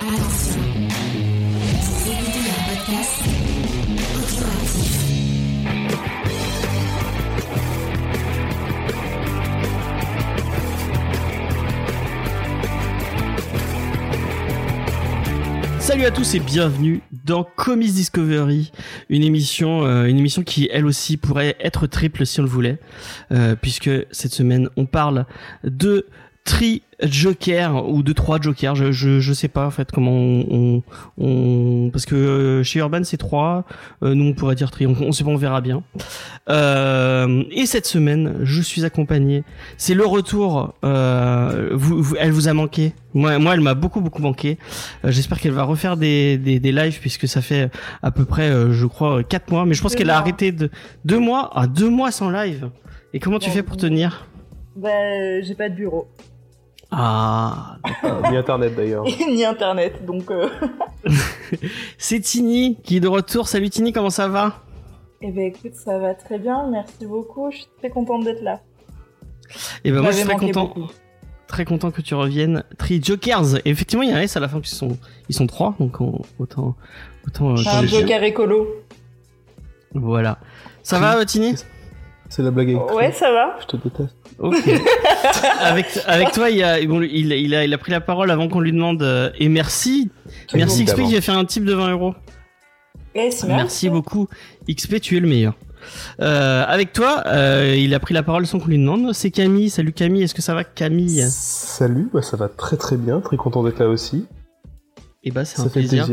Attention, vous écoutez un podcast audioactif. Salut à tous et bienvenue dans Comics Discovery, une émission qui elle aussi pourrait être triple si on le voulait, puisque cette semaine on parle de Joker ou de 3 Jokers, je sais pas en fait comment on parce que chez Urban c'est 3, nous on pourrait dire tri, on sait pas, on verra bien. Et cette semaine je suis accompagné, c'est le retour, elle vous a manqué, moi elle m'a beaucoup manqué, j'espère qu'elle va refaire des lives puisque ça fait à peu près je crois 4 mois, mais je pense qu'elle a arrêté de 2 mois sans live. Et comment tu fais pour tenir? J'ai pas de bureau. Ah, ni internet d'ailleurs. Ni internet, donc... C'est Tini qui est de retour. Salut Tini, comment ça va? Eh ben écoute, ça va très bien, merci beaucoup, je suis très contente d'être là. Et ben moi je suis très content que tu reviennes. 3 Jokers, et effectivement il y a un S à la fin, ils sont 3, donc autant un Joker écolo. Voilà. Ça va Tini? C'est la blague avec toi. Ouais, ça va. Je te déteste. Ok. avec toi, il a pris la parole avant qu'on lui demande et merci XP qui a fait un type de 20 €. Yes, merci beaucoup XP, tu es le meilleur. Avec toi, il a pris la parole sans qu'on lui demande. C'est Camille. Salut Camille, est-ce que ça va Camille? Salut, ça va très très bien, très content d'être là aussi. Et c'est un plaisir.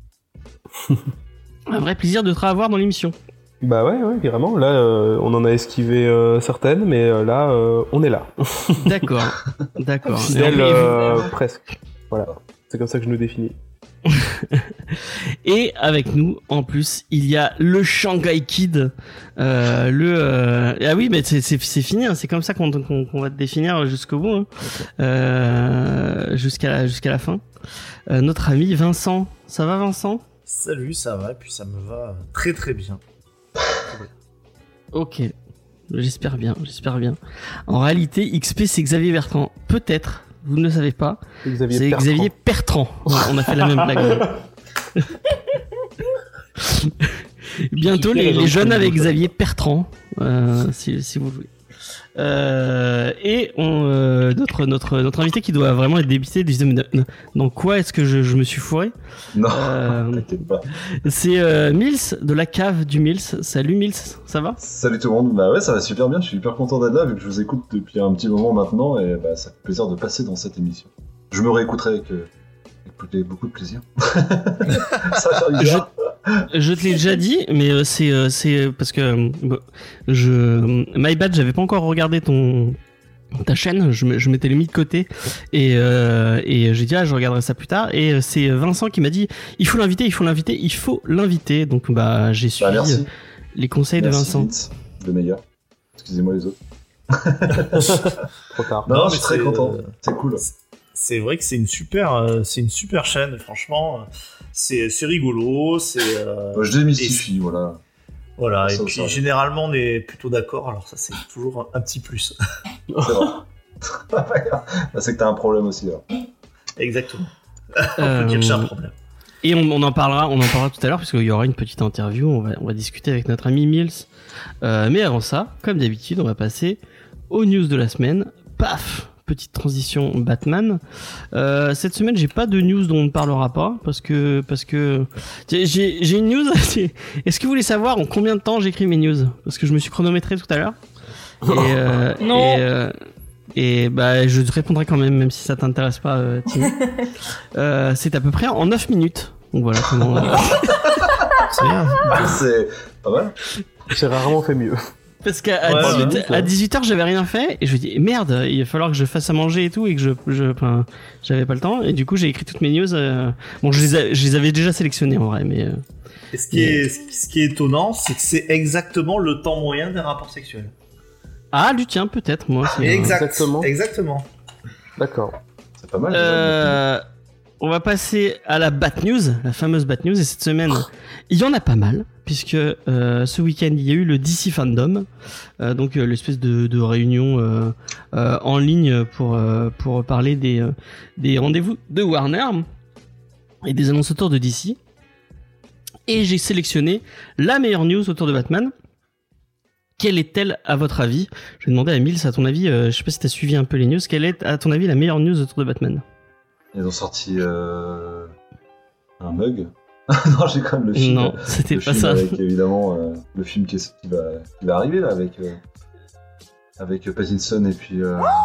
Un vrai plaisir de te revoir dans l'émission. Bah ouais, carrément. Là, on en a esquivé certaines, mais là, on est là. D'accord. Fidèle, presque. Voilà, c'est comme ça que je nous définis. Et avec nous, en plus, il y a le Shanghai Kid. Ah oui, mais c'est fini. Hein, c'est comme ça qu'on va te définir jusqu'au bout, hein. Jusqu'à la fin. Notre ami Vincent. Ça va, Vincent? Salut, ça va. Et puis ça me va très très bien. Ok, j'espère bien. En réalité, XP c'est Xavier Bertrand. Peut-être, vous ne le savez pas. Xavier Bertrand. On a fait la même blague. Bientôt les jeunes avec Xavier Bertrand, si vous voulez. Et notre invité qui doit vraiment être débité disait dans quoi est-ce que je me suis fourré? Non, t'inquiète pas. C'est Mills de la cave du Mills. Salut Mills, ça va? Salut tout le monde. Bah ouais, ça va super bien. Je suis hyper content d'être là vu que je vous écoute depuis un petit moment maintenant et ça fait plaisir de passer dans cette émission. Je me réécouterai avec beaucoup de plaisir. Ça va faire bizarre. Je te l'ai déjà dit, mais c'est parce que My Bad, j'avais pas encore regardé ta chaîne, je m'étais mis de côté et j'ai dit je regarderai ça plus tard, et c'est Vincent qui m'a dit il faut l'inviter, donc j'ai suivi les conseils de Vincent. Vince, le meilleur. Excusez-moi les autres. Trop tard. Non, je suis très content. C'est cool. C'est vrai que c'est une super chaîne, franchement. C'est rigolo, je démystifie, voilà. Voilà, et puis généralement on est plutôt d'accord, alors ça c'est toujours un petit plus. C'est vrai. C'est que t'as un problème aussi, alors. Exactement. On peut dire que j'ai un problème. Et on en parlera tout à l'heure, parce qu'il y aura une petite interview, on va discuter avec notre ami Mills. Mais avant ça, comme d'habitude, on va passer aux news de la semaine. Paf! Petite transition Batman. Cette semaine, j'ai pas de news dont on ne parlera pas parce que j'ai une news. Est-ce que vous voulez savoir en combien de temps j'écris mes news? Parce que je me suis chronométré tout à l'heure. Non. Et je te répondrai quand même si ça t'intéresse pas, Tim. C'est à peu près en 9 minutes. Donc voilà comment. C'est bien. C'est pas mal. J'ai rarement fait mieux. Parce qu'à 18h j'avais rien fait et je me dis merde, il va falloir que je fasse à manger et tout, et que j'avais pas le temps, et du coup j'ai écrit toutes mes news. Bon, je les avais déjà sélectionnées en vrai, mais. Et ce qui est étonnant, c'est que c'est exactement le temps moyen d'un rapport sexuel. Ah, du tien peut-être, moi. Exactement. D'accord. C'est pas mal. On va passer à la Bat News, la fameuse Bat News, et cette semaine, il y en a pas mal, puisque ce week-end, il y a eu le DC Fandom, donc l'espèce de réunion en ligne pour parler des rendez-vous de Warner. et des annonces autour de DC. Et j'ai sélectionné la meilleure news autour de Batman. Quelle est-elle à votre avis? Je vais demander à Mills, à ton avis, je sais pas si t'as suivi un peu les news, quelle est à ton avis la meilleure news autour de Batman? Ils ont sorti un mug. Non, j'ai quand même le film. Non, c'était le pas film ça. Avec évidemment le film qui va arriver là avec Pattinson et puis.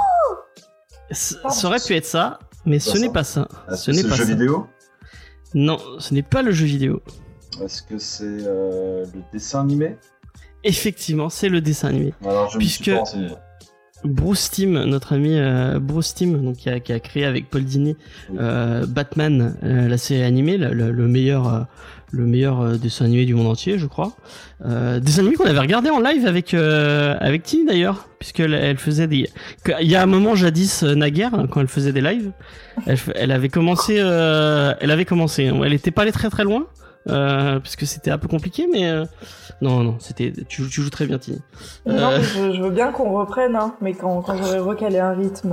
Ça aurait pu être ça, mais ce n'est pas ça. Ce n'est C'est le pas jeu ça. vidéo. Non, ce n'est pas le jeu vidéo. Est-ce que c'est le dessin animé? Effectivement, c'est le dessin animé. Alors je me Puisque- suis pas renseigné. Bruce Timm, notre ami Bruce Timm, donc qui a créé avec Paul Dini Oui. Batman, la série animée, le meilleur dessin animé du monde entier, je crois. Dessin animé qu'on avait regardé en live avec Tini d'ailleurs, puisqu'elle faisait des. Il y a un moment jadis naguère, quand elle faisait des lives, elle avait commencé. Elle était pas allée très très loin. Puisque c'était un peu compliqué, mais non, c'était. Tu joues très bien, Tini. Non, mais je veux bien qu'on reprenne, hein, mais quand j'aurai recalé un rythme.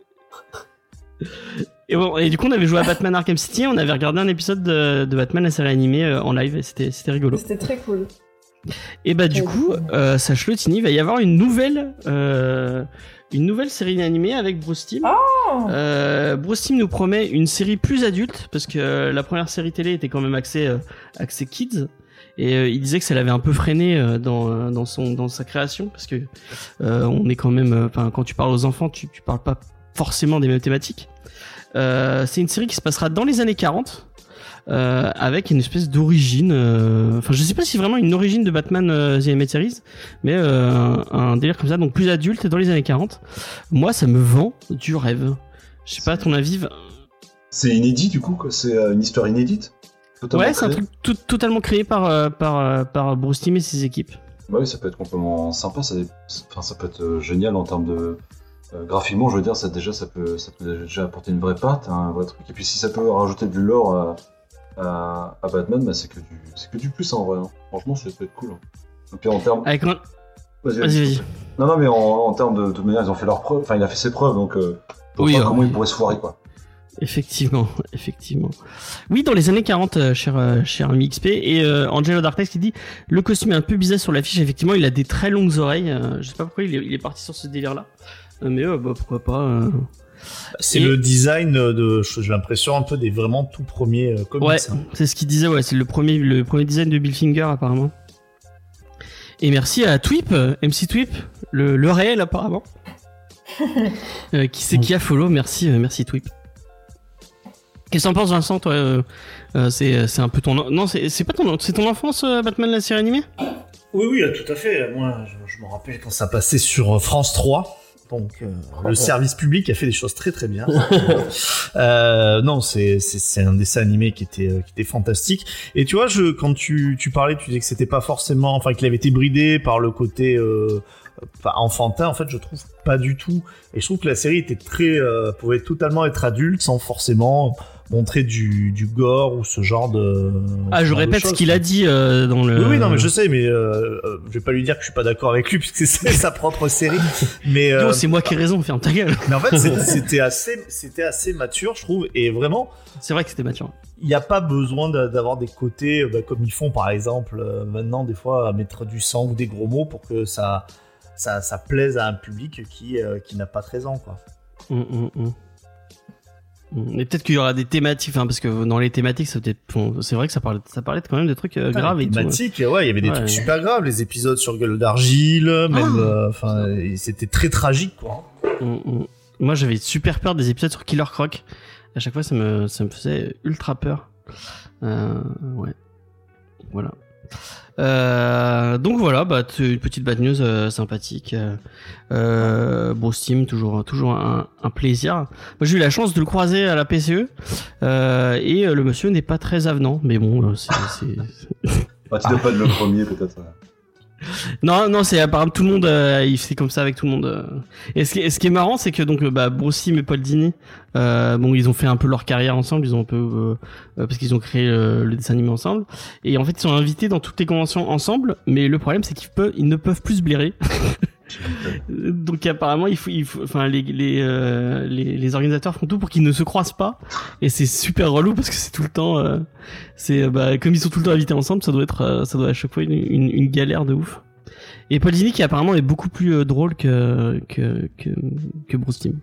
Et bon, et du coup, on avait joué à Batman Arkham City, on avait regardé un épisode de Batman la série animée en live, et c'était rigolo. C'était très cool. Et bah du coup, sache-le, Tini, il va y avoir une nouvelle série animée avec Bruce Timm. Oh Bruce Timm nous promet une série plus adulte, parce que la première série télé était quand même axée kids. Et il disait que ça l'avait un peu freiné dans sa création, parce que on est quand même, quand tu parles aux enfants, tu parles pas forcément des mêmes thématiques. C'est une série qui se passera dans les années 40. Avec une espèce d'origine, je sais pas si c'est vraiment une origine de Batman The Animated Series, mais un délire comme ça, donc plus adulte dans les années 40. Moi, ça me vend du rêve. Je sais pas, à ton avis. C'est inédit du coup, quoi. C'est une histoire inédite. Totalement Ouais, c'est un créée. truc totalement créé par Bruce Timm et ses équipes. Bah oui, ça peut être complètement sympa. Ça peut être génial en termes de graphiquement. Je veux dire, ça peut déjà apporter une vraie patte, un vrai truc. Et puis si ça peut rajouter du lore à Batman, bah c'est que du plus en vrai. Hein. Franchement, ça peut être cool. Hein. Et puis en termes. Avec un... Vas-y. Non, mais en termes de manière, ils ont fait leurs preuves. Enfin, il a fait ses preuves, donc. Je vois pas comment il pourrait se foirer, quoi. Effectivement. Oui, dans les années 40, cher ami XP, et Angelo Darkness qui dit le costume est un peu bizarre sur l'affiche. Effectivement, il a des très longues oreilles. Je sais pas pourquoi il est parti sur ce délire-là, mais pourquoi pas. C'est le design j'ai l'impression un peu des vraiment tout premiers comics. Ouais, hein. c'est ce qu'il disait. Ouais, c'est le premier design de Bill Finger apparemment. Et merci à Twip, MC Twip, le réel apparemment, qui a follow. Merci Twip. Qu'est-ce que t'en penses, Vincent, toi? C'est un peu ton... Non, c'est pas c'est ton enfance, Batman la série animée? Oui, tout à fait. Moi, je me rappelle quand ça passait sur France 3. Donc, le service public a fait des choses très très bien. Non, c'est un dessin animé qui était fantastique. Et tu vois, quand tu parlais, tu disais que c'était pas forcément, qu'il avait été bridé par le côté enfantin. En fait, je trouve pas du tout. Et je trouve que la série était pouvait totalement être adulte sans forcément montrer du gore ou ce genre de. Je répète ce qu'il a dit dans le. Oui, non, mais je sais, mais je vais pas lui dire que je suis pas d'accord avec lui puisque c'est sa propre série. Mais c'est moi qui ai raison, ferme ta gueule. Mais en fait, c'était assez mature, je trouve, et vraiment. C'est vrai que c'était mature. Il n'y a pas besoin d'avoir des côtés comme ils font, par exemple, maintenant des fois à mettre du sang ou des gros mots pour que ça plaise à un public qui n'a pas 13 ans, quoi. Et peut-être qu'il y aura des thématiques, parce que dans les thématiques, c'est vrai que ça parlait quand même de trucs graves et tout. Thématiques, ouais, il y avait des trucs super graves, les épisodes sur Gueule d'Argile, même, c'était très tragique, quoi. Moi, j'avais super peur des épisodes sur Killer Croc. À chaque fois, ça me faisait ultra peur. Ouais. Voilà. Donc voilà, une petite bad news sympathique. Bruce Timm, toujours un plaisir. Moi, j'ai eu la chance de le croiser à la PCE et le monsieur n'est pas très avenant, mais bon, c'est. Tu dois pas être le premier, peut-être. Non, c'est apparemment tout le monde, il fait comme ça avec tout le monde. Et ce qui est marrant, c'est que donc Bruce Timm et Paul Dini, ils ont fait un peu leur carrière ensemble, ils ont un peu parce qu'ils ont créé le dessin animé ensemble. Et en fait, ils sont invités dans toutes les conventions ensemble, mais le problème, c'est qu'ils ne peuvent plus se blairer. Donc apparemment, enfin les organisateurs font tout pour qu'ils ne se croisent pas, et c'est super relou parce que c'est tout le temps, comme ils sont tout le temps invités ensemble, ça doit à chaque fois une galère de ouf. Et Paul Dini qui apparemment est beaucoup plus drôle que Bruce Timm.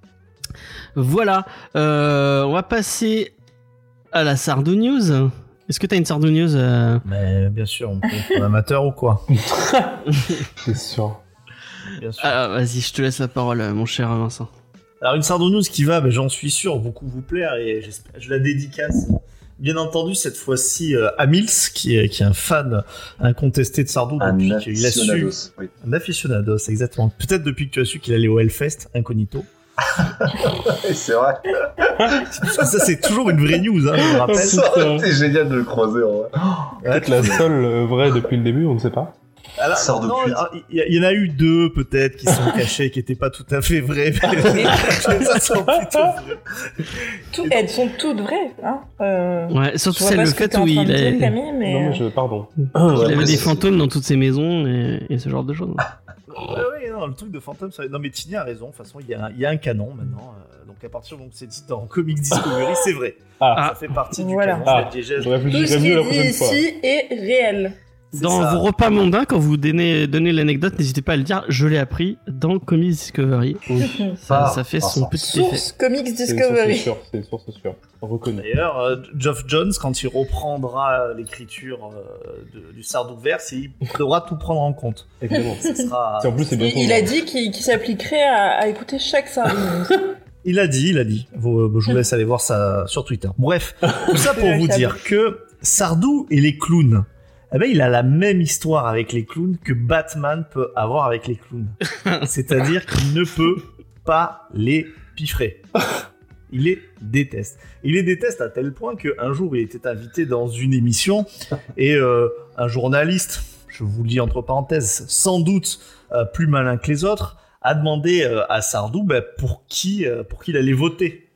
Voilà, on va passer à la Sardou News. Est-ce que t'as une Sardou News Mais bien sûr, on peut être amateur ou quoi? C'est sûr. Bien sûr. Ah, vas-y, je te laisse la parole, mon cher Vincent. Alors une Sardou News qui va, j'en suis sûr, beaucoup vous plaire et je la dédicace. Bien entendu, cette fois-ci à Mills, qui est un fan incontesté de Sardou depuis qu'il a su. Oui. Un aficionados, exactement. Peut-être depuis que tu as su qu'il allait au Hellfest, incognito. C'est vrai. Ça, c'est toujours une vraie news, hein, je me rappelle. Ça aurait été génial de le croiser en vrai. Peut-être la seule vraie depuis le début, on ne sait pas. Alors, Sardou non, cuite. il y en a eu deux peut-être qui sont cachés, qui n'étaient pas tout à fait vrais. Mais ça sont plutôt vrais. Elles sont toutes vraies. Hein. Ouais, surtout Je vois celle pas le ce que fait t'es en où train il de dire, a... Camille, mais... Non, mais pardon. Il Ouais, avait mais des c'est- fantômes dans toutes ses maisons et ce genre de choses. Oui, non, le truc de fantôme, ça... non mais Tini a raison. De toute façon, il y a un canon maintenant. Donc à partir donc c'est dit dans Comics Discovery, c'est vrai. Ah, Ça fait partie du Voilà. canon. Ah. La diégèse. je Tout ce réfléchirai qui mieux la est dit prochaine fois. ici est réel. C'est Dans ça. vos repas mondains, quand vous donnez l'anecdote, n'hésitez pas à le dire. Je l'ai appris dans Comics Discovery. Oui, Ça fait son petit effet. Source Comics c'est une source Discovery. sûre, c'est une source sûre. On reconnaît. D'ailleurs, Geoff Johns, quand il reprendra l'écriture du Sardouverse, il devra tout prendre en compte. Évidemment. Ça sera... En plus, c'est bien Il a dit qu'il s'appliquerait à écouter chaque Sardou News. Il a dit. Je vous laisse aller voir ça sur Twitter. Bref, tout ça pour vous dire que Sardou et les clowns, eh ben, il a la même histoire avec les clowns que Batman peut avoir avec les clowns. C'est-à-dire qu'il ne peut pas les piffrer. Il les déteste. Il les déteste à tel point qu'un jour, il était invité dans une émission et un journaliste, je vous le dis entre parenthèses, sans doute plus malin que les autres, a demandé à Sardou pour qui il allait voter.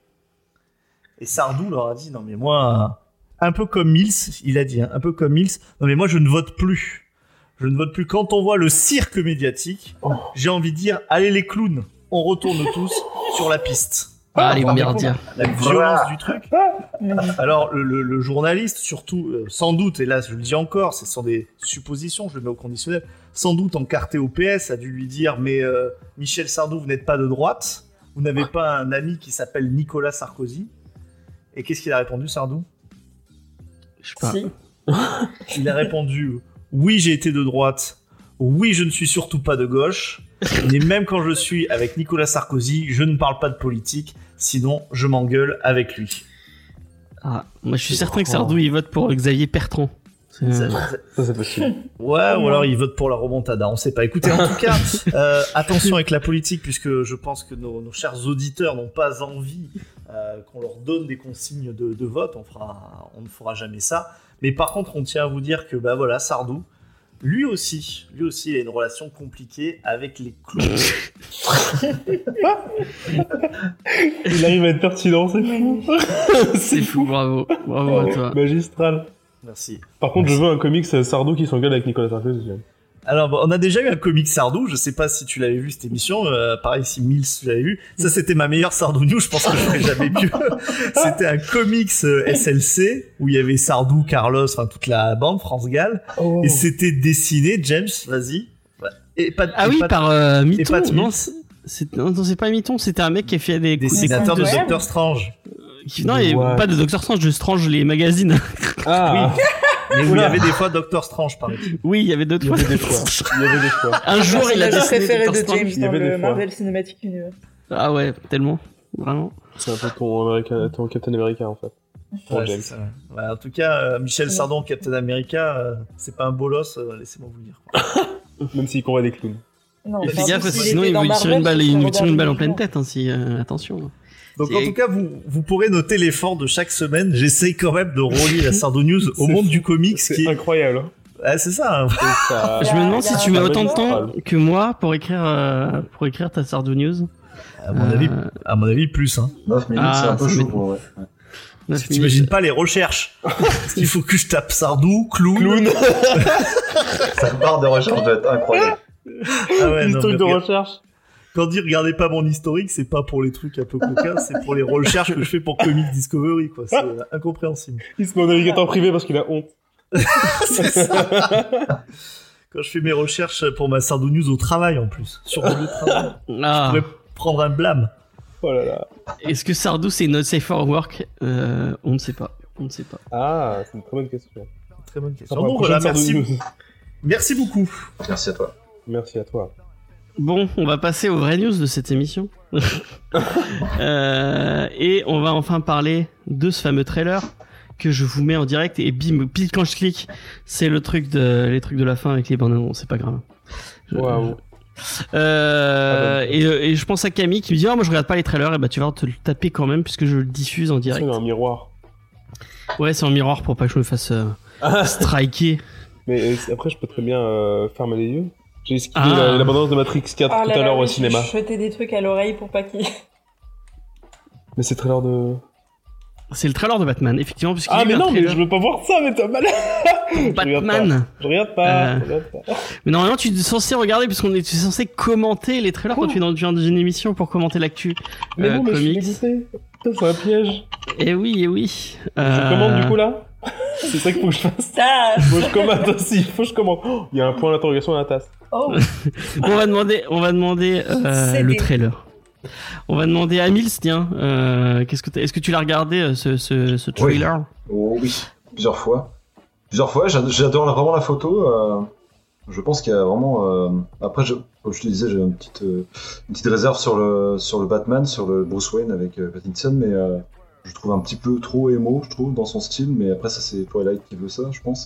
Et Sardou leur a dit, non mais moi, un peu comme Mills, il a dit, hein, un peu comme Mills, non mais moi je ne vote plus. Je ne vote plus. Quand on voit le cirque médiatique, j'ai envie de dire, allez les clowns, on retourne tous sur la piste. Ah, les Vous vous rendez merdias. compte la violence du truc. Alors le journaliste, surtout, sans doute, et là je le dis encore, ce sont des suppositions, je le mets au conditionnel, sans doute encarté au PS, a dû lui dire, mais Michel Sardou, vous n'êtes pas de droite, vous n'avez pas un ami qui s'appelle Nicolas Sarkozy. Et qu'est-ce qu'il a répondu, Sardou? Je sais pas. Si. Il a répondu, oui, j'ai été de droite, oui, je ne suis surtout pas de gauche, mais même quand je suis avec Nicolas Sarkozy, je ne parle pas de politique, sinon je m'engueule avec lui. Ah, moi, je suis certain que Sardou, il vote pour Xavier Bertrand. Ça, Ça, c'est possible. ouais, ou alors il vote pour la remontada, on sait pas. Écoutez, en tout cas, attention avec la politique, puisque je pense que nos chers auditeurs n'ont pas envie qu'on leur donne des consignes de vote, on ne fera jamais ça. Mais par contre, on tient à vous dire que, voilà, Sardou, lui aussi, il a une relation compliquée avec les clowns. Il arrive à être pertinent, c'est fou. C'est fou, bravo. Bravo à toi. Magistral. Merci. Par contre, je veux un comics Sardou qui s'engueule avec Nicolas Sarkozy. Alors, on a déjà eu un comic Sardou, je sais pas si tu l'avais vu cette émission, pareil si Mills tu l'avais vu, ça c'était ma meilleure Sardou News, je pense que je ferai jamais mieux. C'était un comics SLC, où il y avait Sardou, Carlos, enfin toute la bande, France Gall, Oh. et c'était dessiné, James, vas-y. Et pas, Ah et oui, pas- par et Miton. pas de Non, Mills. non, c'est pas Miton, c'était un mec qui a fait des Dessinateur de Ouais. Doctor Strange. Non, il y Ouais. a pas de Doctor Strange, de Strange les magazines. Ah, Mais où il y Oula. avait des fois Doctor Strange, paraît-il. Oui, il y avait d'autres il y fois. avait des choix. Il y avait des choix. Un jour, il a personnage dessiné préféré Doctor de Strange. James il y dans avait des le fois. Marvel Cinematic Universe. Ah ouais, tellement. Vraiment. C'est un peu ton Captain America, en fait. Pour Ouais, James. c'est ça, ouais. Ouais, en tout cas, Michel Sardou, Captain America, c'est pas un bolos, laissez-moi vous le dire. Même s'il combat des clowns. Non, Et mais fais gaffe, s'il parce que sinon était il dans vous tire une Marvel, balle, ce il serait vous tire une balle en Robert pleine Downey tête, hein, si, attention. Donc C'est- en tout cas, vous pourrez noter l'effort de chaque semaine. J'essaie quand même de relier la Sardou News au C'est monde fou. du comics. C'est Qui est... incroyable. Hein. Ah, c'est ça. Hein. Et ça- Je me demande si tu mets un autant de mec temps central. que moi pour écrire ta Sardou News. À mon avis, plus. Hein. 9 minutes, Ah, c'est un peu ça chaud. m'étonne. Ouais. 9 T'imagines minutes. pas les recherches. Parce qu'il faut que je tape Sardou, clown. Cette barre de recherche doit être incroyable. Ah ouais, Des non, trucs mais de regarde- recherche. Quand on dit regardez pas mon historique, c'est pas pour les trucs un peu coquins, c'est pour les recherches que je fais pour Comic Discovery, quoi. C'est incompréhensible. Il se met en navigateur privé parce qu'il a honte. C'est ça. Quand je fais mes recherches pour ma Sardou News au travail, en plus. Sur mon lieu de travail. Ah. Je pourrais prendre un blâme. Oh là là. Est-ce que Sardou c'est not safe for work? On ne sait pas. On ne sait pas. Ah, c'est une très bonne question. Très bonne question. Ça fera Bon, la prochaine voilà, Sardou merci. News. Merci beaucoup. Merci à toi. Merci à toi. Bon, on va passer aux vraies news de cette émission. Et on va enfin parler de ce fameux trailer que je vous mets en direct et bim, pile quand je clique, c'est les trucs de la fin avec les bandes annonces, c'est pas grave. Waouh. Et je pense à Camille qui me dit moi je regarde pas les trailers, et bah tu vas te le taper quand même puisque je le diffuse en direct. Il y a un miroir. Ouais, c'est en miroir pour pas que je me fasse striker. Mais après, je peux très bien fermer les yeux. J'ai esquivé Ah. l'abondance de Matrix 4 Ah tout là à là, l'heure au oui, cinéma. je jetais des trucs à l'oreille pour pas qu'il... Mais c'est trailer de... C'est le trailer de Batman, effectivement, puisqu'il y Ah a eu mais un non, mais trailer je veux pas voir ça, mais t'es malade. Batman. Je regarde pas. Euh, Je regarde pas. Mais normalement, tu es censé regarder puisqu'on est censé commenter les trailers quand tu es dans une émission pour commenter l'actu Mais non, mais je suis comics. dégoûté. Putain, c'est un piège. Et oui, et oui. Je commande du coup là. C'est ça qu'il faut que je fasse. Ah, Faut que je commande aussi. Faut que je commande. Oh, il y a un point d'interrogation à la tasse. oh, On va demander C'est le des- trailer. On va demander à Mills, tiens, est-ce que tu l'as regardé ce trailer? Oh oui, plusieurs fois. J'adore vraiment la photo. Je pense qu'il y a vraiment. Après, comme je te disais, j'ai une petite réserve sur le Batman, sur le Bruce Wayne avec Pattinson, mais je trouve un petit peu trop émo, je trouve, dans son style. Mais après, ça c'est Twilight qui veut ça, je pense.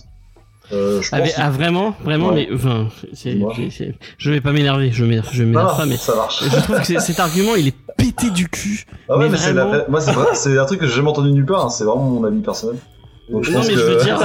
Vraiment, Ouais. mais enfin, Dis-moi. je vais pas m'énerver, je m'énerve pas, mais ça marche. je trouve que cet argument il est pété du cul. Ah ouais, mais mais c'est vraiment. moi, c'est un truc que j'ai jamais entendu nulle part. Hein. C'est vraiment mon avis personnel. Donc, Non mais je veux dire,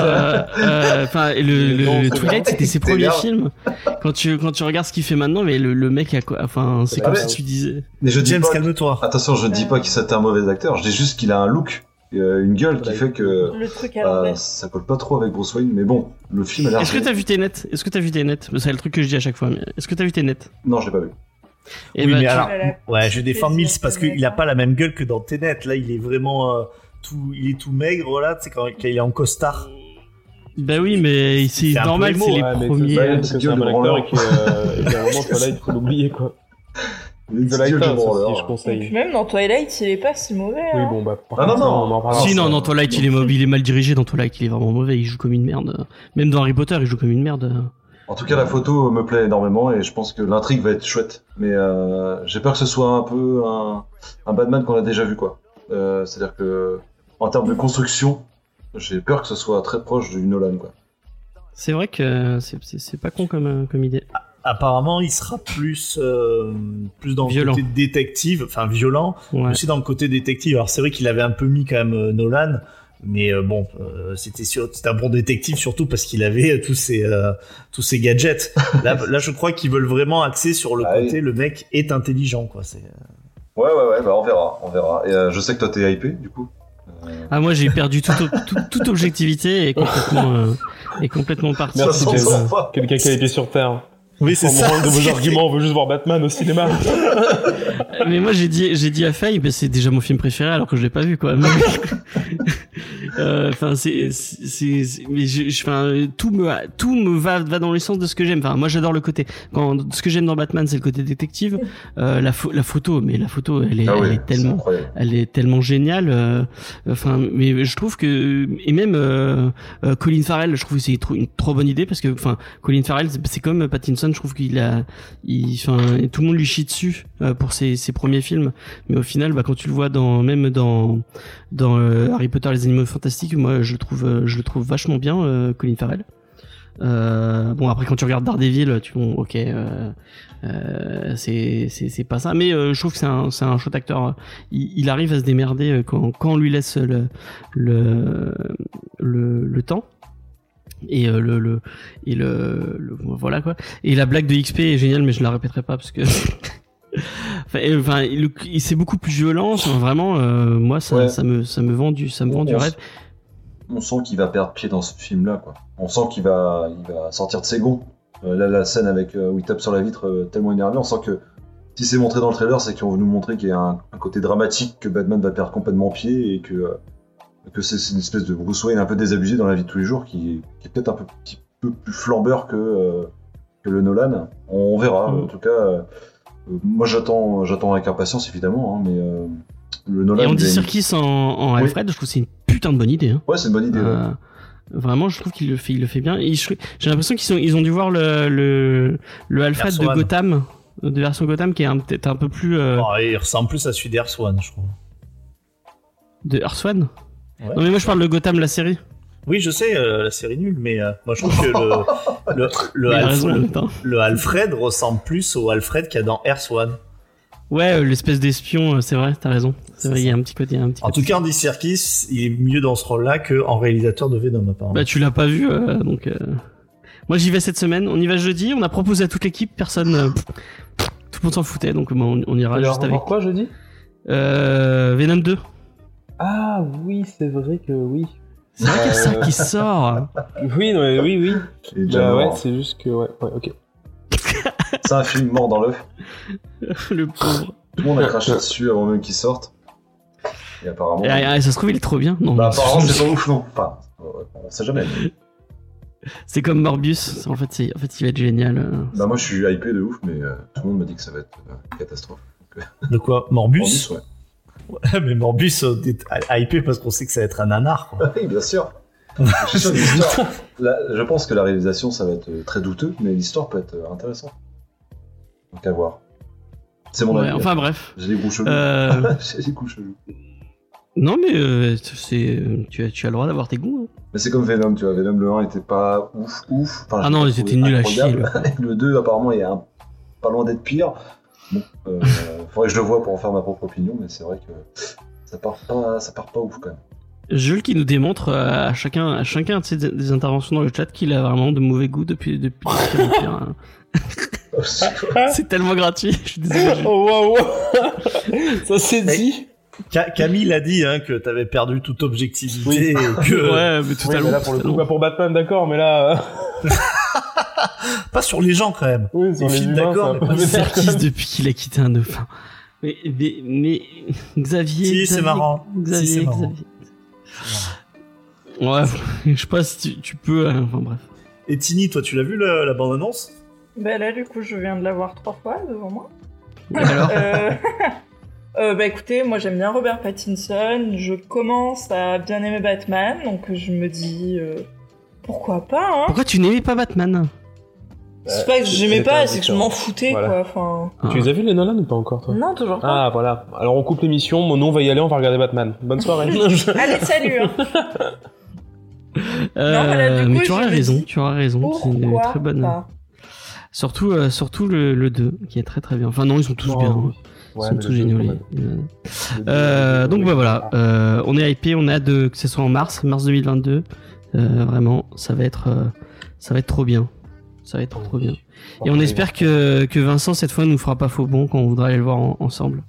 enfin Non, le c'est Twilight c'était ses premiers t'énerve. films. Quand tu regardes ce qu'il fait maintenant, mais le mec a quoi, enfin c'est Ah comme ouais. si tu disais. Mais je dis James, pas. calme-toi. Attention, je ne dis pas qu'il c'est un mauvais acteur. Je dis juste qu'il a un look, une gueule qui fait que le truc à l'envers. ça colle pas trop avec Bruce Wayne. Mais bon, le film a l'air. Est-ce que t'as vu Tenet? C'est le truc que je dis à chaque fois. Mais est-ce que t'as vu Tenet? Non, je l'ai pas vu. Eh Oui, ben, mais tu- alors, Voilà. ouais, je vais défendre Mills parce Plaisir, qu'il a pas la même gueule que dans Tenet. Là, il est vraiment il est tout maigre, là, tu sais, quand il est en costard. Bah oui, mais c'est C'est un peu normal, émo, c'est les Ouais, mais premiers. c'est pas une parce petite que c'est gueule un de bon acteur branleur. et qu'à un moment, Twilight, il faut l'oublier quoi. Une The petite gueule de Lighthouse branleur. aussi, je Et puis conseille. même dans Twilight, il est pas si mauvais. Oui, hein. bon, bah, par Ah, contre, non, ça, non. on en parlera. Si, non, ça- dans Twilight, il est mal dirigé. Dans Twilight, il est vraiment mauvais. Il joue comme une merde. Même dans Harry Potter, il joue comme une merde. En tout cas, la photo me plaît énormément et je pense que l'intrigue va être chouette. Mais j'ai peur que ce soit un peu un Batman qu'on a déjà vu, quoi. C'est-à-dire que en termes de construction, j'ai peur que ce soit très proche du Nolan, quoi. C'est vrai que c'est pas con comme idée. Apparemment, il sera plus dans Violent. le côté détective, enfin violent, Ouais. aussi dans le côté détective. Alors c'est vrai qu'il avait un peu mis quand même Nolan, mais bon, c'était un bon détective surtout parce qu'il avait tous ces gadgets. Là, je crois qu'ils veulent vraiment axer sur le Ah oui. côté le mec est intelligent, quoi. C'est Ouais, bah on verra. Et je sais que toi t'es hypé, du coup. Ah, moi, j'ai perdu toute objectivité et complètement parti. Merci, Ça James. s'en sort pas. Quelqu'un qui a les pieds sur terre. oui, c'est On ça. manque de vos arguments, on veut juste voir Batman au cinéma. Mais moi, j'ai dit à Faye, c'est déjà mon film préféré alors que je l'ai pas vu, quoi. Enfin, tout me va dans le sens de ce que j'aime. Enfin, moi, j'adore le côté. Ce que j'aime dans Batman, c'est le côté détective. La photo, elle est, Ah elle oui, est tellement, incroyable. elle est tellement géniale. Enfin, mais je trouve que et même Colin Farrell, je trouve que c'est une trop bonne idée parce que enfin Colin Farrell, c'est comme Pattinson, je trouve enfin tout le monde lui chie dessus pour ses premiers films, mais au final, bah quand tu le vois dans Harry Potter les Animaux Fantastiques, moi je le trouve vachement bien Colin Farrell. Bon après quand tu regardes Daredevil, c'est pas ça, mais je trouve que c'est un chouette acteur. Il arrive à se démerder quand on lui laisse le temps. Et voilà quoi. Et la blague de XP est géniale, mais je la répéterai pas parce que c'est beaucoup plus violent. Enfin, vraiment, moi Ouais. ça me vend du rêve. On sent qu'il va perdre pied dans ce film-là, quoi. On sent qu'il va sortir de ses gonds. Là, la scène avec où il tape sur la vitre tellement énervé, on sent que si c'est montré dans le trailer, c'est qu'ils vont nous montrer qu'il y a un côté dramatique, que Batman va perdre complètement pied et que c'est une espèce de Bruce Wayne un peu désabusé dans la vie de tous les jours qui est peut-être un petit peu plus flambeur que le Nolan. On verra. En tout cas, moi j'attends avec impatience évidemment, hein, mais le Nolan. Et Andy Serkis en Alfred, je trouve que c'est une putain de bonne idée. Hein. Ouais, c'est une bonne idée. Ouais. Vraiment, je trouve qu'il le fait bien. Et j'ai l'impression qu'ils ont dû voir le Alfred de Gotham, de version Gotham, qui est peut-être un peu plus. Il ressemble plus à celui d'Earth One, je trouve. De Earth One. Ouais. Non mais moi je parle de Gotham, la série. Oui, je sais, la série nulle, mais moi je trouve que le Alfred ressemble plus au Alfred qu'il y a dans Earth One. Ouais, l'espèce d'espion, c'est vrai, t'as raison. C'est vrai, il y a un petit côté. En tout cas, Andy Serkis, il est mieux dans ce rôle-là qu'en réalisateur de Venom, apparemment. Bah, tu l'as pas vu, donc. Moi, j'y vais cette semaine. On y va jeudi. On a proposé à toute l'équipe. Personne. Tout le monde s'en foutait, donc on ira alors, juste avec. Quoi, jeudi Venom 2. Ah oui, c'est vrai que oui. C'est vrai qu'il y a ça qui sort. Oui, non, oui. Bah, ouais, c'est juste que ouais, ok. C'est un film mort dans l'œuf. Le pauvre. Tout le monde a craché dessus avant même qu'il sorte. Et apparemment. Ça se trouve, il est trop bien. Non. Bah, apparemment, c'est pas ouf, non. Enfin, on sait jamais. C'est comme Morbius. En fait, il va être génial. Bah, moi, je suis hypé de ouf, mais tout le monde m'a dit que ça va être une catastrophe. De quoi ? Morbius, ouais. Ouais, mais Morbius est hypé parce qu'on sait que ça va être un nanar, quoi. Oui, bien sûr. Je suis sûr que l'histoire. Je pense que la réalisation, ça va être très douteux, mais l'histoire peut être intéressante. Donc à voir. C'est mon avis. Enfin bref. J'ai des goûts chelous. J'ai des goûts chelous. Non mais tu as le droit d'avoir tes goûts. Hein. Mais c'est comme Venom, tu vois. Venom le 1 était pas ouf. Enfin, non, c'était nul à chier. Le 2 apparemment est pas loin d'être pire. Bon, faudrait que je le voie pour en faire ma propre opinion, mais c'est vrai que ça part pas ouf quand même. Jules qui nous démontre à chacun de ses des interventions dans le chat qu'il a vraiment de mauvais goût depuis hein. C'est tellement gratuit, je suis désolé. Oh wow. Ça c'est dit. Camille a dit hein, que t'avais perdu toute objectivité. Oui. Et que... Ouais, mais totalement. Oui, mais là pour le coup, pas pour Batman, d'accord, mais là. Pas sur les gens quand même. Oui, sur les humains, d'accord. mais pas Serkis depuis qu'il a quitté un dauphin. Mais Xavier. Si, c'est marrant. Xavier. Ouais, je sais pas si tu peux. Enfin bref. Et Tini, toi, tu l'as vu la bande-annonce ? Bah là, du coup, je viens de la voir 3 fois devant moi. Alors bah écoutez, moi j'aime bien Robert Pattinson, je commence à bien aimer Batman, donc je me dis pourquoi pas, hein. Pourquoi tu n'aimais pas Batman ? C'est pas que j'aimais pas, c'est que je m'en foutais, voilà. Quoi. Enfin... Tu les as vus les Nolan ou pas encore, toi ? Non, toujours pas. Ah voilà. Alors on coupe l'émission, mon nom va y aller, on va regarder Batman. Bonne soirée. Allez, salut. Hein. Non, mais tu auras raison, c'est une très bonne. Pas. Surtout le 2 qui est très très bien. Enfin non, ils sont tous bien. Ils sont tous géniaux. Donc bah voilà, on est hypé, on a hâte que ce soit en mars 2022. Vraiment, ça va être trop bien. Ça va être trop bien. Et on espère que Vincent cette fois nous fera pas faux bon quand on voudra aller le voir ensemble.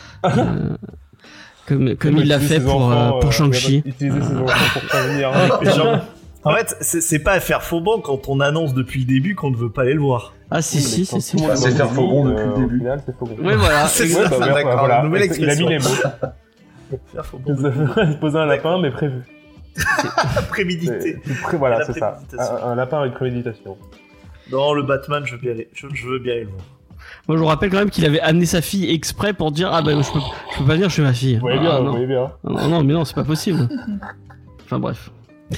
Comme il l'a fait pour Shang-Chi. Utiliser ses enfants pour prévenir les gens. En fait, c'est pas faire faux bon quand on annonce depuis le début qu'on ne veut pas aller le voir. Ah si, c'est faire faux bon depuis le début. Au final, c'est faux bon. Ouais, voilà. C'est ça, d'accord. Voilà. Nouvelle expression. Il a mis les mots. Faire faux bon. Poser un lapin, mais prévu. Prémédité. Voilà, c'est ça. Un lapin avec préméditation. Non, le Batman, je veux bien aller le voir. Moi, je vous rappelle quand même qu'il avait amené sa fille exprès pour dire je peux pas venir chez ma fille. Vous voyez bien. Non, mais non, c'est pas possible. Enfin bref.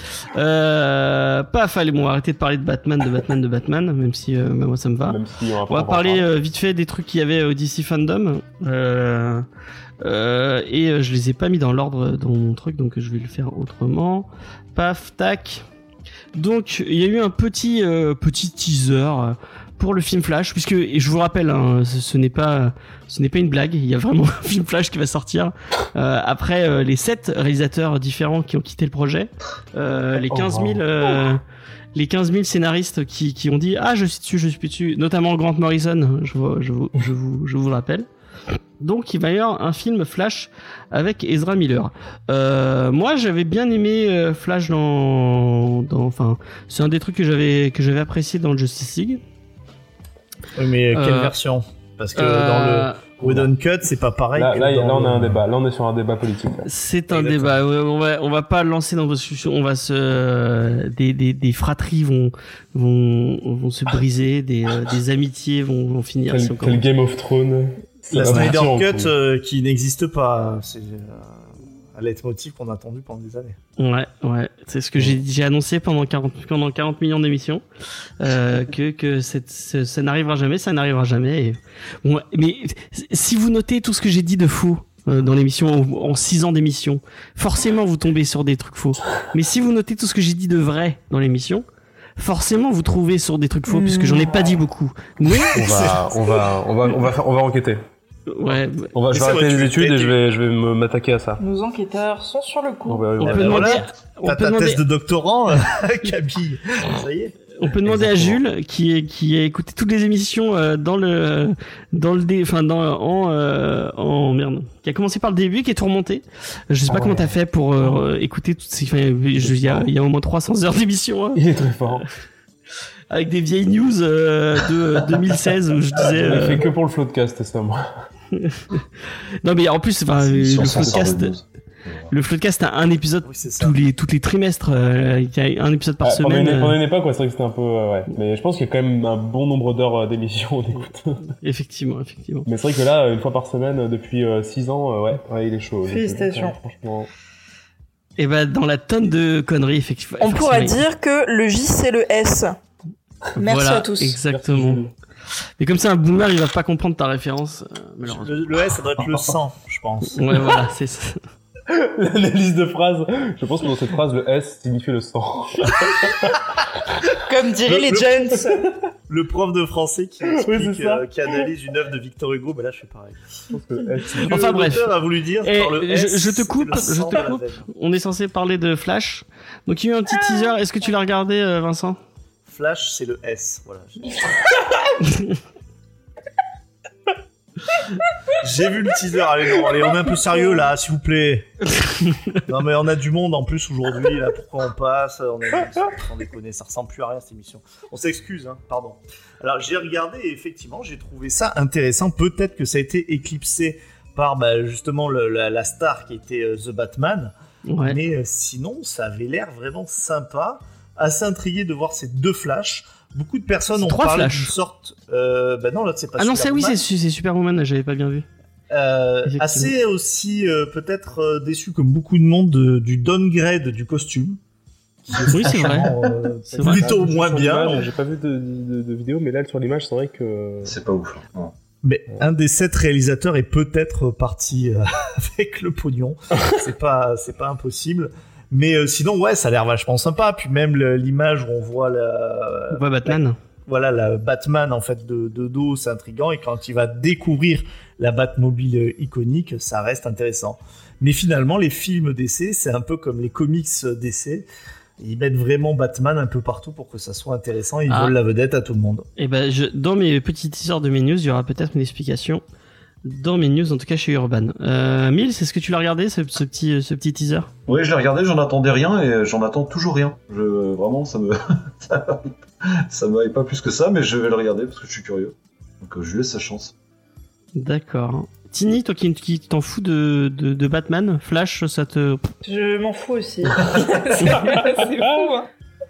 Paf, allez, bon, arrêtez de parler de Batman, même si moi ça me va. Même si on va parler vite fait des trucs qu'il y avait au DC Fandom. Et je les ai pas mis dans l'ordre dans mon truc, donc je vais le faire autrement. Paf, tac. Donc il y a eu un petit teaser pour le film Flash, puisque, et je vous rappelle, hein, ce n'est pas une blague, il y a vraiment un film Flash qui va sortir après les 7 réalisateurs différents qui ont quitté le projet, les 15 000 scénaristes qui ont dit je suis dessus, notamment Grant Morrison, je vous le rappelle. Donc il va y avoir un film Flash avec Ezra Miller. Moi j'avais bien aimé Flash enfin c'est un des trucs que j'avais apprécié dans le Justice League. Oui, mais quelle version? Parce que dans le Whedon Cut, c'est pas pareil. Là, on a un débat. Là, on est sur un débat politique. Là. C'est un débat. On va pas lancer dans vos discussions. On va des fratries vont se briser, des amitiés vont finir. Quel Game of Thrones. La Snyder Cut qui n'existe pas. C'est un leitmotiv qu'on a attendu pendant des années. Ouais. C'est ce que j'ai annoncé pendant 40 millions d'émissions. Que ça n'arrivera jamais, Et... Bon, mais si vous notez tout ce que j'ai dit de faux dans l'émission, en 6 ans d'émission, forcément vous tombez sur des trucs faux. Mais si vous notez tout ce que j'ai dit de vrai dans l'émission, forcément vous trouvez sur des trucs faux, puisque j'en ai pas dit beaucoup. Mais on va enquêter. Ouais. Je vais arrêter les études et je vais m'attaquer à ça. Nos enquêteurs sont sur le coup. On peut demander. T'as ta thèse de doctorant, Camille. Ça y est. On peut demander à Jules qui a écouté toutes les émissions qui a commencé par le début, qui est tout remonté. Je sais pas comment t'as fait pour écouter toutes ces. Il y a au moins 300 heures d'émission. Hein. Il est très fort. Avec des vieilles news de 2016 où je disais. Il fait que pour le Floodcast, c'est ça, moi. Non mais en plus, le Floodcast a un épisode tous les trimestres. Il y a un épisode par semaine. Pendant une époque, c'est vrai que c'était un peu ouais. Mais je pense qu'il y a quand même un bon nombre d'heures d'émission d'écoute. Effectivement. Mais c'est vrai que là, une fois par semaine depuis 6 ans, ouais, il est chaud. Félicitations. Franchement. Et dans la tonne de conneries, effectivement. On pourrait dire que le J c'est le S. Merci à tous. Exactement. Mais comme c'est un boomer, il va pas comprendre ta référence, malheureusement. Le S, ça doit être le sang, je pense. Ouais, voilà, c'est ça. L'analyse de phrase. Je pense que dans cette phrase, le S signifie le sang. Comme diraient les Jones. Le prof de français qui analyse une œuvre de Victor Hugo, là je fais pareil. Enfin bref. L'auteur a voulu dire je te coupe. On est censé parler de Flash. Donc il y a eu un petit teaser. Est-ce que tu l'as regardé, Vincent? Flash, c'est le S, voilà. J'ai vu le teaser. Allez, on est un peu sérieux là, s'il vous plaît. Non mais on a du monde en plus aujourd'hui. Là, pourquoi on passe? Sans déconner, ça ressemble plus à rien cette émission. On s'excuse, hein, pardon. Alors j'ai regardé et effectivement, j'ai trouvé ça intéressant. Peut-être que ça a été éclipsé par justement la star qui était The Batman. Ouais. Mais sinon, ça avait l'air vraiment sympa. Assez intrigué de voir ces deux Flash. Beaucoup de personnes ont parlé d'une sorte. Non, là c'est pas. Ah non, c'est Superwoman. J'avais pas bien vu. Assez aussi peut-être déçu comme beaucoup de monde du downgrade du costume. Oui, c'est vrai. C'est plutôt moins bien. J'ai pas vu de vidéo, mais là sur l'image, c'est vrai que c'est pas ouf. Non. Mais un des 7 réalisateurs est peut-être parti avec le pognon. C'est pas impossible. Mais sinon, ouais, ça a l'air vachement sympa. Puis même l'image où on voit Batman. La Batman, en fait, de dos, c'est intriguant. Et quand il va découvrir la Batmobile iconique, ça reste intéressant. Mais finalement, les films DC, c'est un peu comme les comics DC. Ils mettent vraiment Batman un peu partout pour que ça soit intéressant. Ils volent la vedette à tout le monde. Et dans mes petits teasers de mes news, il y aura peut-être une explication. Dans mes news, en tout cas chez Urban. Mills, est-ce que tu l'as regardé, ce petit teaser? Oui, je l'ai regardé, j'en attendais rien et j'en attends toujours rien. Vraiment, ça me hype pas plus que ça, mais je vais le regarder parce que je suis curieux. Donc je lui laisse sa chance. D'accord. Tini, toi qui t'en fous de Batman, Flash, ça te... Je m'en fous aussi. C'est fou, hein.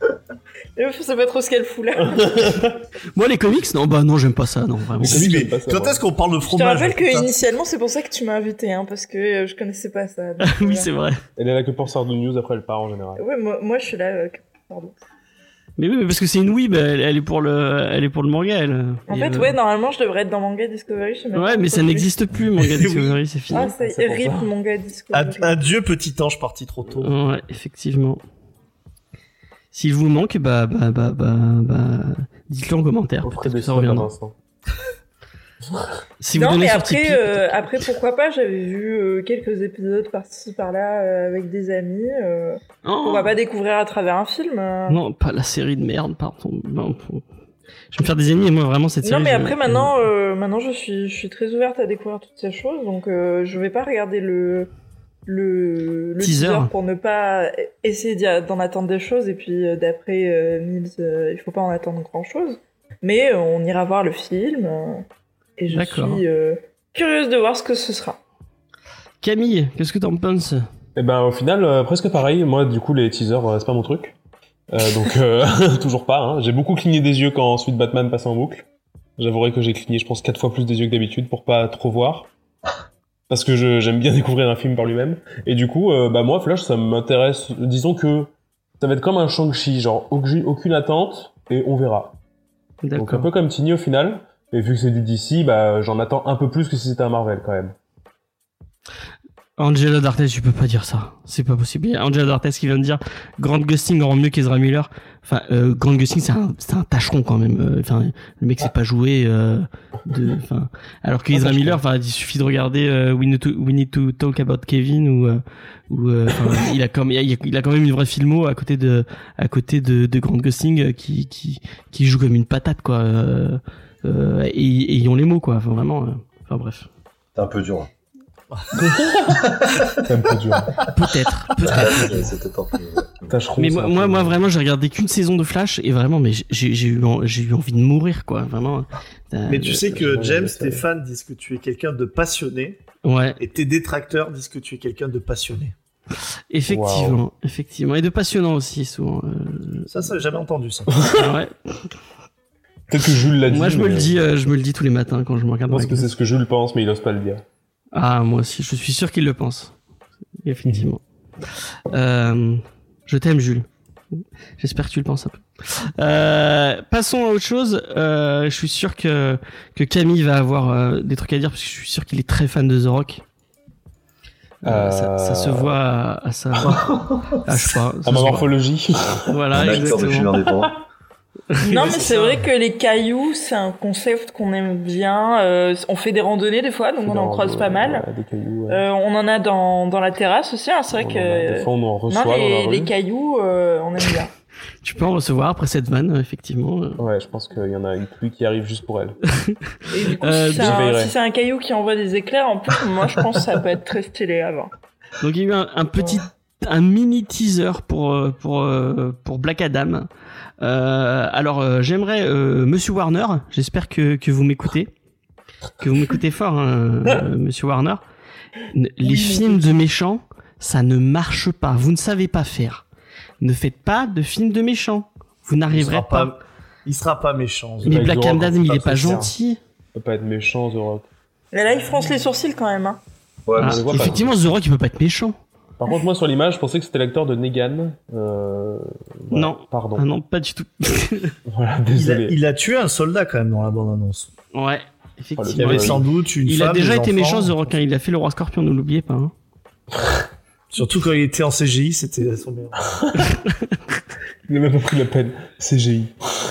Je sais pas trop ce qu'elle fout là. Moi les comics, non, j'aime pas ça, non, vraiment. Mais quand est-ce qu'on parle de fromage? Je te rappelle que initialement c'est pour ça que tu m'as invité, hein, parce que je connaissais pas ça. Donc, oui, c'est vrai. Elle est là que pour sortir de news, après elle part en général. Ouais, moi je suis là. Pardon. Mais oui, mais parce que c'est une weeb, elle est pour le manga, elle. En fait, ouais, normalement je devrais être dans Manga Discovery. Ouais, mais ça n'existe plus, Manga Discovery, c'est fini. Ah, ça y est, rip Manga Discovery. Adieu petit ange parti trop tôt. Ouais, effectivement. S'il vous manque, dites-le en commentaire. Peut-être que ça reviendra. Si vous donnez sur Tipeee, après, pourquoi pas, j'avais vu quelques épisodes par-ci par-là avec des amis. On va pas découvrir à travers un film. Non, pas la série de merde, pardon. Non. Je vais me faire des ennemis et moi vraiment cette série. Non mais après maintenant je suis très ouverte à découvrir toutes ces choses, donc je vais pas regarder le teaser pour ne pas essayer d'en attendre des choses, et puis d'après Mills, il faut pas en attendre grand chose, mais on ira voir le film et je suis curieuse de voir ce que ce sera. Camille, qu'est-ce que t'en penses? Eh ben au final presque pareil. Moi du coup les teasers c'est pas mon truc. Donc toujours pas. Hein. J'ai beaucoup cligné des yeux quand Sweet Batman passait en boucle. J'avouerai que j'ai cligné je pense 4 fois plus des yeux que d'habitude pour pas trop voir. Parce que j'aime bien découvrir un film par lui-même. Et du coup moi Flash ça m'intéresse. Disons que ça va être comme un Shang-Chi, genre aucune attente et on verra. D'accord. Donc un peu comme Tiny au final. Et vu que c'est du DC, j'en attends un peu plus que si c'était un Marvel quand même. Angela Dartes, tu peux pas dire ça. C'est pas possible. Il y a Angela Dartes qui vient de dire Grant Gustin rend mieux qu'Ezra Miller. Enfin, Grant Gustin, c'est un tâcheron quand même. Enfin, le mec sait pas jouer. Alors que Ezra Miller, il suffit de regarder We Need to Talk About Kevin il a quand même une vraie filmo à côté de Grant Gustin qui joue comme une patate quoi. Et ils ont les mots quoi. Enfin vraiment. Enfin bref. C'est un peu dur. C'est un peu dur. Peut-être. C'était un peu... Mais moi vraiment j'ai regardé qu'une saison de Flash et vraiment mais j'ai eu envie de mourir quoi vraiment. Mais tu sais que James, tes fans disent que tu es quelqu'un de passionné. Ouais. Et tes détracteurs disent que tu es quelqu'un de passionné. Effectivement et de passionnant aussi souvent. Ça j'ai jamais entendu ça. Ouais. Peut-être que Jules l'a dit. Moi je me le dis tous les matins quand je me regarde. Je pense que c'est ce que Jules pense mais il ose pas le dire. Ah, moi aussi, je suis sûr qu'il le pense. Effectivement. Je t'aime, Jules. J'espère que tu le penses un peu. Passons à autre chose. Je suis sûr que Camille va avoir des trucs à dire parce que je suis sûr qu'il est très fan de The Rock. Ça se voit à sa... je sais pas. À ma morphologie. Voilà, exactement. Non mais c'est vrai que les cailloux c'est un concept qu'on aime bien, on fait des randonnées des fois donc on en croise pas mal, des cailloux, on en a dans la terrasse aussi, hein, c'est vrai que des fois on en reçoit les cailloux on aime bien. Tu peux en recevoir après cette vanne effectivement. Ouais je pense qu'il y en a une pluie qui arrive juste pour elle. Et du coup si c'est un caillou qui envoie des éclairs en plus moi je pense que ça peut être très stylé à voir. Donc il y a eu un mini teaser pour Black Adam. Alors j'aimerais Monsieur Warner, j'espère que vous m'écoutez, fort, hein, Monsieur Warner. Les films de méchants, ça ne marche pas. Vous ne savez pas faire. Ne faites pas de films de méchants. Vous n'arriverez pas. Il sera pas méchant. Mais Black Adam, il est pas gentil. Il peut pas être méchant, The Rock. Mais là, il fronce les sourcils quand même. Hein. Ouais, effectivement, The Rock, il peut pas être méchant. Par contre, moi, sur l'image, je pensais que c'était l'acteur de Negan. Voilà. Non. Pardon. Ah non, pas du tout. Voilà, désolé. Il a tué un soldat quand même dans la bande-annonce. Ouais, effectivement. Il y avait sans doute une femme. Il a déjà été méchant, The Rock. Il a fait le Roi Scorpion, ne l'oubliez pas. Hein. Surtout quand il était en CGI, c'était son meilleur. Il n'a même pas pris la peine. CGI.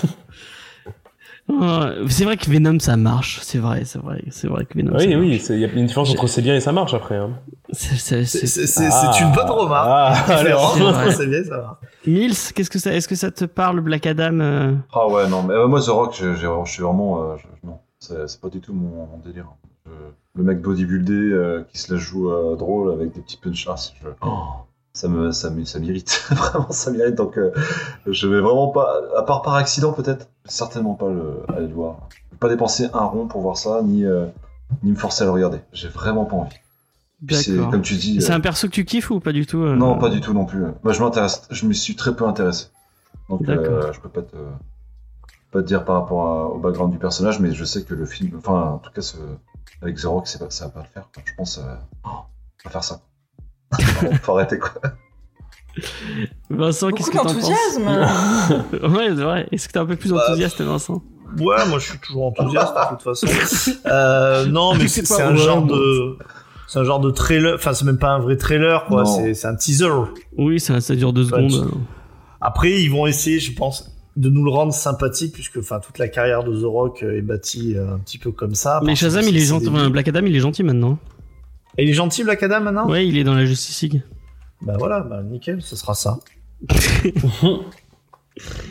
C'est vrai que Venom ça marche, c'est vrai que Venom. Oui, il y a une différence entre c'est bien et ça marche après. Hein. C'est une bonne remarque. C'est bien ça marche. Mills, est-ce que ça te parle Black Adam Ah ouais non, mais moi The Rock, je suis vraiment non, c'est pas du tout mon délire. Le mec bodybuildé qui se la joue drôle avec des petits punchlines. Ça m'irrite, vraiment ça m'irrite, donc je vais vraiment pas, à part par accident peut-être, certainement pas aller le voir. Je vais pas dépenser un rond pour voir ça, ni me forcer à le regarder, j'ai vraiment pas envie. C'est, comme tu dis... C'est un perso que tu kiffes ou pas du tout Non, pas du tout non plus. Moi je me suis très peu intéressé, donc je peux pas te dire par rapport au background du personnage, mais je sais que le film, enfin en tout cas avec The Rock ça va pas le faire, je pense à faire ça. Faut arrêter quoi. Vincent, qu'est-ce que t'en penses? Ouais, c'est vrai. Est-ce que t'es un peu plus enthousiaste, Vincent? Ouais, moi je suis toujours enthousiaste de toute façon. Non, mais c'est un genre de trailer. Enfin, c'est même pas un vrai trailer, quoi. C'est un teaser. Oui, ça dure 2 secondes. Après, ils vont essayer, je pense, de nous le rendre sympathique, puisque enfin toute la carrière de The Rock est bâtie un petit peu comme ça. Mais Shazam, il est gentil. Black Adam, il est gentil maintenant. Et il est gentil, Black Adam, maintenant? Ouais, il est dans la Justice League. Bah voilà, nickel, ce sera ça.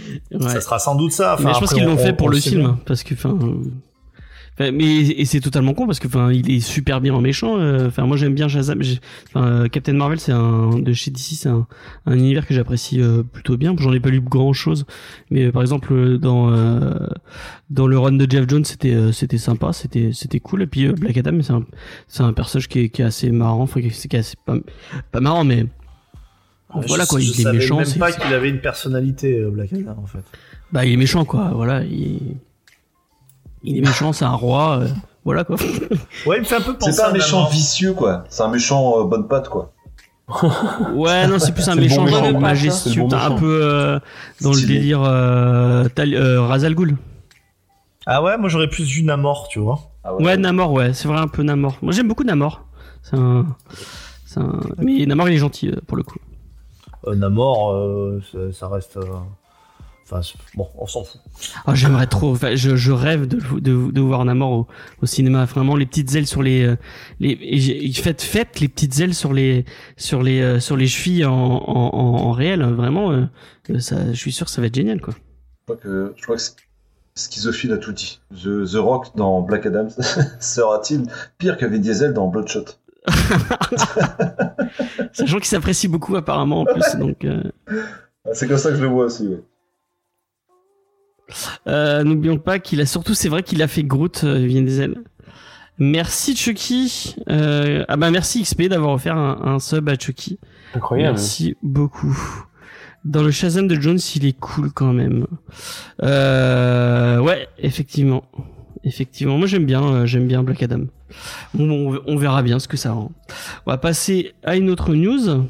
Ouais. Ça sera sans doute ça. Mais je pense qu'ils l'ont fait pour le film, parce que mais c'est totalement con parce que il est super bien en méchant. Moi j'aime bien Shazam. Captain Marvel de chez DC, c'est un univers que j'apprécie plutôt bien. J'en ai pas lu grand chose, mais par exemple dans le run de Jeff Jones c'était sympa, c'était cool. Et puis Black Adam, c'est un personnage qui est assez marrant, qui est assez pas marrant, mais voilà quoi, il est méchant. Je savais même pas qu'il avait une personnalité, Black Adam, en fait. Bah il est méchant quoi, voilà. Il est méchant, c'est un roi, voilà quoi. Ouais, il me fait un peu penser. C'est pas un méchant vicieux quoi, c'est un méchant bonne patte quoi. Ouais, non, c'est plus un méchant genre majestueux, un peu dans le délire Ra's al Ghul. Ah ouais, moi j'aurais plus vu Namor, tu vois. Ah ouais, Namor, ouais, c'est vrai un peu Namor. Moi j'aime beaucoup Namor. Mais Namor il est gentil pour le coup. Namor, ça reste. Enfin, bon, on s'en fout. Oh, j'aimerais trop. Je rêve de voir Namor au cinéma. Vraiment, les petites ailes sur les faites les petites ailes sur les chevilles en réel. Vraiment, ça, je suis sûr que ça va être génial, quoi. Je crois que Schizophile a tout dit. The Rock dans Black Adam sera-t-il pire que Vin Diesel dans Bloodshot? Sachant qu'il s'apprécie beaucoup apparemment en plus, donc. C'est comme ça que je le vois aussi, oui. N'oublions pas qu'il a surtout, c'est vrai qu'il a fait Groot, Vin Diesel. Merci Chucky. Merci XP d'avoir offert un sub à Chucky. Incroyable. Merci beaucoup. Dans le Shazam de Jones, il est cool quand même. Ouais, effectivement. Moi j'aime bien Black Adam. On verra bien ce que ça rend. On va passer à une autre news.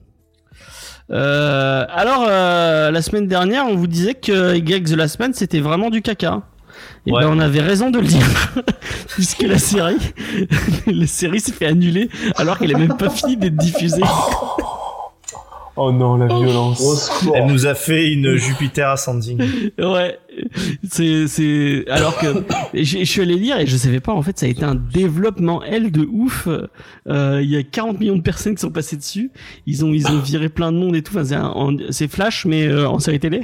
La semaine dernière, on vous disait que Y The Last Man c'était vraiment du caca. Et ouais. On avait raison de le dire, puisque la série s'est fait annuler alors qu'elle est même pas finie d'être diffusée. Oh non, la violence. Elle nous a fait une Jupiter Ascending. Ouais, c'est alors que je suis allé lire et je savais pas, en fait ça a été un développement de ouf. Il y a 40 millions de personnes qui sont passées dessus. Ils ont viré plein de monde et tout. C'est Flash mais en série télé.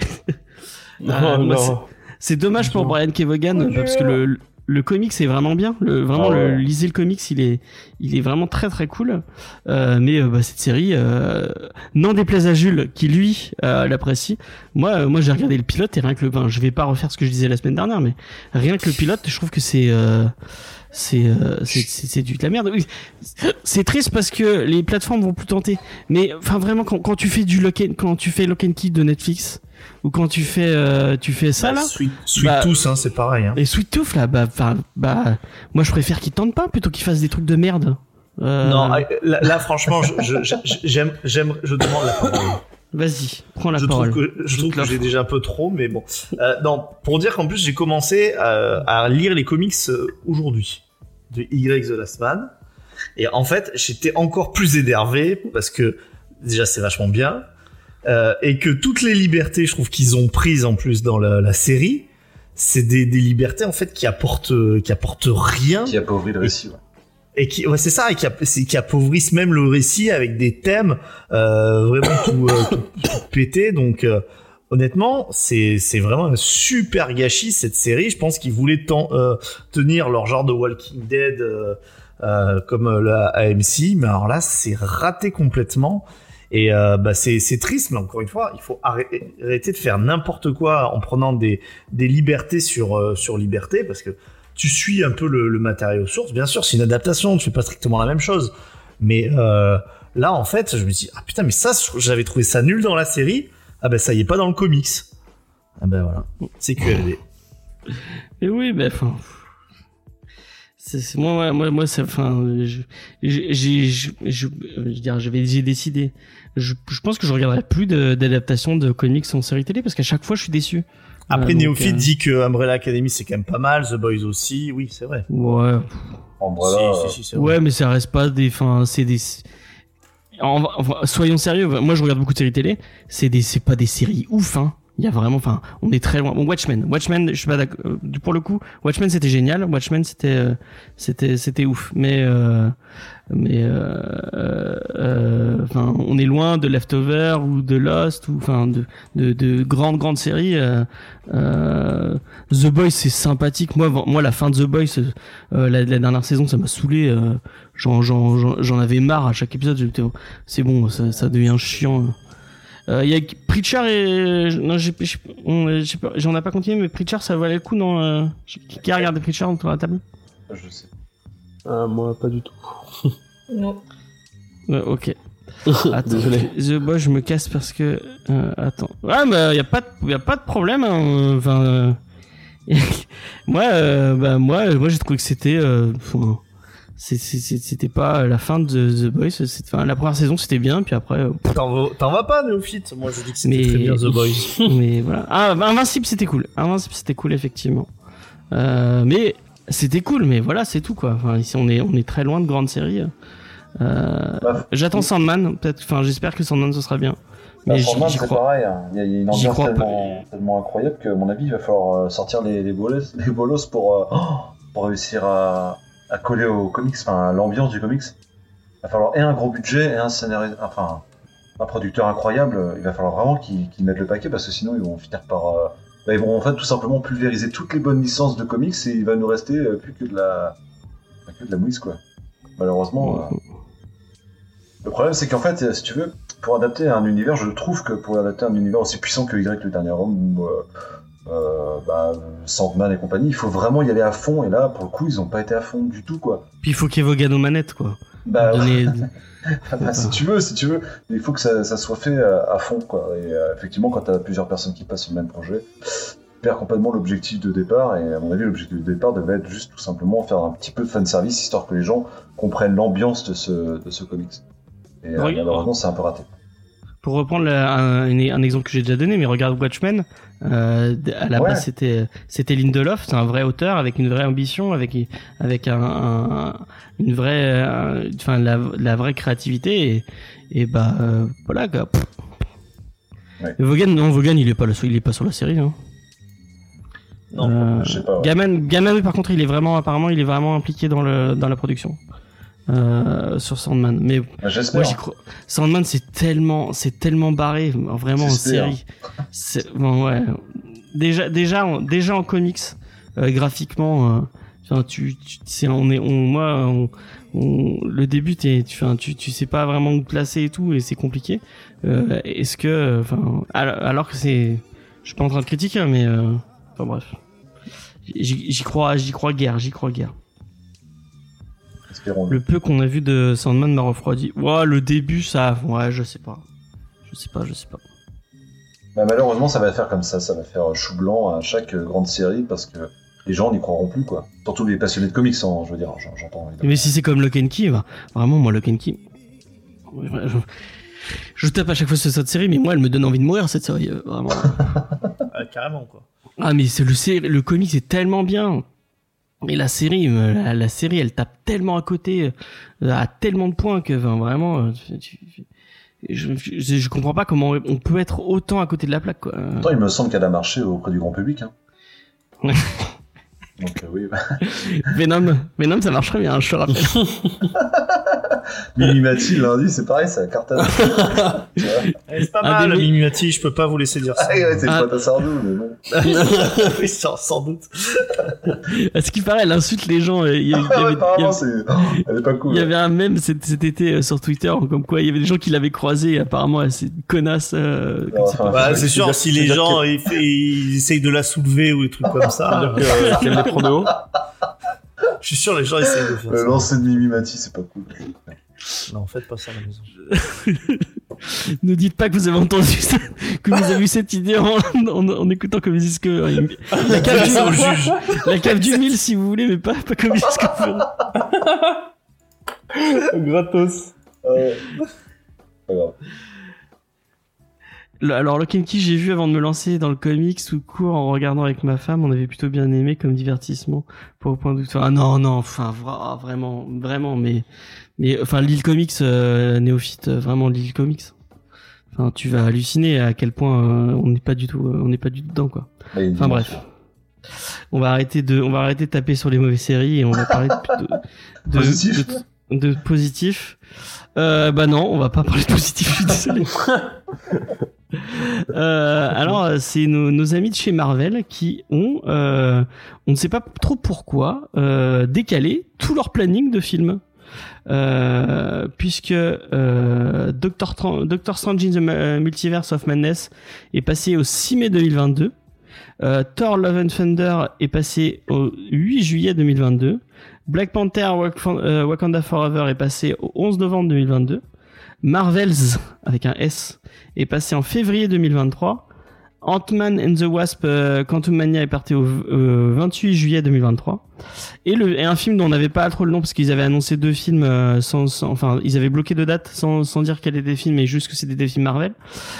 C'est dommage pour Brian Kevogan parce que le comics c'est vraiment bien. Lisez le comics, il est vraiment très très cool. Mais cette série, n'en déplaise à Jules qui lui l'apprécie. Moi j'ai regardé le pilote et rien que je vais pas refaire ce que je disais la semaine dernière, mais rien que le pilote, je trouve que c'est du de la merde. Oui, c'est triste parce que les plateformes vont plus tenter. Mais enfin vraiment quand tu fais quand tu fais Lock and Key de Netflix. Ou quand tu fais ça là, Sweet Tooth, hein, c'est pareil. Hein. Et Sweet Tooth là, moi je préfère qu'ils tentent pas plutôt qu'ils fassent des trucs de merde. Non, là franchement, je demande la parole. Vas-y, prends la parole. Je trouve que j'ai déjà un peu trop, mais bon. Non, pour dire qu'en plus j'ai commencé à lire les comics aujourd'hui de Y The Last Man, et en fait j'étais encore plus énervé parce que déjà c'est vachement bien. Et que toutes les libertés, je trouve qu'ils ont prises en plus dans la série, c'est des libertés en fait qui apportent rien, qui appauvrit le récit. Ouais. Et c'est ça, et qui appauvrissent même le récit avec des thèmes vraiment tout pétés. Donc honnêtement, c'est vraiment un super gâchis cette série. Je pense qu'ils voulaient tenir leur genre de Walking Dead comme la AMC, mais alors là c'est raté complètement. Et c'est triste, mais encore une fois, il faut arrêter de faire n'importe quoi en prenant des libertés sur liberté, parce que tu suis un peu le matériau source. Bien sûr, c'est une adaptation, tu fais pas strictement la même chose. Mais là, en fait, je me dis ah putain, mais ça, j'avais trouvé ça nul dans la série. Ah ben ça y est pas dans le comics. Ah ben voilà, c'est QLD. Et oui, ben enfin. Moi, c'est, enfin, j'ai décidé. Je pense que je regarderai plus d'adaptation de comics en série télé parce qu'à chaque fois, je suis déçu. Après, Néophyte dit que Umbrella Academy c'est quand même pas mal, The Boys aussi, oui, c'est vrai. Ouais. Umbrella. Si, c'est vrai. Ouais, mais ça reste pas des, enfin, c'est des. Soyons sérieux. Moi, je regarde beaucoup de séries télé. C'est pas des séries ouf, hein. Il y a vraiment, enfin, on est très loin. Bon, Watchmen, je suis pas d'accord. Pour le coup, Watchmen c'était génial. Watchmen c'était ouf. Mais enfin, on est loin de Leftover ou de Lost ou enfin de grandes séries. The Boys c'est sympathique. Moi la fin de The Boys, la dernière saison, ça m'a saoulé. J'en avais marre à chaque épisode. C'est bon, ça devient chiant. Il y a Preacher et non, j'en ai pas continué, mais Preacher ça valait le coup, non? Qui a regardé Preacher autour de la table? Je sais. Moi, pas du tout. Non. Ok. Attends, Désolé. The Boys, je me casse parce que attends. Ouais, mais y a pas de problème. Hein. Enfin, moi, j'ai trouvé que c'était pas la fin de The Boys. Enfin, la première saison c'était bien, puis après. T'en vas pas, Néophyte? Moi, je dis que c'était très bien The Boys. Mais voilà. Ah, Invincible c'était cool. C'était cool effectivement. Mais c'était cool, mais voilà, c'est tout quoi. Enfin, ici on est très loin de grandes séries. J'attends Sandman, peut-être. Enfin, j'espère que Sandman ce sera bien. Mais Sandman c'est crois. pareil. Hein. Il y a une ambiance tellement incroyable que, à mon avis, il va falloir sortir les bolos pour réussir à coller au comics, enfin à l'ambiance du comics. Il va falloir un gros budget et un scénario, enfin un producteur incroyable. Il va falloir vraiment qu'ils mettent le paquet parce que sinon ils vont finir par ils vont en fait tout simplement pulvériser toutes les bonnes licences de comics et il va nous rester plus que de la mouise quoi. Malheureusement. Le problème c'est qu'en fait, si tu veux, pour adapter un univers, je trouve que pour adapter un univers aussi puissant que Y le dernier homme ou Sandman et compagnie, il faut vraiment y aller à fond et là pour le coup ils ont pas été à fond du tout quoi. Puis il faut qu'Evogan aux manettes quoi. Si tu veux, il faut que ça soit fait à fond quoi. Et effectivement quand t'as plusieurs personnes qui passent sur le même projet, perd complètement l'objectif de départ et à mon avis l'objectif de départ devait être juste tout simplement faire un petit peu de fanservice histoire que les gens comprennent l'ambiance de ce comics. Et malheureusement c'est un peu raté. Pour reprendre un exemple que j'ai déjà donné, mais regarde Watchmen, à la base c'était Lindelof, c'est un vrai auteur avec une vraie ambition, avec une vraie, enfin la vraie créativité et voilà quoi. Ouais. Vaughan il est pas sur la série hein. Non, je sais pas. Ouais. Gaman par contre il est vraiment impliqué dans la production. Sur Sandman, mais j'espère. Moi j'y crois. Sandman c'est tellement barré, vraiment j'espère. en série. Bon, ouais. Déjà en comics, graphiquement, le début tu sais pas vraiment où te placer et tout et c'est compliqué. Est-ce que, alors que je suis pas en train de critiquer, mais bref, j'y crois guère. Espérons-le. Le peu qu'on a vu de Sandman m'a refroidi. Ouais, le début, ça... Ouais, je sais pas. Malheureusement, ça va faire comme ça va faire chou blanc à chaque grande série parce que les gens n'y croiront plus, quoi. Surtout les passionnés de comics, hein, je veux dire, j'entends. Mais si c'est comme Lock and Key, vraiment, moi, Lock and Key... Je tape à chaque fois sur cette série, mais moi, elle me donne envie de mourir, cette série, vraiment. Carrément, quoi. Ah, mais le comics est tellement bien. Mais la série, elle tape tellement à côté, à tellement de points que, vraiment, je comprends pas comment on peut être autant à côté de la plaque, quoi. Pourtant, il me semble qu'elle a marché auprès du grand public, hein. Donc, oui. Venom, ça marcherait bien, je te rappelle. Mimimati, lundi, c'est pareil, ça cartonne. C'est pas mal, Mimimati, je peux pas vous laisser dire ça. C'est pas ta Sardou, mais bon. Oui, sans doute. À ce qui paraît, elle insulte les gens. Elle est pas cool. Il y avait un mème cet été sur Twitter, comme quoi il y avait des gens qui l'avaient croisé, apparemment, c'est une connasse. C'est sûr, si les gens ils essayent de la soulever ou des trucs comme ça. Qu'elle les prend de haut. Je suis sûr les gens essayent de faire ça. Lancer de Mimimati, c'est pas cool. Non, faites pas ça à la maison. Ne dites pas que vous avez entendu ça, que vous avez eu cette idée en écoutant Comedy Discovery. La cave du mille si vous voulez, mais pas Comedy Discovery. Gratos. Pas grave. Alors Lock and Key, j'ai vu avant de me lancer dans le comics sous cours en regardant avec ma femme, on avait plutôt bien aimé comme divertissement pour au point de vue. Ah non, enfin vraiment, mais enfin Lille Comics, Néophyte, vraiment Lille Comics. Enfin, tu vas halluciner à quel point on n'est pas du tout dedans, quoi. Enfin bref. On va arrêter de taper sur les mauvaises séries et on va parler de positif. Bah non, on va pas parler de positif, je suis désolé. Alors, c'est nos amis de chez Marvel qui ont, on ne sait pas trop pourquoi, décalé tout leur planning de films. Puisque Doctor Strange in the Multiverse of Madness est passé au 6 mai 2022. Thor Love and Thunder est passé au 8 juillet 2022. Black Panther Wakanda Forever est passé au 11 novembre 2022. Marvels, avec un S, est passé en février 2023. Ant-Man and the Wasp Quantumania est parti au 28 juillet 2023. Et un film dont on n'avait pas trop le nom parce qu'ils avaient annoncé 2 films enfin ils avaient bloqué 2 dates sans dire quels étaient des films, mais juste que c'était des films Marvel.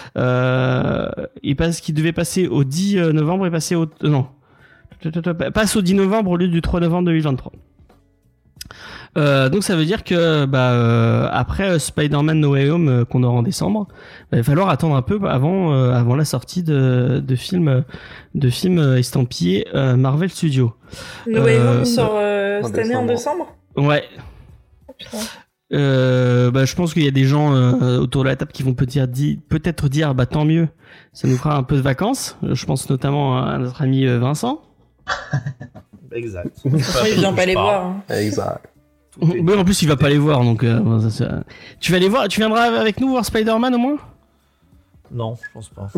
Qui devait passer au 10 novembre et passer passe au 10 novembre au lieu du 3 novembre 2023. Donc ça veut dire que après Spider-Man No Way Home qu'on aura en décembre, il va falloir attendre un peu avant la sortie de films estampillés Marvel Studios. No Way Home sort cette année en décembre. Ouais. Oh, putain. Je pense qu'il y a des gens autour de la table qui vont peut-être dire tant mieux, ça nous fera un peu de vacances. Je pense notamment à notre ami Vincent. Exact. Il vient pas les voir. Hein. Exact. Mais en plus il va pas les voir, donc tu vas les voir. Tu viendras avec nous voir Spider-Man au moins? Non, je pense pas.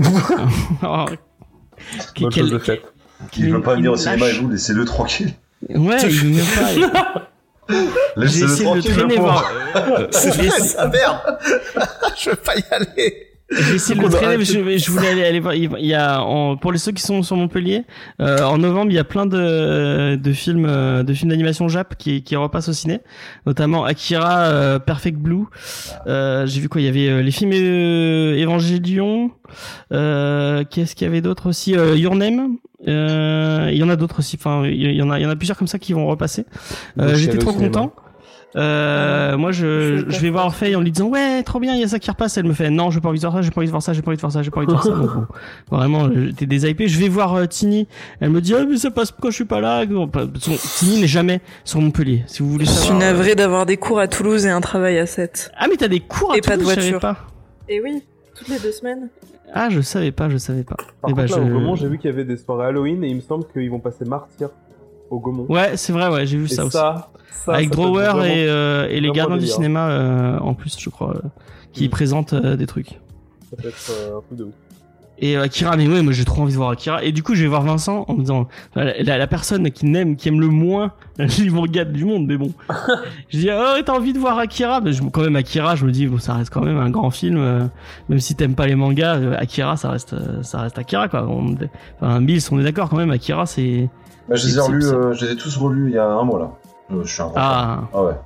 Bonne chose de faite. Il veut pas venir au cinéma et vous, laissez-le tranquille. Ouais, il veut pas. Laissez-le tranquille, le pauvre. C'est vrai, ça merde. Je veux pas y aller. J'ai essayé de le traîner, mais je voulais aller voir. Il y a pour ceux qui sont sur Montpellier, en novembre, il y a plein de films d'animation Jap qui repassent au ciné, notamment Akira, Perfect Blue. J'ai vu quoi? Il y avait les films Evangelion. Qu'est-ce qu'il y avait d'autre aussi? Your Name. Il y en a d'autres aussi. Enfin, il y en a plusieurs comme ça qui vont repasser. J'étais trop content. Moi je vais voir Orphée en lui disant ouais trop bien, il y a ça qui repasse. Elle me fait non, j'ai pas envie de voir ça, j'ai pas envie de voir ça. Donc, vraiment j'étais déshypé. Je vais voir Tini, elle me dit mais ça passe quand je suis pas là. Tini n'est jamais sur Montpellier, si vous voulez savoir. Je suis navré d'avoir des cours à Toulouse et un travail à 7. Ah mais t'as des cours à Toulouse? Pas de voiture. Je savais pas. Et oui, toutes les 2 semaines. Ah je savais pas. Par contre là au Gaumont j'ai vu qu'il y avait des soirées Halloween et il me semble qu'ils vont passer Martyr au Gaumont. Ouais c'est vrai, ouais j'ai vu ça aussi. Avec Drawer et les gardiens du cinéma en plus je crois qui présentent des trucs. Ça peut être un truc de ouf. Et Akira, mais ouais, moi j'ai trop envie de voir Akira. Et du coup je vais voir Vincent en me disant la personne qui aime le moins les mangas du monde, mais bon. Je dis t'as envie de voir Akira? Mais quand même Akira, je me dis bon ça reste quand même un grand film, même si t'aimes pas les mangas, Akira ça reste Akira quoi. Mills, on est d'accord quand même, Akira c'est. Bah, je les ai tous relus il y a un mois là. Je suis un grand fan. Ah ouais.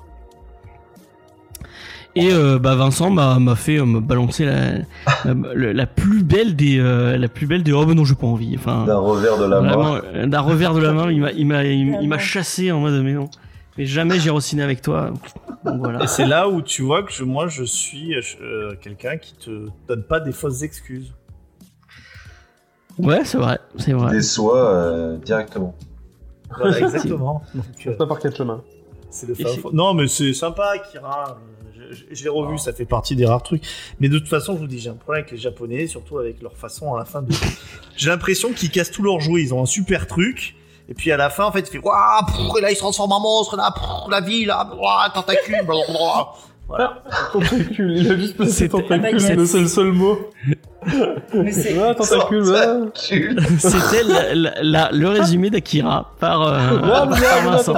Et Vincent m'a balancé la plus belle des oh ben non j'ai pas envie, enfin d'un revers de la main. D'un revers de la main, il m'a chassé en mode mais non, mais jamais j'irai au ciné avec toi. Donc voilà. Et c'est là où tu vois que je suis quelqu'un qui te donne pas des fausses excuses. Ouais, c'est vrai. Déçoit directement. Voilà, exactement. Donc, pas par quel chemin. C'est non, mais c'est sympa, Akira. Je l'ai revu, ça fait partie des rares trucs. Mais de toute façon, je vous dis, j'ai un problème avec les Japonais, surtout avec leur façon à la fin de. J'ai l'impression qu'ils cassent tous leurs jouets. Ils ont un super truc. Et puis à la fin, en fait, il fait waouh, et là il se transforme en monstre, là, la vie, là, tentacule, blablabla. Voilà. Tentacule, il a juste passé tentacule, c'est le seul mot. Mais c'est tentacule, C'était le résumé d'Akira par Vincent.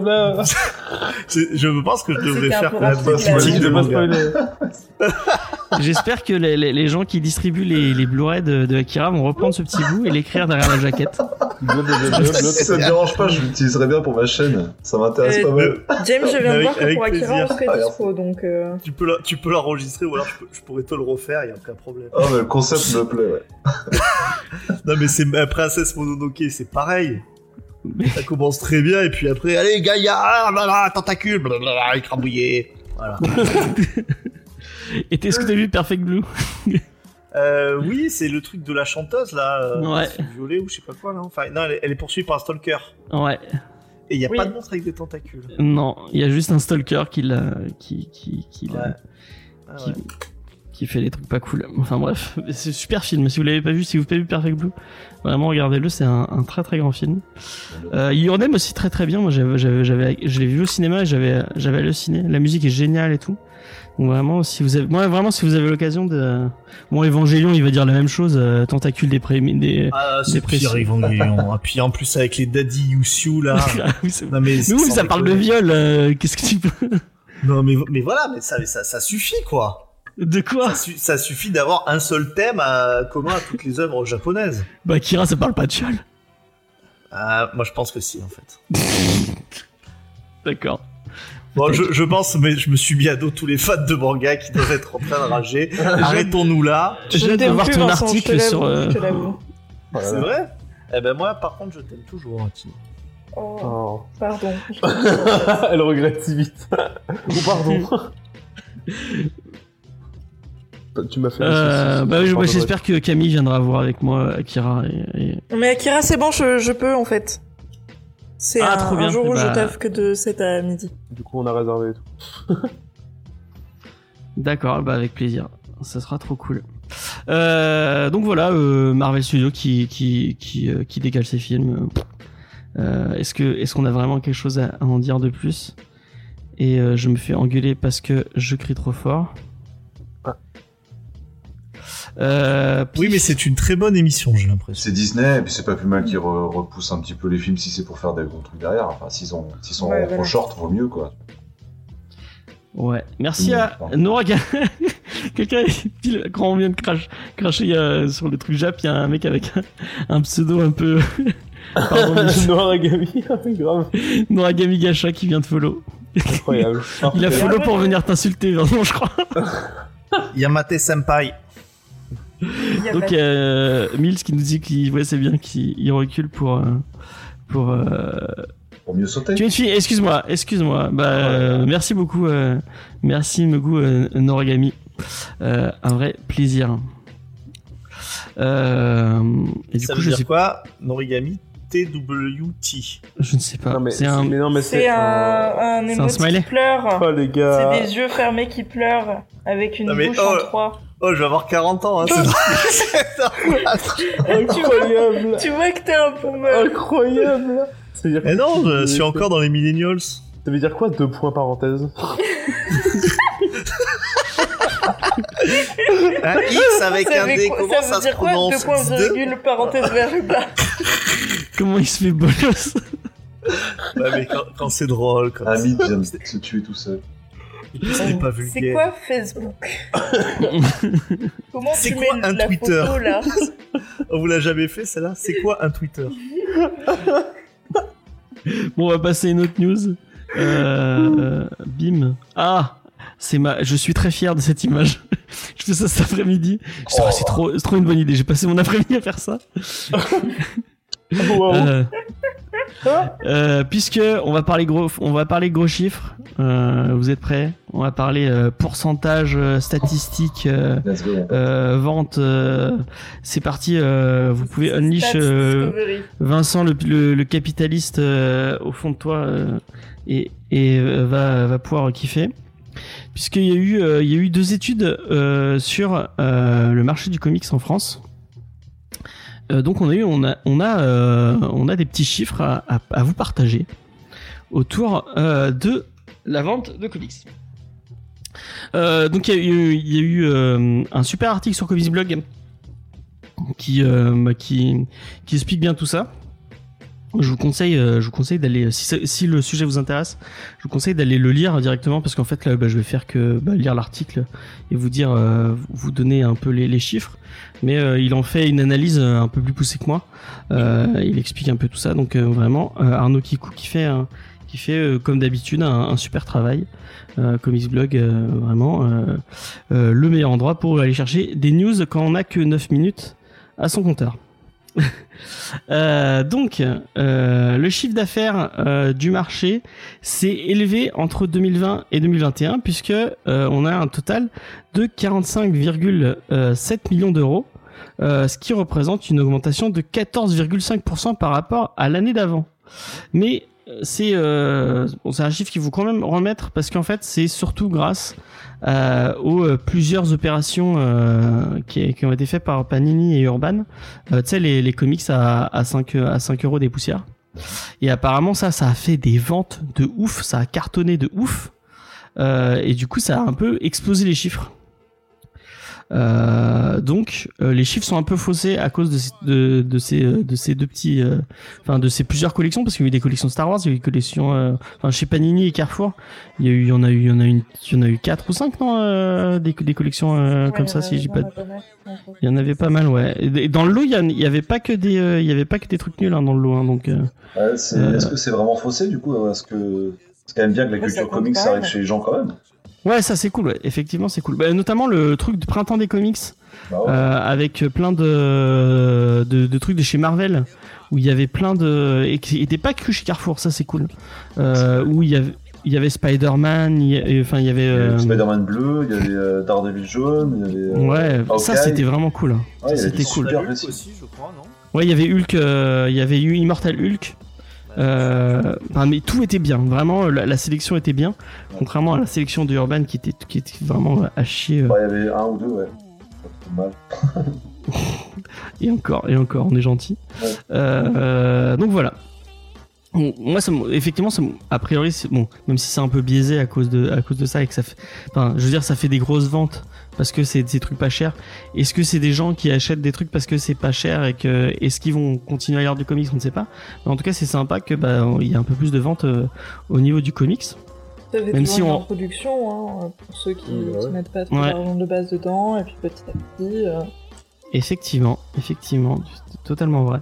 Je pense que je devrais faire la critique de manga. J'espère que les gens qui distribuent les Blu-ray de Akira vont reprendre ce petit bout et l'écrire derrière la jaquette. Ça me dérange pas, je l'utiliserai bien pour ma chaîne. Ça m'intéresse pas mal. James, je viens de voir que pour Akira on serait dispo, donc. Tu peux l'enregistrer ou alors je pourrais te le refaire, y a aucun problème. Ah mais le concept me plaît, ouais. Non mais c'est Princesse Mononoke, c'est pareil. Ça commence très bien et puis après, allez Gaïa, tentacule, écrabouillé. Voilà. Et est-ce que t'as vu Perfect Blue? Oui, c'est le truc de la chanteuse là, Ouais. violée ou je sais pas quoi là. Enfin, non, elle est poursuivie par un stalker. Ouais. Et il y a Oui. pas de monstre avec des tentacules. Non, il y a juste un stalker qui fait des trucs pas cool. Enfin bref, c'est un super film. Si vous l'avez pas vu, si vous n'avez pas vu Perfect Blue, vraiment regardez-le, c'est un très très grand film. Your Name aussi très très bien. Moi, je l'ai vu au cinéma et j'avais halluciné. La musique est géniale et tout. Donc vraiment, si vous avez l'occasion de, bon, Evangelion, il va dire la même chose. Tentacule des C'est pire Evangelion. Et puis en plus avec les Daddy Yusu là. Non mais nous, ça parle de viol. Qu'est-ce que tu peux? Non mais voilà, mais ça suffit quoi. De quoi? Ça suffit d'avoir un seul thème commun à toutes les œuvres japonaises. Bah, Kira, ça parle pas de viol. Moi je pense que si en fait. D'accord. Bon, je pense, mais je me suis mis à dos tous les fans de manga qui doivent être en train de rager. Arrêtons-nous là. J'ai hâte de voir ton article sur. C'est vrai? Eh ben moi, par contre, je t'aime toujours, Tino. Oh, pardon. Elle regrette si vite. Ou pardon. Tu m'as fait. Bah oui, j'espère que Camille viendra voir avec moi Akira. Mais Akira, c'est bon, je peux en fait. C'est trop bien. un jour où Bah... je taffe que de 7 à midi. Du coup, on a réservé et tout. D'accord, bah avec plaisir. Ça sera trop cool. Donc voilà, Marvel Studios qui décale ses films. Est-ce qu'on a vraiment quelque chose à en dire de plus? Et je me fais engueuler parce que je crie trop fort. Oui, mais c'est une très bonne émission, j'ai l'impression. C'est Disney, et puis c'est pas plus mal qu'ils repoussent un petit peu les films si c'est pour faire des gros trucs derrière. Enfin, s'ils sont trop short, vaut mieux, quoi. Ouais, merci à Nora. Quelqu'un, quand on vient de cracher sur le truc Jap, il y a un mec avec un pseudo un peu. Pardon, Noragami, grave. Noragami Gacha qui vient de follow. Incroyable. Il a follow pour venir t'insulter, vraiment, je crois. Yamate Senpai. Donc Mills qui nous dit qu'il c'est bien qu'il recule pour mieux sauter. Tu es une fille, excuse-moi. Bah merci beaucoup, merci Megu Noragami. Un vrai plaisir. Et du ça coup, veut dire quoi, Noragami? TWT. Je ne sais pas. Non, mais c'est un smiley qui pleure. Oh les gars. C'est des yeux fermés qui pleurent avec une bouche en trois. Oh, je vais avoir 40 ans, hein, Incroyable. Tu vois que t'es un peu meuf. Incroyable. Mais non, je suis encore dans les millennials. Ça veut dire quoi, 2 points parenthèse? Un X avec un D, comment ça se prononce? 2 points virgule parenthèse vers le bas. Comment il se fait bolos? Ouais, mais quand c'est drôle, comme ça. Amit vient de se tuer tout seul. C'est pas vulgaire. C'est quoi Facebook? Comment c'est tu quoi mets un la Twitter photo, là? On vous l'a jamais fait, celle-là? C'est quoi un Twitter? Bon, on va passer à une autre news. Bim. Ah, je suis très fier de cette image. Je fais ça cet après-midi. C'est trop une bonne idée. J'ai passé mon après-midi à faire ça. Puisque on va parler gros chiffres. Vous êtes prêts? On va parler pourcentage, statistiques, vente. C'est parti. Vous pouvez unleash Vincent, le capitaliste au fond de toi, et va pouvoir kiffer. Puisqu'il y a eu 2 études sur le marché du comics en France. Donc on a des petits chiffres à vous partager autour de la vente de comics. Donc il y a eu un super article sur Comics Blog qui explique bien tout ça. Je vous conseille d'aller, si le sujet vous intéresse, je vous conseille d'aller le lire directement, parce qu'en fait là, je vais faire que lire l'article et vous dire, vous donner un peu les chiffres, mais il en fait une analyse un peu plus poussée que moi. Il explique un peu tout ça, donc vraiment Arnaud Kikou qui fait comme d'habitude un super travail. Comics Blog, vraiment le meilleur endroit pour aller chercher des news quand on n'a que 9 minutes à son compteur. Donc, le chiffre d'affaires du marché s'est élevé entre 2020 et 2021 puisque on a un total de 45,7 millions d'euros, ce qui représente une augmentation de 14,5% par rapport à l'année d'avant. Mais c'est un chiffre qu'il faut quand même remettre parce qu'en fait c'est surtout grâce aux plusieurs opérations qui ont été faites par Panini et Urban, tu sais les comics à 5 euros des poussières, et apparemment ça a fait des ventes de ouf, ça a cartonné de ouf, et du coup ça a un peu explosé les chiffres. Donc les chiffres sont un peu faussés à cause de ces deux petits de ces plusieurs collections, parce qu'il y a eu des collections Star Wars, il y a eu des collections chez Panini et Carrefour, il y en a eu 4 ou 5 non, des collections comme ça, si j'ai pas il y en avait pas mal, ouais, et dans le lot il y avait pas que des trucs nuls, hein, dans le lot, hein, donc est-ce que c'est vraiment faussé du coup, est-ce que c'est quand même bien que la culture comics arrive chez les gens quand même? Ouais, ça c'est cool, ouais. Effectivement c'est cool. Notamment le truc de printemps des comics, avec plein de trucs de chez Marvel, où il y avait plein de... et qui n'étaient pas que chez Carrefour, ça c'est cool. Où il y avait Spider-Man, il y avait... Spider-Man bleu, il y avait Daredevil jaune, il y avait... ouais, Hawkeye. Ça c'était vraiment cool. Ouais, c'était cool. Hulk aussi, je crois, non? Ouais, il y avait Hulk, il y avait eu Immortal Hulk. Mais tout était bien, vraiment la sélection était bien, contrairement à la sélection de Urban qui était vraiment à chier. Il y avait un ou deux, ouais. Pas trop mal. et encore, on est gentil. Ouais. Donc voilà. Bon, moi, effectivement, a priori, bon, même si c'est un peu biaisé à cause de ça et que ça fait, je veux dire, ça fait des grosses ventes parce que c'est des trucs pas chers. Est-ce que c'est des gens qui achètent des trucs parce que c'est pas cher et est-ce qu'ils vont continuer à lire du comics, on ne sait pas. Mais en tout cas, c'est sympa que il y a un peu plus de ventes au niveau du comics. Ça fait même si en production, hein, pour ceux qui ne mettent pas trop d'argent de base dedans, et puis petit à petit. Effectivement, c'est totalement vrai.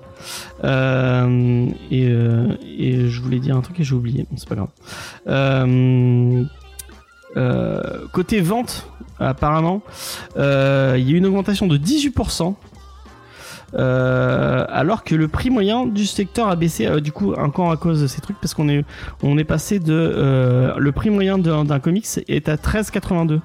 Et je voulais dire un truc et j'ai oublié, c'est pas grave. Côté vente, apparemment, il y a eu une augmentation de 18%, alors que le prix moyen du secteur a baissé, du coup, encore à cause de ces trucs, parce qu'on est passé de... le prix moyen d'un comics est à 13,82.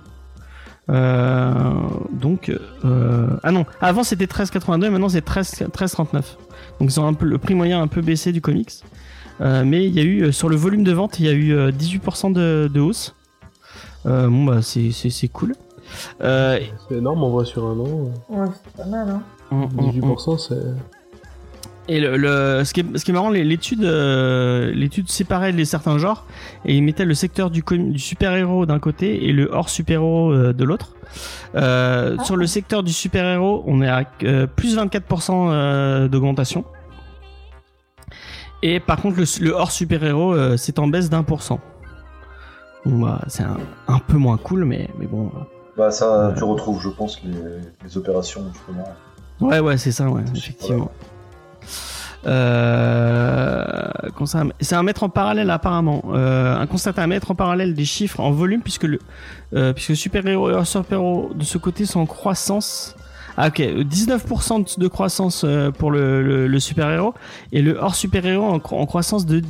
Donc ah non, avant c'était 13,82 et maintenant c'est 13,39. Donc ils ont le prix moyen un peu baissé du comics, mais il y a eu sur le volume de vente il y a eu 18% de hausse. C'est cool. C'est énorme en vrai sur un an. Ouais, c'est pas mal, hein. 18% c'est... Et ce qui est marrant, l'étude séparait certains genres et ils mettaient le secteur du super-héros d'un côté et le hors super-héros de l'autre. Sur le secteur du super-héros, on est à plus 24% d'augmentation. Et par contre, le hors super-héros, c'est en baisse d'1%. Bon, c'est un peu moins cool, mais bon. Ça, tu retrouves, je pense, les opérations, justement. Ouais, c'est ça, ouais, effectivement. C'est à mettre en parallèle apparemment, un constat à mettre en parallèle des chiffres en volume puisque super-héros et hors super-héros de ce côté sont en croissance. Ah ok, 19% de croissance pour le super-héros et le hors super-héros en croissance de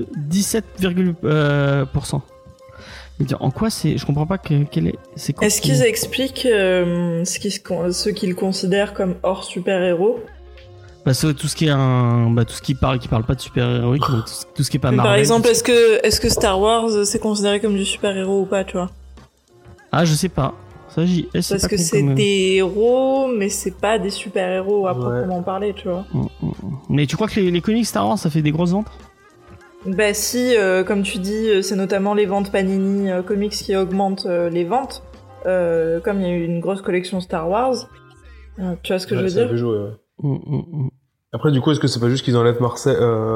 17%. En quoi c'est... Je comprends pas c'est quoi. Est-ce qu'ils expliquent ce qu'ils considèrent comme hors super-héros? Tout ce qui est tout ce qui parle pas de super-héroïque, tout ce qui est pas Marvel. Par exemple, est-ce que Star Wars c'est considéré comme du super-héros ou pas, tu vois? Ah, je sais pas. Ça, parce que c'est des héros, mais c'est pas des super-héros à proprement parler, tu vois. Mais tu crois que les comics Star Wars, ça fait des grosses ventes? Bah si, comme tu dis, c'est notamment les ventes Panini Comics qui augmentent les ventes. Comme il y a eu une grosse collection Star Wars, tu vois ce que je veux dire? Ça fait jouer, ouais. Après, du coup, est-ce que c'est pas juste qu'ils enlèvent Marvel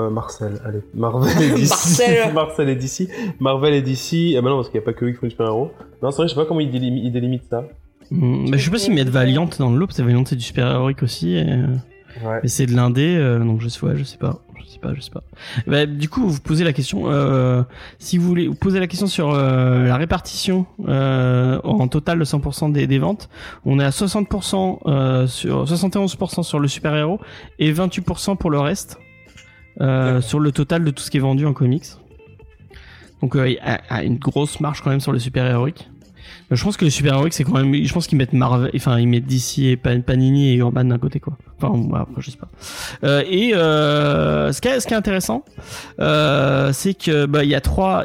et DC Marvel et DC. Marvel et DC. Ah bah non, parce qu'il n'y a pas que eux qui font du super-héros. Non, c'est vrai, je sais pas comment ils délimitent ça. Je sais pas s'ils mettent Valiant dans le lot, parce que Valiant c'est du super-héroïque aussi. Mais c'est de l'indé, donc je sais pas. je sais pas. Bah, du coup, vous posez la question. Si vous voulez, vous posez la question sur la répartition en total de 100% des ventes. On est à 60% sur 71% sur le super-héros et 28% pour le reste sur le total de tout ce qui est vendu en comics. Donc il y a une grosse marge quand même sur le super-héroïque. Je pense que les super-héroïques, c'est quand même, je pense qu'ils mettent Marvel, enfin ils mettent DC et Panini et Urban d'un côté quoi. Enfin ouais, après je sais pas. Ce qui est intéressant, c'est que il y a trois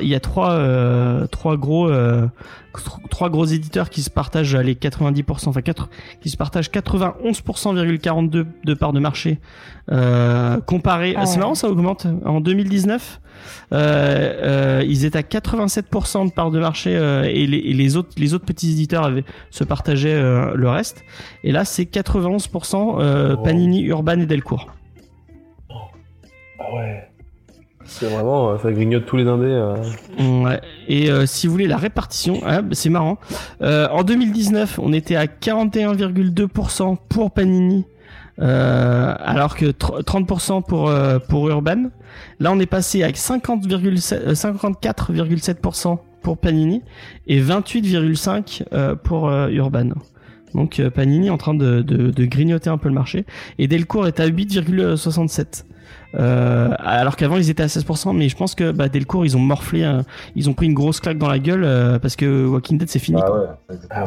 gros éditeurs qui se partagent les 90%, qui se partagent 91,42% de parts de marché. Comparé, c'est marrant, ça augmente. En 2019, ils étaient à 87% de parts de marché et les autres petits éditeurs se partageaient le reste. Et là, c'est 91% Panini, Urban et Delcourt. Ah ouais. C'est vraiment, ça grignote tous les dindés. Ouais. Et si vous voulez la répartition, c'est marrant. En 2019, on était à 41,2% pour Panini, alors que 30% pour Urban. Là, on est passé à 54,7% pour Panini et 28,5% pour Urban. Donc Panini est en train de grignoter un peu le marché. Et Delcourt est à 8,67%. Alors qu'avant ils étaient à 16%, mais je pense que Delcourt ils ont morflé, ils ont pris une grosse claque dans la gueule parce que Walking Dead c'est fini. Ah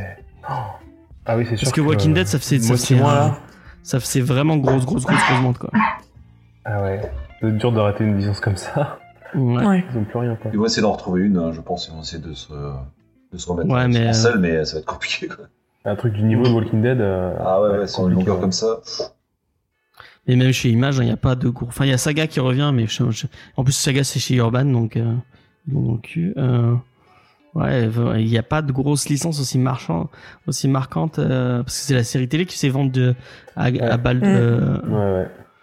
oui, c'est sûr. Parce que Walking Dead ça faisait vraiment grosse vente quoi. Ah ouais, c'est dur d'arrêter une licence comme ça. Ouais. Ils ont plus rien quoi. Ils vont essayer d'en retrouver une, je pense. Ils vont essayer de se remettre en selle, mais ça va être compliqué quoi. Un truc du niveau de Walking Dead. Ah ouais, sur une longueur comme ça. Et même chez Image, il n'y a pas de gros. Enfin, il y a Saga qui revient, mais en plus Saga c'est chez Urban, donc ils l'ont dans le cul. Ouais, il n'y a pas de grosses licences aussi marquantes, parce que c'est la série télé qui s'est vendue à balle de.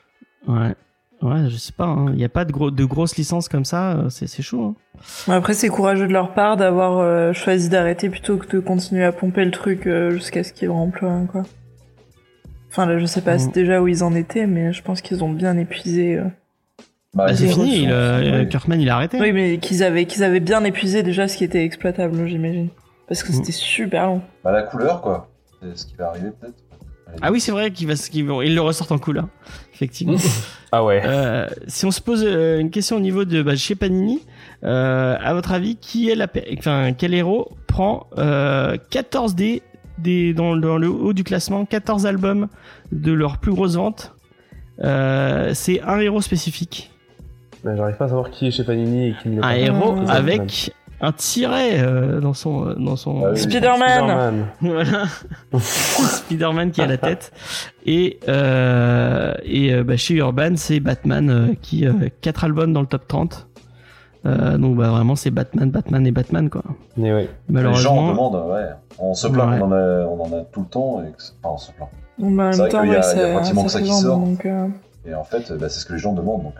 Ouais, je sais pas. Il n'y a pas de grosses licences comme ça. C'est chaud. Après, c'est courageux de leur part d'avoir choisi d'arrêter plutôt que de continuer à pomper le truc jusqu'à ce qu'ils le remploient, quoi. Enfin, là, je sais pas déjà où ils en étaient, mais je pense qu'ils ont bien épuisé. C'est fini. Kirkman, il a arrêté. Oui, mais qu'ils avaient bien épuisé déjà ce qui était exploitable, j'imagine. Parce que c'était super long. La couleur, quoi. C'est ce qui va arriver, peut-être. Ah oui, c'est vrai qu'ils le ressortent en couleur. Effectivement. Ah ouais. Si on se pose une question au niveau de chez Panini, à votre avis, quel héros prend 14 dans le haut du classement, 14 albums de leurs plus grosses ventes? C'est un héros spécifique. J'arrive pas à savoir qui est chez Panini et qui ne l'est pas. Un héros avec un tiret dans son Spider-Man. Voilà. Spider-Man qui a la tête. Et chez Urban, c'est Batman qui 4 albums dans le top 30. Donc vraiment c'est Batman et quoi. Mais oui. Malheureusement, les gens demandent, ouais. On se plaint qu'on en a tout le temps et on se plaint. En même temps, qu'il y a pratiquement que ça qui sort. Donc, Et en fait, c'est ce que les gens demandent. Donc,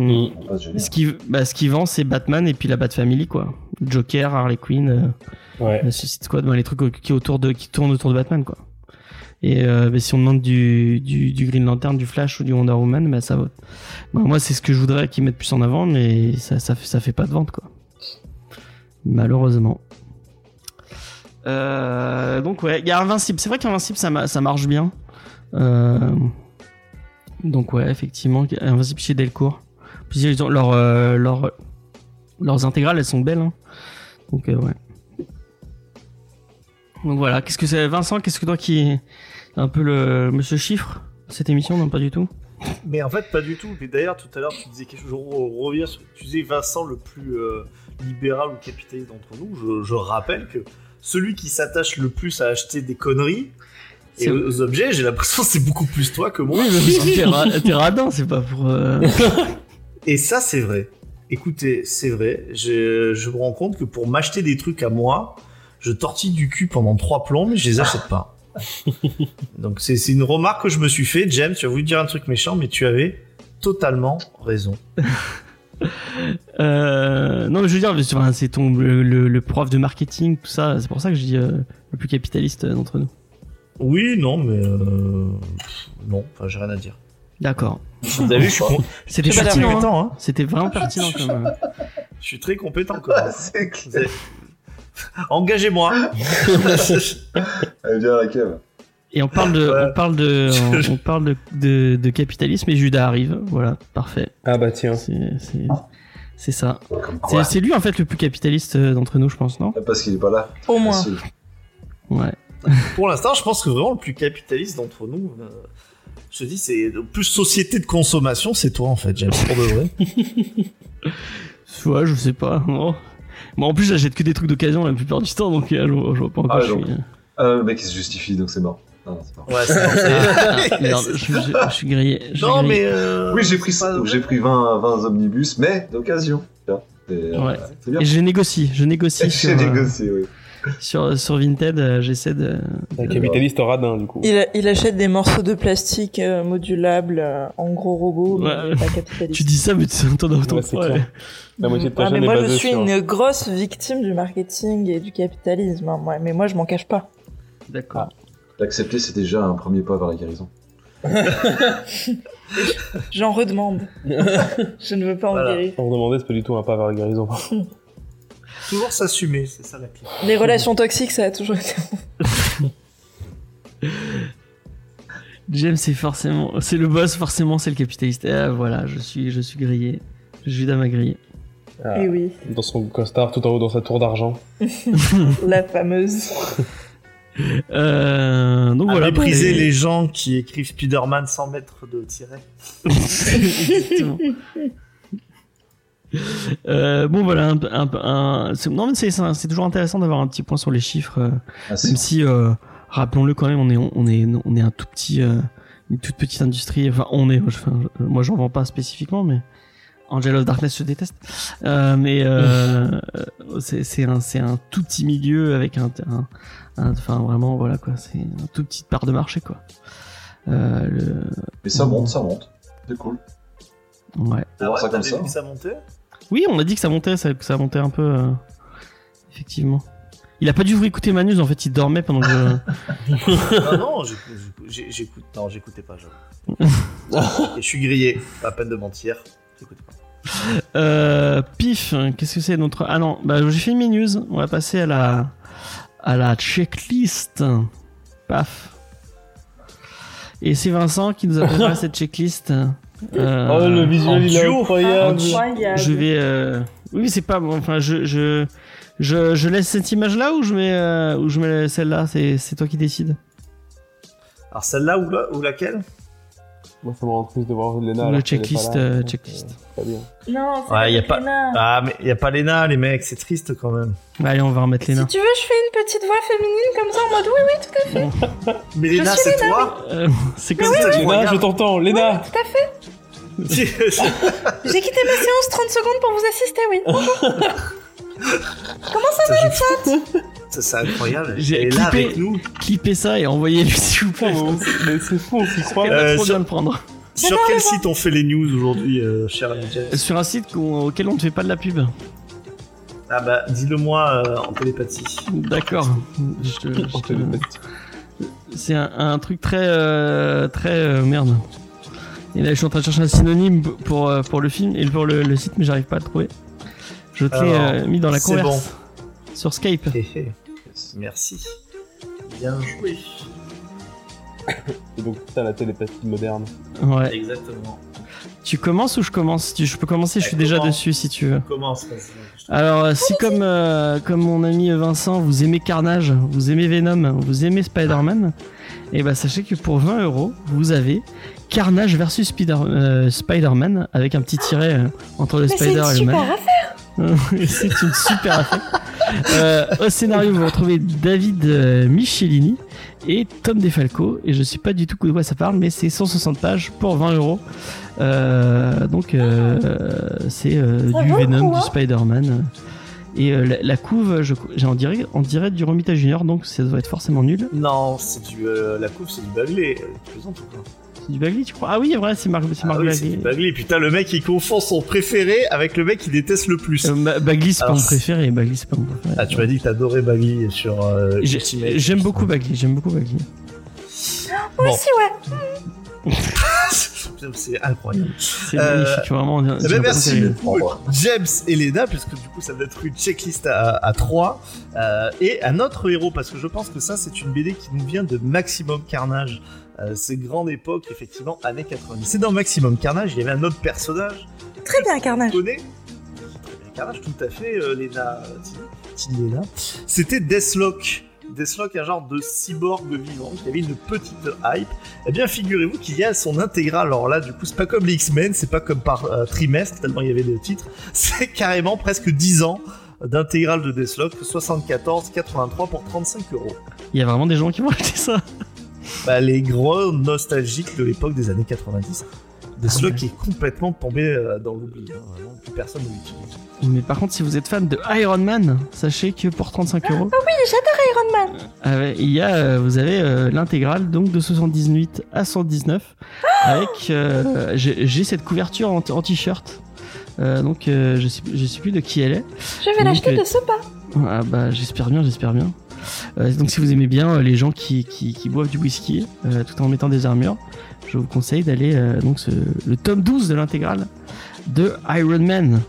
ce qui vend, c'est Batman et puis la Bat Family quoi. Joker, Harley Quinn, Suicide Squad, les trucs qui tournent autour de Batman quoi. Et si on demande du Green Lantern, du Flash ou du Wonder Woman, ça va. Moi, c'est ce que je voudrais qu'ils mettent plus en avant, mais ça fait pas de vente quoi. Malheureusement. Donc ouais, il y a Invincible. C'est vrai qu'Invincible ça marche bien. Donc ouais, effectivement, Invincible chez Delcourt. Puis ils ont leurs intégrales, elles sont belles. Donc ouais. Donc voilà, qu'est-ce que c'est, Vincent? Qu'est-ce que toi qui est un peu le monsieur chiffre de cette émission? Non, pas du tout. Mais en fait, pas du tout. Mais d'ailleurs, tout à l'heure, tu disais quelque chose. Je reviens sur. Tu disais Vincent le plus libéral ou capitaliste d'entre nous. Je rappelle que celui qui s'attache le plus à acheter des conneries et aux objets, j'ai l'impression que c'est beaucoup plus toi que moi. Oui, mais t'es radin, c'est pas pour. Et ça, c'est vrai. Écoutez, c'est vrai. Je me rends compte que pour m'acheter des trucs à moi, je tortille du cul pendant 3 plombs, mais je les achète pas. Donc c'est une remarque que je me suis fait. James, tu as voulu dire un truc méchant, mais tu avais totalement raison. Non, mais je veux dire, c'est le prof de marketing, tout ça. C'est pour ça que je dis le plus capitaliste d'entre nous. Oui, non, mais non, enfin, j'ai rien à dire. D'accord. Vous avez vu, C'était pas pertinent. compétent, hein. C'était vraiment pertinent quand même. Je suis très compétent quand même. C'est clair. Engagez-moi. Elle vient à la cave. Et on parle de capitalisme et Judas arrive. Voilà, parfait. Ah bah tiens. C'est ça. Comme quoi. C'est lui en fait le plus capitaliste d'entre nous, je pense, non? Parce qu'il est pas là. Au moins. Facile. Ouais. Pour l'instant, je pense que vraiment le plus capitaliste d'entre nous, je te dis, c'est le plus société de consommation, c'est toi en fait, James, pour de vrai. Ouais, je sais pas. Bon. Moi en plus j'achète que des trucs d'occasion la plupart du temps, donc je vois pas encore. Le mec il se justifie donc c'est mort. Non, c'est mort. Ouais, c'est Merde, je suis grillé. Non, mais. Oui, j'ai pris 20 omnibus, mais d'occasion. Tiens, c'est bien. Et je négocie J'ai négocié, oui. sur Vinted, j'essaie de. Un capitaliste radin, du coup. Il achète des morceaux de plastique modulables en gros robots, mais Ouais. il est pas capitaliste. Tu dis ça, mais tu entends dans ton Ouais, c'est clair. La moitié de ta Ouais, chaîne mais est moi je basée suis sur... une grosse victime du marketing et du capitalisme, hein, mais moi je m'en cache pas. D'accord. L'accepter, c'est déjà un premier pas vers la guérison. J'en redemande. Je ne veux pas en Voilà. guérir. Sans vous demander, c'est pas du tout un pas vers la guérison. Toujours s'assumer, c'est ça la clé. Les relations toxiques, ça a toujours été. James, c'est le boss, forcément, c'est le capitaliste. Voilà, je suis grillé. Judas m'a grillé. Eh oui, Dans son costard, tout en haut, dans sa tour d'argent. la fameuse. Donc voilà. Mépriser les gens qui écrivent Spider-Man sans mettre de tiret. Exactement. Bon voilà, non mais c'est toujours intéressant d'avoir un petit point sur les chiffres, même si rappelons-le quand même, on est un tout petit, une toute petite industrie. Enfin, moi j'en vends pas spécifiquement, mais Angel of Darkness je déteste. Mais c'est un tout petit milieu avec enfin vraiment voilà quoi, c'est une toute petite part de marché quoi. Mais ça monte. C'est cool. Ouais. Ah ouais, ça comme ça. Vu que ça montait. Oui, on a dit que ça montait, que ça montait un peu. Effectivement. Il a pas dû vous écouter ma news, en fait, il dormait pendant que je... Non, j'écoute. Non, j'écoutais pas. Je suis grillé, pas peine de mentir. J'écoutais pas. Pif, qu'est-ce que c'est notre... Ah non, bah j'ai fait mes news, on va passer à la checklist. Paf. Et c'est Vincent qui nous a préparé cette checklist. Oh, le visuel, il est incroyable. Je vais... Oui, c'est pas... Enfin, je laisse cette image-là ou je mets celle-là, c'est toi qui décides. Alors celle-là ou laquelle? Moi, ça me rend triste de voir Léna. Le checklist. Checklist. Pas bien. Non, c'est Ouais, y a pas pas. Léna. Ah, mais y a pas Léna, les mecs, c'est triste quand même. Bah, allez, on va remettre Léna. Si tu veux, je fais une petite voix féminine comme ça en mode oui, tout à fait. Mais Léna, suis c'est Léna, toi. C'est comme ça. Léna, je t'entends, Léna. Tout à fait. J'ai quitté ma séance 30 secondes pour vous assister, oui. Bonjour. Comment ça va, le chat? Ça, c'est incroyable. J'ai Elle est là clippé. avec nous. Clippez ça et envoyez-lui s'il vous plaît. Mais c'est fou, tu crois. Trop bien de prendre. Sur quel site on fait les news aujourd'hui, cher ami James? Sur un site auquel on ne fait pas de la pub. Ah bah, dis-le-moi en télépathie. D'accord. C'est un truc très merde. Et là, je suis en train de chercher un synonyme pour le film et pour le site, mais j'arrive pas à le trouver. Je te l'ai mis dans la c'est converse. Sur Skype. Merci. Bien joué. Et donc, t'as la télépathie moderne. Ouais. Exactement. Tu commences ou je commence? Je peux commencer, je suis déjà dessus si tu veux. Commence, vas-y. Alors, si comme mon ami Vincent, vous aimez Carnage, vous aimez Venom, vous aimez Spider-Man, et bah sachez que pour 20 €, vous avez Carnage versus Spider-Man avec un petit tiret entre le Spider et le Man. C'est une super affaire. Au scénario, vous retrouvez David Michelini et Tom DeFalco. Et je sais pas du tout de quoi ça parle, mais c'est 160 pages pour 20 €. Donc c'est du Venom, du Spider-Man. Et la couve, j'ai en direct du Romita Junior, donc ça doit être forcément nul. Non, c'est la couve, c'est du Bagley. Tu plaisantes ou quoi? C'est du Bagley, tu crois? Ah oui, vrai, c'est Marc Oui, Bagley. c'est du Bagley. Putain, le mec, il confond son préféré avec le mec qu'il déteste le plus. Bagley, c'est pas Alors, mon préféré. Bagley, c'est pas mon préféré. Ah, tu m'as dit que t'adorais Bagley sur Ultimate. J'aime beaucoup Bagley. Moi aussi, ouais. c'est incroyable. C'est magnifique, vraiment. Merci beaucoup, James et Lena, puisque du coup ça va être une checklist à 3. Et un autre héros, parce que je pense que ça c'est une BD qui nous vient de Maximum Carnage. C'est grande époque, effectivement, années 90. C'est dans Maximum Carnage, il y avait un autre personnage. Très bien, Carnage. Très bien, Carnage, tout à fait, Lena. Tini Lena. C'était Deathlock. Deathlock, un genre de cyborg vivant qui avait une petite hype. Eh bien, figurez-vous qu'il y a son intégrale. Alors là, du coup, c'est pas comme les X-Men, c'est pas comme par trimestre, tellement il y avait des titres. C'est carrément presque 10 ans d'intégrale de Deathlock, 74,83 pour 35€. Il y a vraiment des gens qui vont acheter ça. Bah, les gros nostalgiques de l'époque des années 90. Deathlock est complètement tombé dans l'oubli. Vraiment, plus personne ne l'utilise. Mais par contre, si vous êtes fan de Iron Man, sachez que pour 35€. Ah oui, j'adore Iron Man. Il y a, vous avez l'intégrale donc de 78 à 119 avec j'ai cette couverture en t-shirt. Donc je sais plus de qui elle est. Je vais l'acheter de ce pas. Ah bah j'espère bien. Donc si vous aimez bien les gens qui boivent du whisky tout en mettant des armures, je vous conseille d'aller donc le tome 12 de l'intégrale de Iron Man.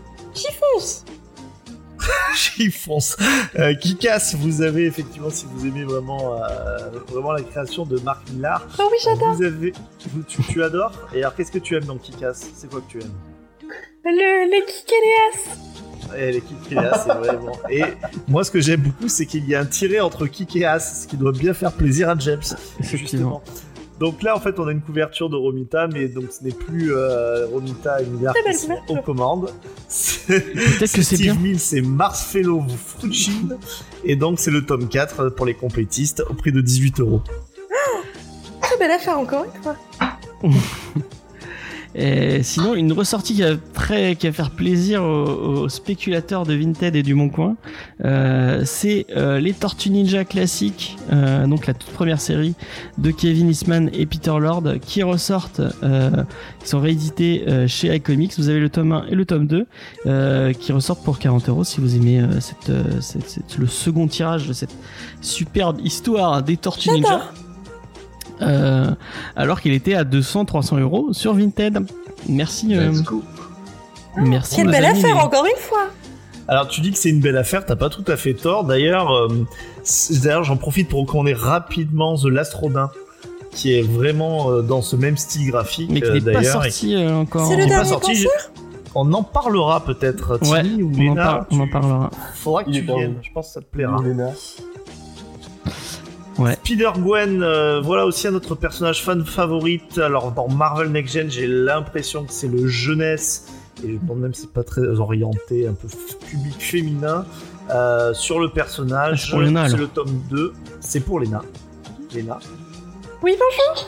J'y fonce. Kick-Ass, vous avez effectivement, si vous aimez vraiment la création de Mark Millar. Oh oui, j'adore. Tu adores. Et alors, qu'est-ce que tu aimes dans Kick-Ass ? C'est quoi que tu aimes ? Les Kick-Ass. Les Kick-Ass, c'est vraiment. Et moi, ce que j'aime beaucoup, c'est qu'il y a un tiré entre Kick et Ass, ce qui doit bien faire plaisir à James. Justement. Donc là, en fait, on a une couverture de Romita, mais donc ce n'est plus Romita et Millar qui sont aux commandes. Peut-être que c'est Steve bien. Mills, c'est Marcelo Fruchin, et donc c'est le tome 4 pour les complétistes au prix de 18€. Très belle affaire, encore une fois. Et sinon, une ressortie qui va faire plaisir aux spéculateurs de Vinted et du Bon Coin, c'est les Tortues Ninja classiques, donc la toute première série de Kevin Eastman et Peter Lord, qui ressortent, qui sont réédités chez iComics. Vous avez le tome 1 et le tome 2 qui ressortent pour 40€ si vous aimez le second tirage de cette superbe histoire des Tortues Ninja. Alors qu'il était à 200-300€ sur Vinted. Merci. Let's go. Merci. Quelle belle affaire, encore une fois. Alors tu dis que c'est une belle affaire, t'as pas tout à fait tort. D'ailleurs, j'en profite pour recommander rapidement The Last Rodin, qui est vraiment dans ce même style graphique. Mais qui n'est pas sorti encore. C'est le dernier concert. On en parlera peut-être, Timmy, ou Léna. On en parlera. Faudra que tu viennes, je pense que ça te plaira. Ouais. Spider-Gwen, voilà aussi un autre personnage fan favorite. Alors dans Marvel Next Gen, j'ai l'impression que c'est le jeunesse, et je me demande même si c'est pas très orienté, un peu public féminin. Sur le personnage, c'est le tome 2, c'est pour Léna. Oui, bonjour.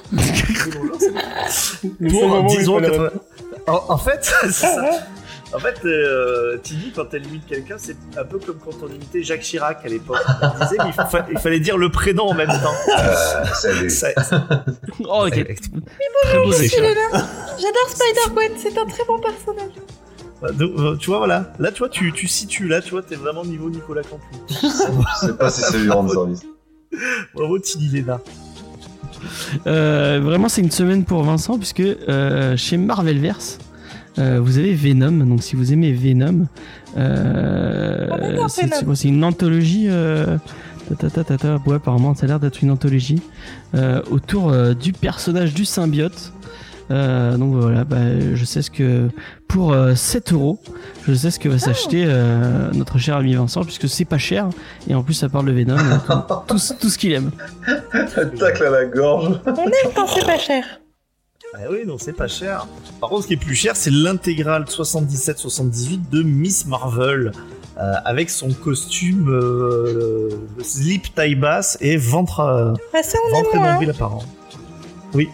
Pour 10€. En fait, c'est ça. En fait, Tilly, quand elle imite quelqu'un, c'est un peu comme quand on imitait Jacques Chirac à l'époque. On disait, mais il fallait dire le prénom en même temps. Salut. Oh, ok. Oui, bonjour, je suis Léna. J'adore Spider-Gwen, c'est un très bon personnage. Tu vois, voilà. Là, tu vois, tu situes. Là, tu vois, t'es vraiment niveau Nicolas Cantu. Je sais pas si c'est lui rendre service. Bravo, Tilly Léna. Vraiment, c'est une semaine pour Vincent, puisque chez Marvelverse, vous avez Venom. Donc si vous aimez Venom, c'est une anthologie. Ouais, apparemment, ça a l'air d'être une anthologie autour du personnage du symbiote. Donc voilà, je sais ce que pour 7€, je sais ce que va s'acheter notre cher ami Vincent, puisque c'est pas cher et en plus ça parle de Venom, tout ce qu'il aime. Tacle à la gorge. On aime quand c'est pas cher. Oui, non, c'est pas cher. Par contre, ce qui est plus cher, c'est l'intégrale 77-78 de Miss Marvel, avec son costume slip taille basse et ventre et nombril apparent. Oui.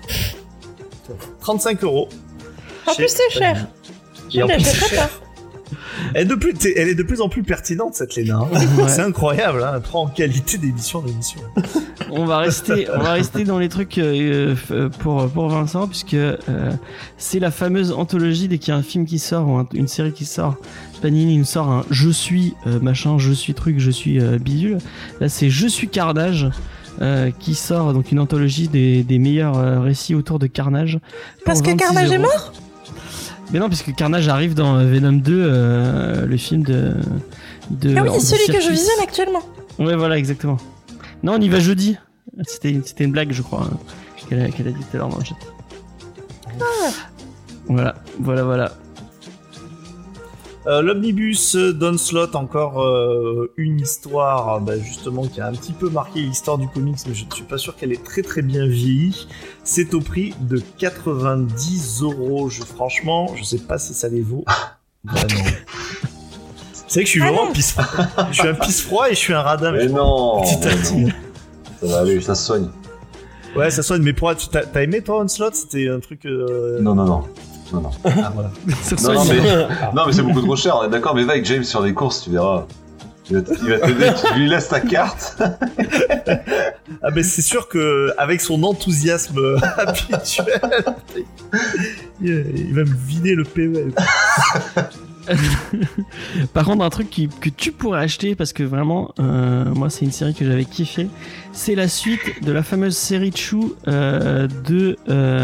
35€. En plus, c'est cher. Je ne l'achèterai pas. Elle est de plus en plus pertinente, cette Léna. Hein. Ouais. C'est incroyable, hein. Elle prend en qualité d'émission en émission. On va rester dans les trucs pour Vincent, puisque c'est la fameuse anthologie dès qu'il y a un film qui sort ou une série qui sort. Panini nous sort un je suis machin, je suis truc, je suis bidule. Là, c'est je suis Carnage. qui sort donc une anthologie des meilleurs récits autour de Carnage. Parce que Carnage est mort ? Mais non, puisque Carnage arrive dans Venom 2, le film de ah oui, celui que je visionne actuellement. Ouais, voilà, exactement. Non, on y va jeudi. C'était une blague, je crois, qu'elle a dit tout à l'heure dans le chat. Voilà. L'omnibus d'Onslaught, encore une histoire justement qui a un petit peu marqué l'histoire du comics, mais je ne suis pas sûr qu'elle est très très bien vieillie. C'est au prix de 90€. Franchement, je sais pas si ça les vaut. Vraiment. C'est vrai que je suis vraiment pisse-froid. Je suis un pisse-froid et je suis un radin. Mais non. Petit à petit. Ça va aller, ça se soigne. Ouais, ça soigne. Mais t'as aimé toi Onslaught ? C'était un truc. Non. Ah, voilà. Non mais c'est beaucoup trop cher, on est d'accord, mais va avec James sur les courses, tu verras. Il va t'aider, tu lui laisses ta carte. Ah ben c'est sûr que avec son enthousiasme habituel, il va me vider le PE. Par contre, un truc que tu pourrais acheter, parce que vraiment, moi c'est une série que j'avais kiffé, c'est la suite de la fameuse série de Chou de...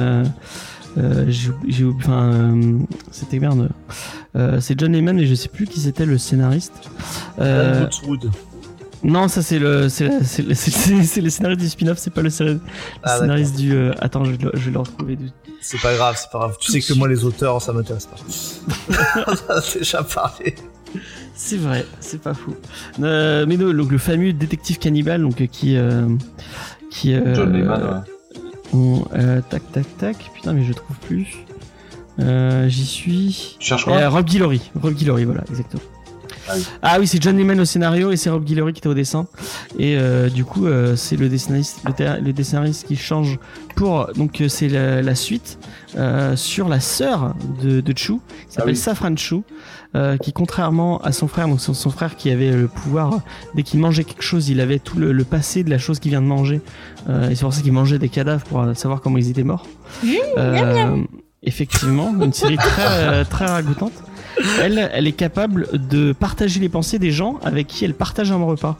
c'était merde. C'est John Layman, mais je sais plus qui c'était le scénariste. Woodswood. Non, ça c'est le scénariste du spin-off, c'est pas le scénariste du. Attends, je vais le retrouver. C'est pas grave. Tu sais que moi les auteurs, ça m'intéresse pas. On a déjà parlé. C'est vrai, c'est pas fou. Mais non, donc le fameux détective cannibale, donc qui. John Layman, ouais. Tac. Putain, mais je trouve plus. J'y suis. Tu cherches quoi ? Rob Guillory, voilà, exactement. Ah oui, c'est John Layman au scénario et c'est Rob Guillory qui était au dessin. Et du coup, c'est le dessinariste qui change pour. Donc, c'est la suite sur la sœur de Chou, qui s'appelle Safran Chou, qui, contrairement à son frère, donc son frère qui avait le pouvoir, dès qu'il mangeait quelque chose, il avait tout le passé de la chose qu'il vient de manger. Et c'est pour ça qu'il mangeait des cadavres pour savoir comment ils étaient morts. Effectivement, une série très, très ragoûtante. Elle est capable de partager les pensées des gens avec qui elle partage un repas.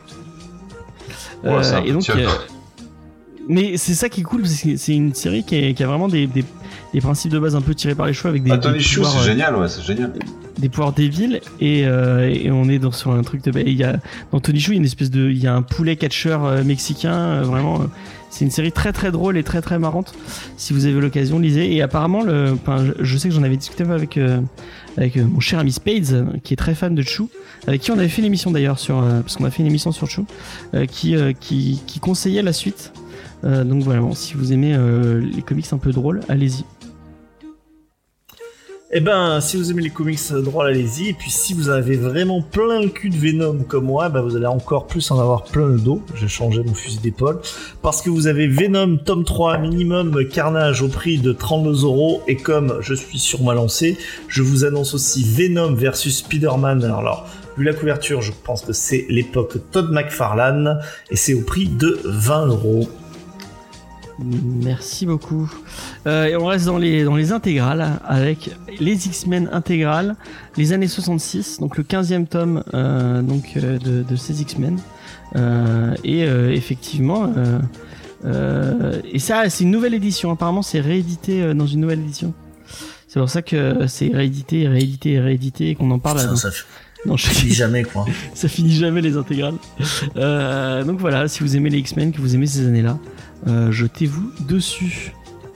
Et donc, mais c'est ça qui est cool, parce que c'est une série qui a vraiment des principes de base un peu tirés par les cheveux avec des Tony Chou, c'est génial, ouais, c'est génial. Des pouvoirs débiles et on est sur un truc de dans Tony Chou, il y a un poulet catcheur mexicain, vraiment. C'est une série très très drôle et très très marrante. Si vous avez l'occasion, lisez. Et apparemment, je sais que j'en avais discuté avec mon cher ami Spades, qui est très fan de Chou, avec qui on avait fait l'émission d'ailleurs parce qu'on a fait une émission sur Chou, qui conseillait la suite. Donc voilà, si vous aimez les comics un peu drôles, allez-y. Eh ben, si vous aimez les comics drôles, allez-y. Et puis, si vous avez vraiment plein le cul de Venom comme moi, vous allez encore plus en avoir plein le dos. J'ai changé mon fusil d'épaule. Parce que vous avez Venom tome 3 minimum Carnage au prix de 32€. Et comme je suis sur ma lancée, je vous annonce aussi Venom versus Spider-Man. Alors, vu la couverture, je pense que c'est l'époque Todd McFarlane. Et c'est au prix de 20€. Merci beaucoup. Et on reste dans les intégrales avec les X-Men intégrales, les années 66, donc le 15e tome de ces X-Men. Effectivement, et ça, c'est une nouvelle édition. Apparemment, c'est réédité dans une nouvelle édition. C'est pour ça que c'est réédité et qu'on en parle. Ça finit jamais, quoi. Ça finit jamais, les intégrales. Donc voilà, si vous aimez les X-Men, que vous aimez ces années-là, jetez-vous dessus.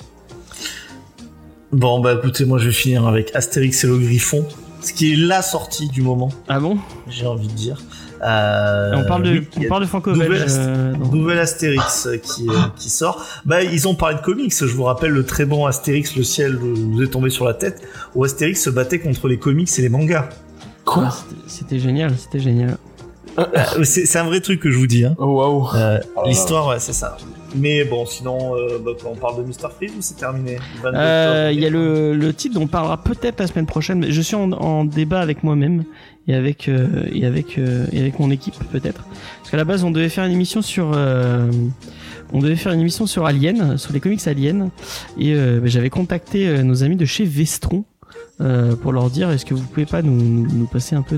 Bon, écoutez, moi je vais finir avec Astérix et le Griffon, ce qui est la sortie du moment. Ah bon ? J'ai envie de dire. On parle de franco-belge. Nouvelle Astérix qui sort. Ils ont parlé de comics. Je vous rappelle le très bon Astérix, le ciel vous est tombé sur la tête, où Astérix se battait contre les comics et les mangas. Quoi ? C'était génial. C'est un vrai truc que je vous dis. Hein. Oh, wow. L'histoire, ouais, c'est ça. Mais bon, sinon, on parle de Mr. Freeze ou c'est terminé ? Il y a le titre dont on parlera peut-être la semaine prochaine, mais je suis en débat avec moi-même et avec mon équipe peut-être. Parce qu'à la base, on devait faire une émission sur Alien, sur les comics Alien, et j'avais contacté nos amis de chez Vestron. pour leur dire est-ce que vous pouvez pas nous passer un peu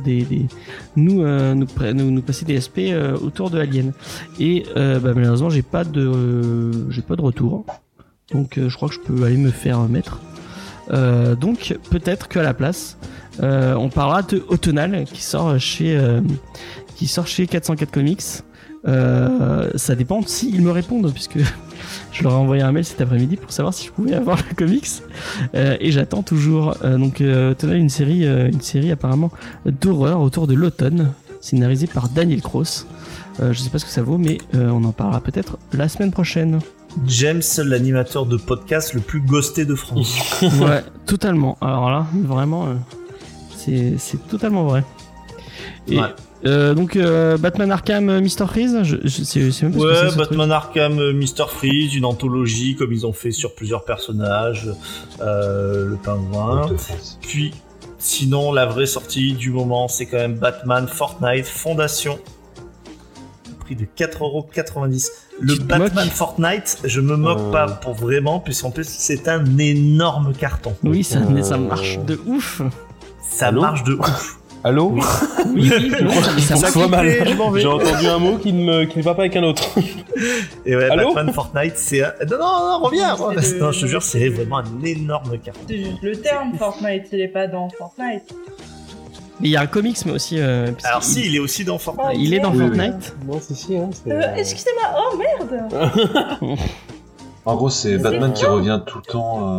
nous passer des SP autour de Alien. Et malheureusement j'ai pas de retour, donc je crois que je peux aller me faire mettre. Donc peut-être qu'à la place on parlera de Automnal qui sort chez 404 Comics. Ça dépend s'ils me répondent, puisque je leur ai envoyé un mail cet après-midi pour savoir si je pouvais avoir le comics, et j'attends toujours. Donc Automnal, une série apparemment d'horreur autour de l'automne, scénarisée par Daniel Cross. Je sais pas ce que ça vaut, mais on en parlera peut-être la semaine prochaine. James, l'animateur de podcast le plus ghosté de France. Ouais, totalement. Alors là, vraiment, c'est totalement vrai. Et donc Batman Arkham, Mr. Freeze, je sais même pas ce que c'est. Batman Arkham, Mr. Freeze, une anthologie comme ils ont fait sur plusieurs personnages, le pingouin. Puis sinon la vraie sortie du moment, c'est quand même Batman Fortnite Fondation, prix de 4,90€. Le Batman Fortnite, je me moque pas pour vraiment, puisqu'en plus c'est un énorme carton. Oui, ça marche de ouf. Ça marche de ouf. Allô? Oui, ça soit mal. J'ai entendu un mot qui ne va pas avec un autre. Et ouais, Allô? Batman Fortnite, c'est un... Non, reviens. Non, je te jure, c'est vraiment un énorme carton. C'est juste le terme Fortnite, il est pas dans Fortnite. Mais il y a un comics, mais aussi. Alors si, il est aussi dans Fortnite. Il est dans Fortnite. Non, si. Hein, excusez-moi, oh merde. En gros, c'est Batman qui revient tout le temps.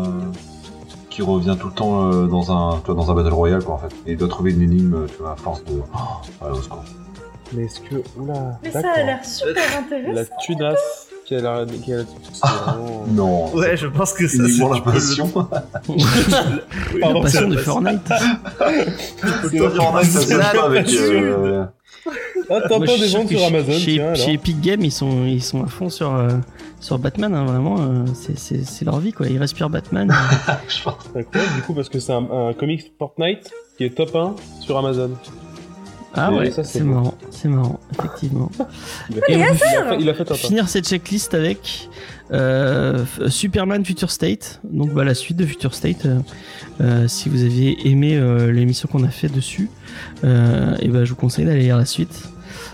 Dans un Battle Royale, quoi, en fait. Et il doit trouver une énigme, tu vois, à force de... au secours. Mais est-ce que... Oula, mais ça a l'air super intéressant. La tunasse qui a l'air... Vraiment... Non. Ouais, je pense que ça, c'est la passion. La passion de Fortnite. Fortnite, ça se passe pas avec... T'entends des ventes sur Amazon, chez Epic Games, ils sont à fond sur Batman, hein, vraiment, c'est leur vie, quoi. Ils respirent Batman. D'accord, du coup, parce que c'est un comics Fortnite qui est top 1 sur Amazon. Ah ouais, ça, c'est marrant, effectivement. Il a fait top 1. Finir cette checklist avec Superman Future State, donc la suite de Future State. Si vous aviez aimé l'émission qu'on a fait dessus, et je vous conseille d'aller lire la suite.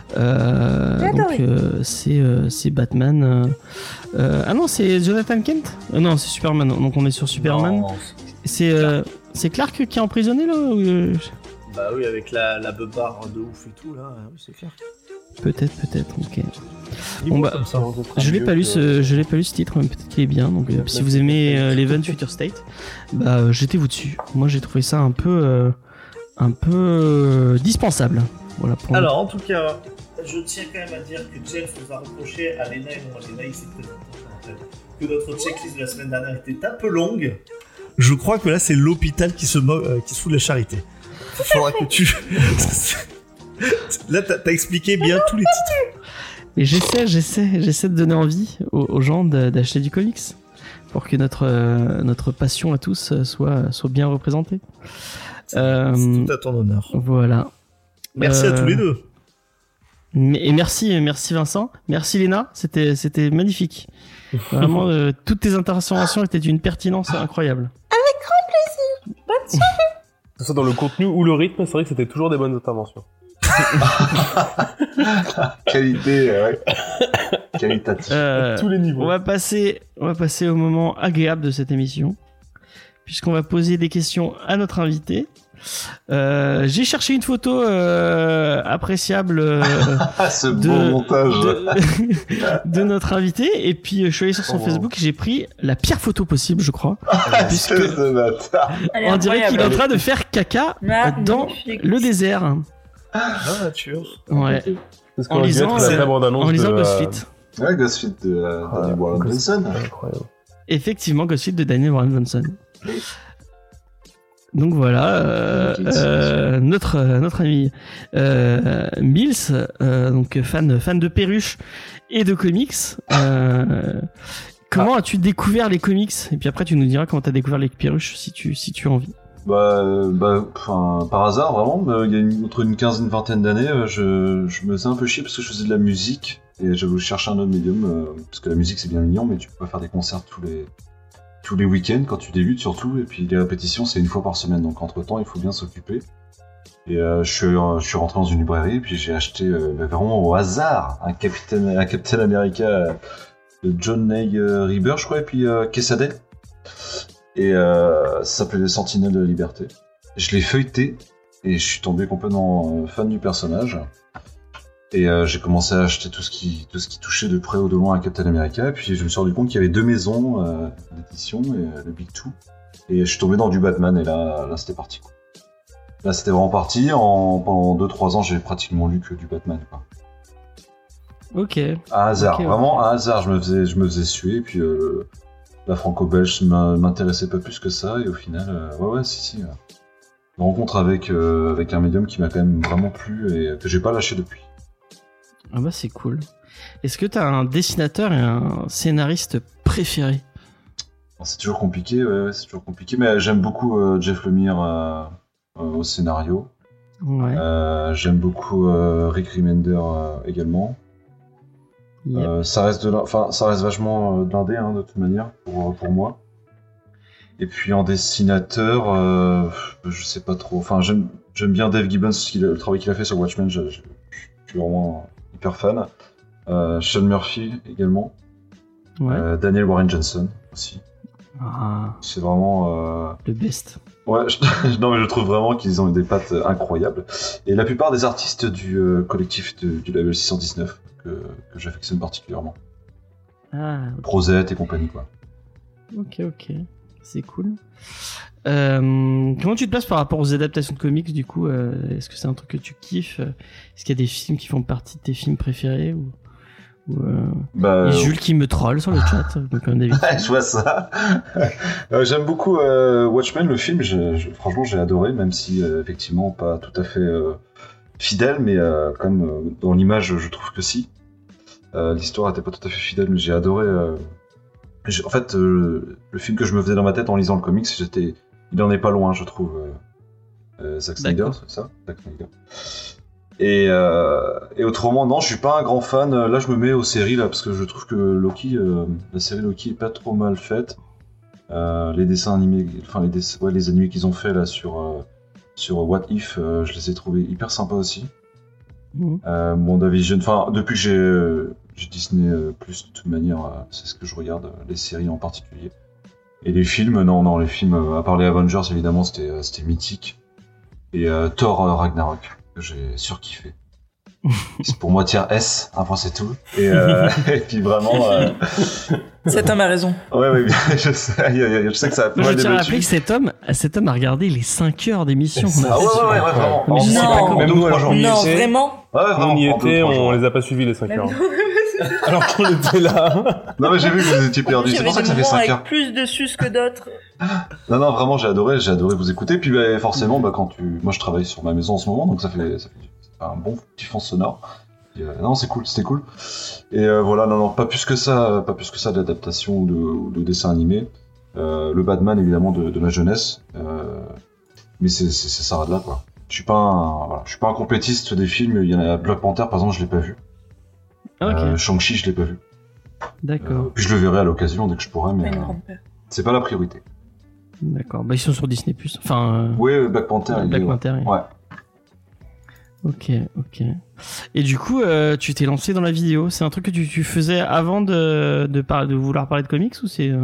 C'est Batman. Ah non, c'est Jonathan Kent. Non, c'est Superman. Donc on est sur Superman. Non, c'est Clark qui est emprisonné là ou... Bah oui, avec la beubare de ouf et tout là, oui, c'est clair. Peut-être, ok. Bon je l'ai pas lu ce titre, mais peut-être qu'il est bien. Donc si vous aimez l'event Future State, jetez-vous dessus. Moi j'ai trouvé ça un peu dispensable. Voilà. Alors en tout cas, je tiens quand même à dire que James nous a reproché à Léna et non à Léna, il s'est présenté que notre checklist de la semaine dernière était un peu longue. Je crois que là c'est l'hôpital qui se fout de la charité. Il faudra que tu... Là, t'as expliqué bien tous les titres. Mais j'essaie de donner envie aux gens d'acheter du comics pour que notre passion à tous soit bien représentée. C'est tout à ton honneur. Voilà. Merci à tous les deux. Et merci Vincent. Merci Léna. C'était magnifique. Vraiment, toutes tes interventions étaient d'une pertinence incroyable. Avec grand plaisir. Bonne soirée. Que ce soit dans le contenu ou le rythme, c'est vrai que c'était toujours des bonnes interventions. Qualité, qualitative. À tous les niveaux. On va passer au moment agréable de cette émission, puisqu'on va poser des questions à notre invité. J'ai cherché une photo appréciable ce beau montage de notre invité, et puis je suis allé sur son Facebook et j'ai pris la pire photo possible, je crois, puisque on dirait qu'il est en train de faire caca dans le désert. La nature. Ouais. En lisant Ghostfit. Ouais, Ghostfit de Daniel Warren Johnson. Incroyable. Effectivement, Ghostfit de Daniel Warren Johnson. Donc voilà, notre ami Mills, donc fan de perruches et de comics. Comment as-tu découvert les comics? Et puis après, tu nous diras comment t'as découvert les perruches, si tu as envie. Par hasard, vraiment. Il y a entre une quinzaine, vingtaine d'années, je me faisais un peu chier parce que je faisais de la musique et j'avais voulu chercher un autre médium parce que la musique c'est bien mignon, mais tu peux pas faire des concerts tous tous les week-ends quand tu débutes surtout, et puis les répétitions c'est une fois par semaine, donc entre-temps il faut bien s'occuper. Et je suis rentré dans une librairie, puis j'ai acheté vraiment au hasard un Captain America de John Ney Reber, je crois, et puis Quesada. Et ça s'appelait Les Sentinelles de la Liberté. Je l'ai feuilleté, et je suis tombé complètement fan du personnage. Et j'ai commencé à acheter tout ce qui touchait de près ou de loin à Captain America, et puis je me suis rendu compte qu'il y avait 2 maisons d'édition, et le Big Two. Et je suis tombé dans du Batman, et là c'était parti, quoi. Là c'était vraiment parti, pendant 2-3 ans j'ai pratiquement lu que du Batman, quoi. Ok. À hasard, vraiment à hasard, je me faisais suer, et puis la franco-belge m'intéressait pas plus que ça, et au final, si. Une rencontre avec un médium qui m'a quand même vraiment plu, et que j'ai pas lâché depuis. Ah bah c'est cool. Est-ce que t'as un dessinateur et un scénariste préféré ? C'est toujours compliqué, c'est toujours compliqué, mais j'aime beaucoup Jeff Lemire au scénario. Ouais. J'aime beaucoup Rick Remender également. Yep. Ça reste vachement de l'indé, de toute manière pour moi. Et puis en dessinateur, je sais pas trop. Enfin, j'aime bien Dave Gibbons, le travail qu'il a fait sur Watchmen. Je suis vraiment hyper fan. Sean Murphy également. Ouais. Daniel Warren Johnson aussi. Ah. C'est vraiment le best. Ouais, non mais je trouve vraiment qu'ils ont des pattes incroyables. Et la plupart des artistes du collectif du label 619 que j'affectionne particulièrement. Ah. Rosette et compagnie, quoi. Ok, c'est cool. Comment tu te places par rapport aux adaptations de comics, du coup est-ce que c'est un truc que tu kiffes ? Est-ce qu'il y a des films qui font partie de tes films préférés ou et Jules qui me troll sur le chat, comme d'habitude. Je vois ça. J'aime beaucoup Watchmen, le film. Franchement, j'ai adoré, même si effectivement pas tout à fait fidèle, mais comme dans l'image, je trouve que si. L'histoire était pas tout à fait fidèle, mais j'ai adoré. En fait, le film que je me faisais dans ma tête en lisant le comics, il en est pas loin, je trouve. Zack Snyder, c'est ça ? Zack Snyder. Et autrement, non, je suis pas un grand fan. Là, je me mets aux séries, là, parce que je trouve que Loki, la série Loki est pas trop mal faite. Les dessins animés, enfin les animés qu'ils ont fait là sur What If, je les ai trouvés hyper sympas aussi. WandaVision, enfin depuis que j'ai Disney Plus, de toute manière, c'est ce que je regarde, les séries en particulier. Et les films, non, les films, à part les Avengers, évidemment, c'était mythique. Et Thor Ragnarok, que j'ai surkiffé. C'est pour moi tiers S, enfin c'est tout. Et puis vraiment... Cet homme a raison. Ouais, je sais que ça a pas mal Je tiens à rappeler débattu. que cet homme a regardé les 5 heures d'émission. Ah ouais, vraiment. Mais je sais pas comment. Même nous, alors, on y Non, était. vraiment. Ouais, On y en était, 2-3 jours. on les a pas suivis les 5 Même heures. nous. Alors qu'on était là. Non mais j'ai vu que vous étiez perdus, c'est pour ça que ça fait 5 avec heures. plus de sus que d'autres. Non, vraiment, j'ai adoré vous écouter. Puis forcément, moi je travaille sur ma maison en ce moment, donc ça fait un bon petit fond sonore. Et, non, c'était cool. Et voilà, non, pas plus que ça d'adaptation ou de dessin animé. Le Batman, évidemment, de la jeunesse. Mais ça s'arrête là, quoi. Je suis pas un complétiste des films. Il y en a Black Panther, par exemple, je l'ai pas vu. Ok, Shang-Chi, je l'ai pas vu. d'accord. Puis je le verrai à l'occasion dès que je pourrai, mais Une grande peur. c'est pas la priorité. D'accord. Bah, ils sont sur Disney+. Enfin, Oui, Black Panther. Black Panther. Ouais. Ok. Et du coup, tu t'es lancé dans la vidéo. C'est un truc que tu faisais avant de vouloir parler de comics ou c'est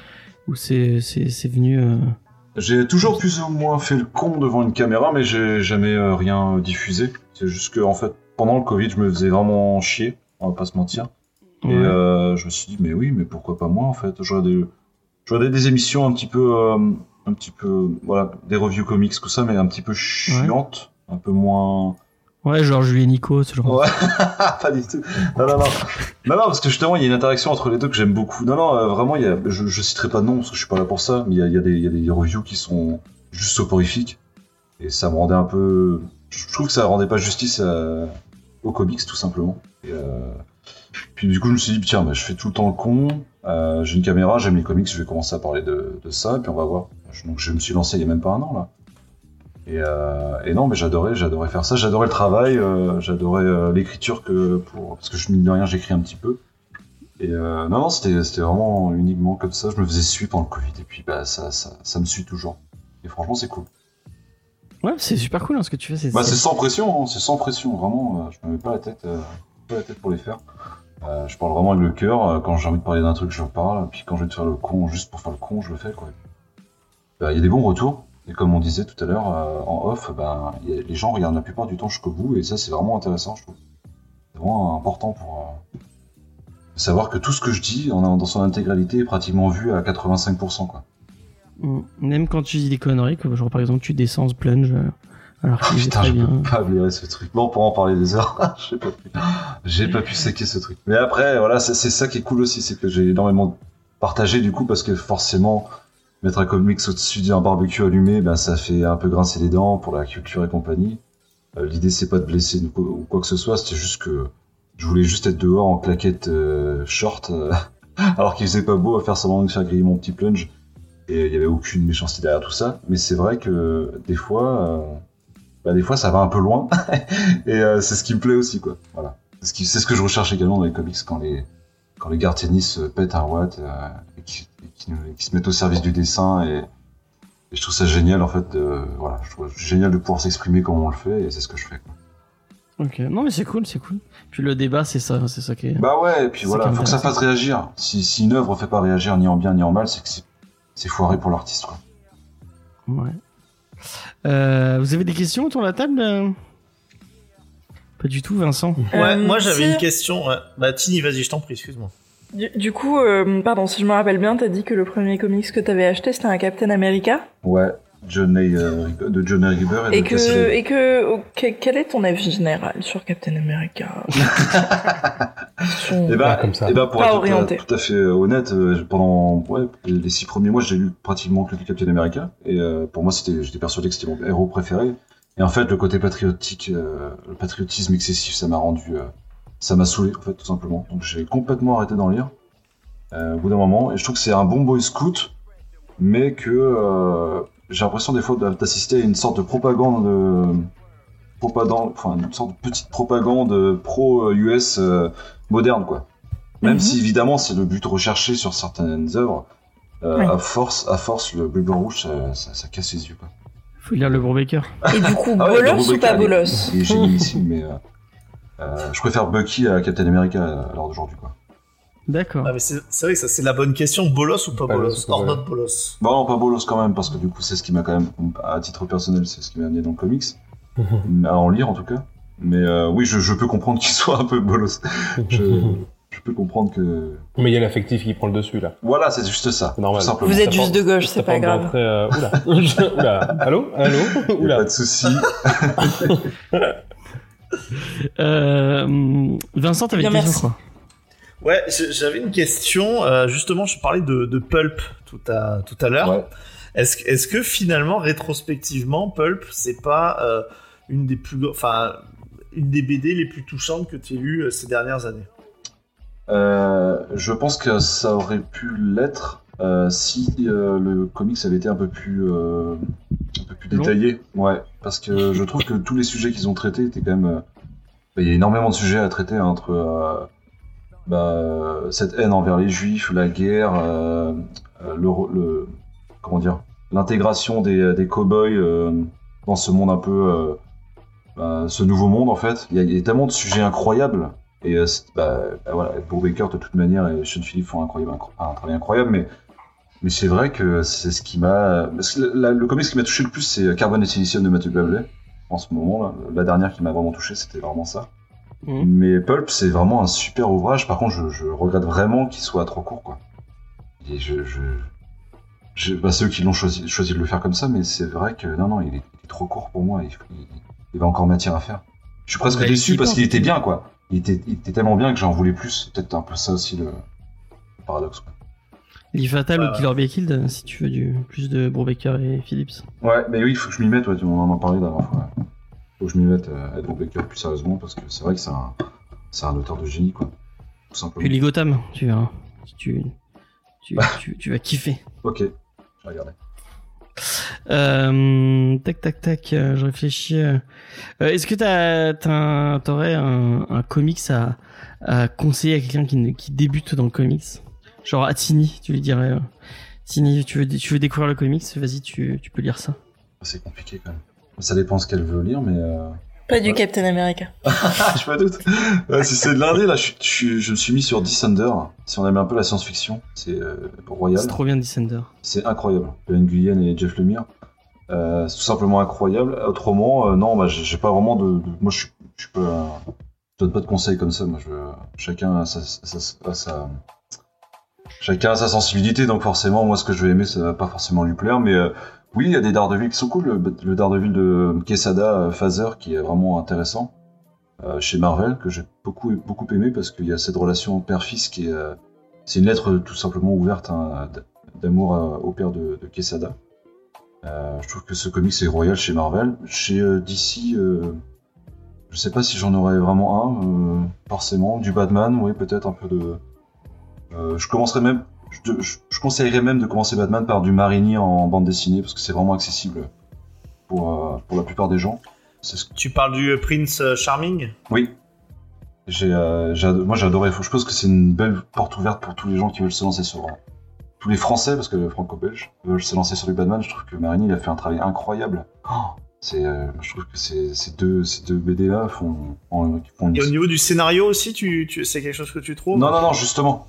venu. J'ai toujours plus ou moins fait le con devant une caméra, mais j'ai jamais rien diffusé. C'est juste que en fait, pendant le Covid, je me faisais vraiment chier, on va pas se mentir. Et Ouais. je me suis dit, mais pourquoi pas moi en fait. Je regardais des émissions un petit peu, voilà, des reviews comics, tout ça, mais un petit peu chiantes, un peu moins. Ouais, genre Julie et Nico, ce genre. Ouais, pas du tout. Non, parce que justement, il y a une interaction entre les deux que j'aime beaucoup. Non, vraiment, je citerai pas de nom parce que je suis pas là pour ça, mais il y a des reviews qui sont juste soporifiques. Et ça me rendait un peu. Je trouve que ça rendait pas justice aux comics, tout simplement. Et, puis du coup, je me suis dit, tiens, je fais tout le temps le con. J'ai une caméra, j'aime les comics, je vais commencer à parler de ça, et puis on va voir. Donc je me suis lancé il y a même pas un an, là. Et non, mais j'adorais faire ça, j'adorais le travail, j'adorais l'écriture parce que je mine de rien, j'écris un petit peu. Et non, c'était vraiment uniquement comme ça. Je me faisais suivre pendant le Covid et puis bah ça me suit toujours. Et franchement, c'est cool. Ouais, c'est super cool hein, ce que tu fais. C'est sans pression, hein, c'est sans pression. Vraiment, je me mets pas la tête pour les faire. Je parle vraiment avec le cœur. Quand j'ai envie de parler d'un truc, je parle. Puis quand j'ai envie de faire le con, juste pour faire le con, je le fais quoi. Il y a des bons retours. Et comme on disait tout à l'heure en off, les gens regardent la plupart du temps jusqu'au bout. Et ça, c'est vraiment intéressant, je trouve. C'est vraiment important pour savoir que tout ce que je dis dans son intégralité est pratiquement vu à 85%, quoi. Même quand tu dis des conneries, comme genre par exemple tu descends ce plunge, alors qu'il est putain, très bien. Je peux pas blairer ce truc. Bon, pour en parler des heures, j'ai pas pu séquer ce truc. Mais après, voilà, c'est ça qui est cool aussi, c'est que j'ai énormément partagé du coup, parce que forcément, mettre un comics au-dessus d'un barbecue allumé, ça fait un peu grincer les dents pour la culture et compagnie. L'idée, c'est pas de blesser ou quoi que ce soit, c'était juste que je voulais juste être dehors en claquette short, alors qu'il faisait pas beau à faire semblant de faire griller mon petit plunge. Et il y avait aucune méchanceté derrière tout ça. Mais c'est vrai que des fois ça va un peu loin. Et c'est ce qui me plaît aussi, quoi. Voilà. C'est ce que je recherche également dans les comics quand les gars de tennis pètent un watt et qui se mettent au service du dessin. Et je trouve ça génial, en fait. Je trouve génial de pouvoir s'exprimer comme on le fait. Et c'est ce que je fais, quoi. Ok, non mais c'est cool. Puis le débat, c'est ça qui est. Bah ouais, et puis voilà, faut que ça fasse réagir. Si une œuvre fait pas réagir ni en bien ni en mal, c'est que c'est foiré pour l'artiste, quoi. Ouais. Vous avez des questions autour de la table Pas du tout, Vincent. Ouais, moi j'avais une question. Ouais. Tini, vas-y, je t'en prie, excuse-moi. Du coup, pardon, si je me rappelle bien, t'as dit que le premier comics que t'avais acheté, c'était un Captain America. Ouais. de John Rieber et quel est ton avis général sur Captain America? Comme ça. Pour être tout à fait honnête, pendant les 6 premiers mois, j'ai lu pratiquement que du Captain America, et pour moi, j'étais persuadé que c'était mon héros préféré. Et en fait, le côté patriotique, le patriotisme excessif, ça m'a saoulé, en fait, tout simplement. Donc j'ai complètement arrêté d'en lire au bout d'un moment, et je trouve que c'est un bon boy scout, mais que j'ai l'impression des fois d'assister à une sorte de propagande, une sorte de petite propagande pro-US moderne, quoi. Même si évidemment c'est le but recherché sur certaines œuvres, à force le bleu blanc rouge, ça casse les yeux, quoi. Faut lire le Brubaker. Et du coup, bolos ou pas bolos? Il est génialissime, mais je préfère Bucky à Captain America à l'heure d'aujourd'hui, quoi. D'accord. Ah, mais c'est vrai que ça c'est la bonne question. Bolos ou pas bolos? Hors note bolos. Bah non, pas bolos quand même, parce que du coup c'est ce qui m'a quand même, à titre personnel, c'est ce qui m'a amené dans le comics, à en lire en tout cas. Mais oui, je peux comprendre qu'il soit un peu bolos. Je peux comprendre que... Mais il y a l'affectif qui prend le dessus, là. Voilà, c'est juste ça. C'est normal. Vous êtes juste de gauche, c'est pas grave. Oula. Allô Oula. Pas de soucis. Vincent, t'avais une question, quoi? Ouais, j'avais une question. Justement, je parlais de Pulp tout à l'heure. Ouais. Est-ce que finalement, rétrospectivement, Pulp, c'est pas une des BD les plus touchantes que tu aies lues ces dernières années? Je pense que ça aurait pu l'être si le comics avait été un peu plus détaillé. Ouais, parce que je trouve que tous les sujets qu'ils ont traités étaient quand même... il y a énormément de sujets à traiter entre cette haine envers les juifs, la guerre, l'intégration des cow-boys dans ce monde un peu... ce nouveau monde, en fait. Il y a tellement de sujets incroyables. Et Brubaker de toute manière et Sean Phillips font un travail incroyable, mais c'est vrai que c'est ce qui m'a... Parce que le comics qui m'a touché le plus, c'est Carbone et Silicium de Matthew Babley, en ce moment, là. La dernière qui m'a vraiment touché, c'était vraiment ça. Mais Pulp, c'est vraiment un super ouvrage. Par contre, je regrette vraiment qu'il soit trop court, quoi. Et ceux qui l'ont choisi de le faire comme ça, mais c'est vrai que non, il est trop court pour moi. Il va encore matière à faire. Je suis presque déçu parce qu'il était bien, quoi. Il était tellement bien que j'en voulais plus. C'est peut-être un peu ça aussi le paradoxe, quoi. Lee Fatal ou Killer Be Killed, si tu veux plus de Brubaker et Phillips. Ouais, mais oui, il faut que je m'y mette, on en parlait la dernière fois. Faut que je m'y mette à Brubaker plus sérieusement, parce que c'est vrai que c'est un auteur de génie, quoi. Tout simplement. Puis Lee Gotham, tu verras. Tu vas kiffer. Ok, je vais regarder. Tac, je réfléchis. Est-ce que t'aurais un comics à conseiller à quelqu'un qui débute dans le comics? Genre à Tini, tu lui dirais, Tini, tu veux découvrir le comics, vas-y, tu peux lire ça. C'est compliqué quand même. Ça dépend ce qu'elle veut lire, mais... Pas du Captain America. Je me doute. Si c'est de l'indé, là, je me suis mis sur Descender. Si on aime un peu la science-fiction, c'est royal. C'est trop bien Descender. C'est incroyable. Ben Nguyen et Jeff Lemire. C'est tout simplement incroyable. Autrement, non, j'ai pas vraiment de... Moi, je donne pas de conseils comme ça. Moi, chacun a chacun a sa sensibilité, donc forcément, moi, ce que je vais aimer, ça va pas forcément lui plaire, mais oui, il y a des Daredevil qui sont cool. Le Daredevil de Quesada, Phaser, qui est vraiment intéressant, chez Marvel, que j'ai beaucoup aimé, parce qu'il y a cette relation père-fils qui est... c'est une lettre tout simplement ouverte d'amour au père de Quesada. Je trouve que ce comic c'est royal chez Marvel. Chez DC, je sais pas si j'en aurais vraiment un, forcément. Du Batman, oui, peut-être un peu de... je conseillerais même de commencer Batman par du Marini en bande dessinée, parce que c'est vraiment accessible pour la plupart des gens. Tu parles du Prince Charming ? Oui. Moi j'ai adoré. Je pense que c'est une belle porte ouverte pour tous les gens qui veulent se lancer sur... tous les Français, parce que les franco-belges veulent se lancer sur du Batman. Je trouve que Marini il a fait un travail incroyable. Je trouve que ces deux BD-là font une... Et au niveau du scénario aussi, c'est quelque chose que tu trouves ? Non, justement,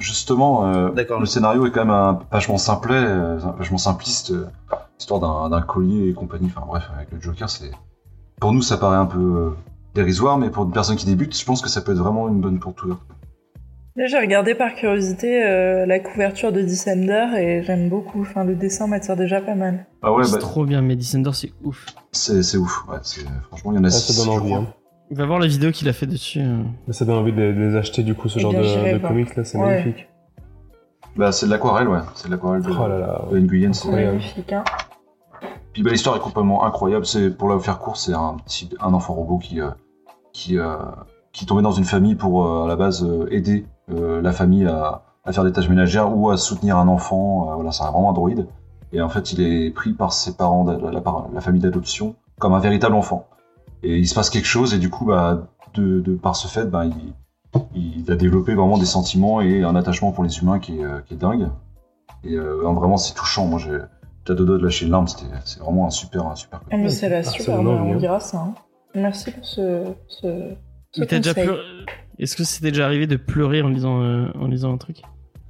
le scénario est quand même vachement simplet, vachement simpliste, histoire d'un collier et compagnie. Enfin bref, avec le Joker, pour nous ça paraît un peu dérisoire, mais pour une personne qui débute, je pense que ça peut être vraiment une bonne porte ouverte. Là, j'ai regardé par curiosité la couverture de Descender et j'aime beaucoup. Enfin, le dessin m'attire déjà pas mal. Ah ouais, c'est trop bien, mais Descender c'est ouf. C'est ouf, ouais. Franchement, il y en a 6. Ça donne envie. Hein. Va voir la vidéo qu'il a fait dessus. Ça donne envie de les acheter du coup, ce genre de comics là, c'est magnifique. Bah, c'est de l'aquarelle, ouais. C'est de l'aquarelle de Nguyen. C'est magnifique, hein. Puis bah, l'histoire est complètement incroyable. Pour la faire court, c'est un enfant robot qui tombait dans une famille pour à la base aider la famille à faire des tâches ménagères ou à soutenir un enfant. Voilà, c'est vraiment un droïde. Et en fait, il est pris par ses parents, la famille d'adoption, comme un véritable enfant. Et il se passe quelque chose, et du coup, bah, par ce fait, bah, il a développé vraiment des sentiments et un attachement pour les humains qui est dingue. Et vraiment, c'est touchant. Moi, j'ai à deux doigts de lâcher une larme. C'est vraiment un super Ah, mais c'est la super, on dira ça. Hein. Merci pour ce mais t'as déjà pleuré... Est-ce que c'était déjà arrivé de pleurer en lisant un truc?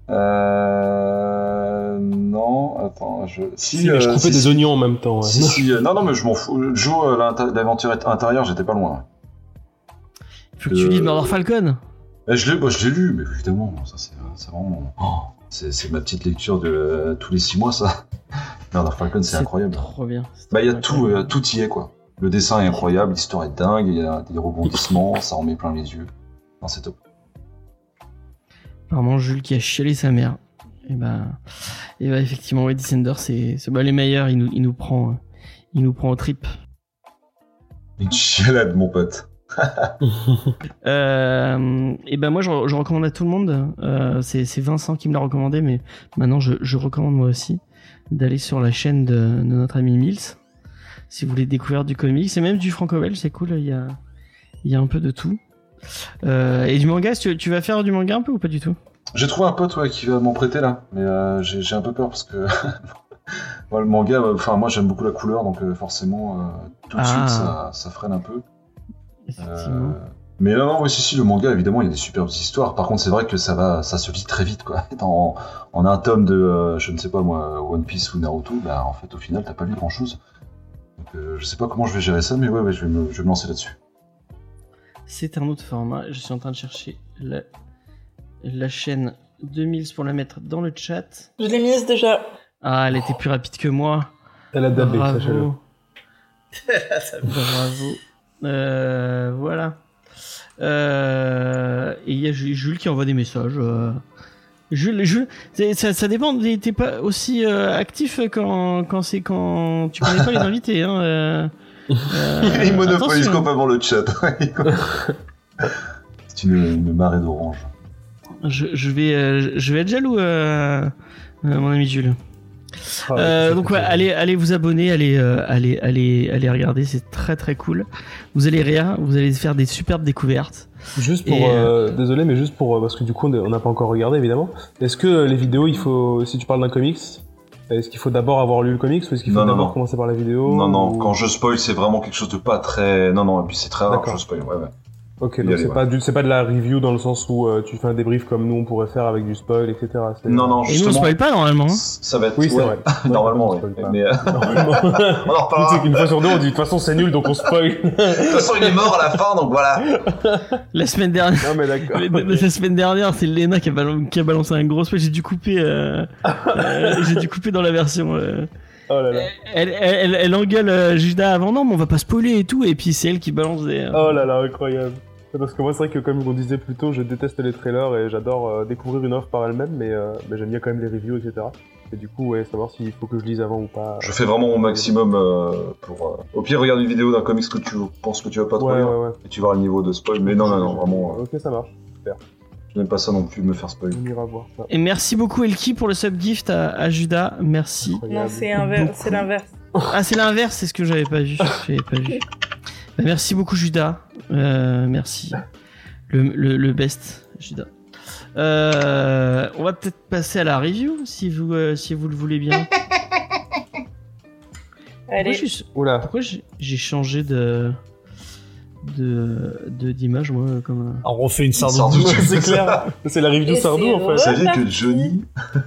Non, attends, Si, je coupais des oignons en même temps. Ouais. Non, mais je m'en fous. Joe, l'aventure intérieure, j'étais pas loin. Faut que tu lises Murder Falcon. Je l'ai lu, mais évidemment, ça c'est vraiment... c'est ma petite lecture de tous les 6 mois, ça. Murder Falcon, c'est incroyable. Trop bien. Bah, il y a tout y est, quoi. Le dessin est incroyable, l'histoire est dingue, il y a des rebondissements, ça en met plein les yeux. Non, c'est top. Apparemment, Jules qui a chialé sa mère. Et bah effectivement, ouais, Descender, c'est les meilleurs, il nous prend au trip. Une chialade, mon pote. Et ben moi je recommande à tout le monde, c'est Vincent qui me l'a recommandé, mais maintenant je recommande moi aussi d'aller sur la chaîne de notre ami Mills si vous voulez découvrir du comics et même du franco-belge, c'est cool, il y a un peu de tout. Et du manga, tu vas faire du manga un peu ou pas du tout? J'ai trouvé un pote qui va m'en prêter là, mais j'ai un peu peur parce que le manga, moi j'aime beaucoup la couleur, donc forcément tout de suite ça freine un peu. Mais non, si, le manga, évidemment, il y a des superbes histoires. Par contre, c'est vrai que ça se lit très vite, quoi. En un tome de, je ne sais pas moi, One Piece ou Naruto, bah, en fait, au final, t'as pas lu grand-chose. Donc, je sais pas comment je vais gérer ça, mais ouais, je vais me lancer là-dessus. C'est un autre format. Je suis en train de chercher la chaîne de Mills pour la mettre dans le chat. Je l'ai mise déjà. Ah, elle était plus rapide que moi. Elle a dabé, sachez-le. Bravo. Voilà. Et il y a Jules qui envoie des messages. Jules, ça dépend. T'es pas aussi actif quand tu connais pas les invités. Hein, il monopolise complètement le chat. C'est une marée d'orange. Je vais être jaloux, mon ami Jules. Donc ouais, allez vous abonner, allez regarder, c'est très très cool. Vous allez rire, vous allez faire des superbes découvertes. Juste pour, désolé, mais juste pour, parce que du coup on n'a pas encore regardé évidemment. Est-ce que les vidéos, si tu parles d'un comics, est-ce qu'il faut d'abord avoir lu le comics ou est-ce qu'il faut d'abord commencer par la vidéo? Non, quand je spoil, c'est vraiment quelque chose de pas très... Non, et puis c'est très rare que je spoil, ouais. Ok, donc c'est pas de la review dans le sens où tu fais un débrief comme nous on pourrait faire avec du spoil, etc. Non, justement. Et nous on spoil pas normalement. Ça va être... Oui, c'est vrai. Normalement, oui. Mais normalement. On en reparlera. Tu sais qu'une fois sur deux on dit de toute façon c'est nul donc on spoil. De toute façon il est mort à la fin donc voilà. La semaine dernière... Non mais d'accord. La semaine dernière c'est Lena qui a balancé un gros spoil, j'ai dû couper dans la version... Oh là là. Elle engueule Judas avant, non mais on va pas spoiler et tout, et puis c'est elle qui balance des... Oh là là, incroyable. Parce que moi c'est vrai que comme on disait plus tôt, je déteste les trailers et j'adore découvrir une offre par elle-même, mais j'aime bien quand même les reviews, etc. Et du coup, ouais, savoir s'il faut que je lise avant ou pas. Je fais vraiment mon maximum pour... Au pire, regarde une vidéo d'un comics que tu penses que tu vas pas trop lire, et tu vas le niveau de spoil, mais non, vraiment... Ok, ça marche, super. Je n'aime pas ça non plus, me faire spoil. On ira voir ça. Et merci beaucoup Elki pour le subgift à Judas, merci. Non, c'est l'inverse. Ah, c'est l'inverse, c'est ce que j'avais pas vu. Bah, merci beaucoup Judas, merci. Le best Judas. On va peut-être passer à la review si vous le voulez bien. Allez. Pourquoi j'ai changé d'image moi comme Alors on fait une Sardou. C'est clair. C'est la review Sardou en fait. Vous saviez que Johnny...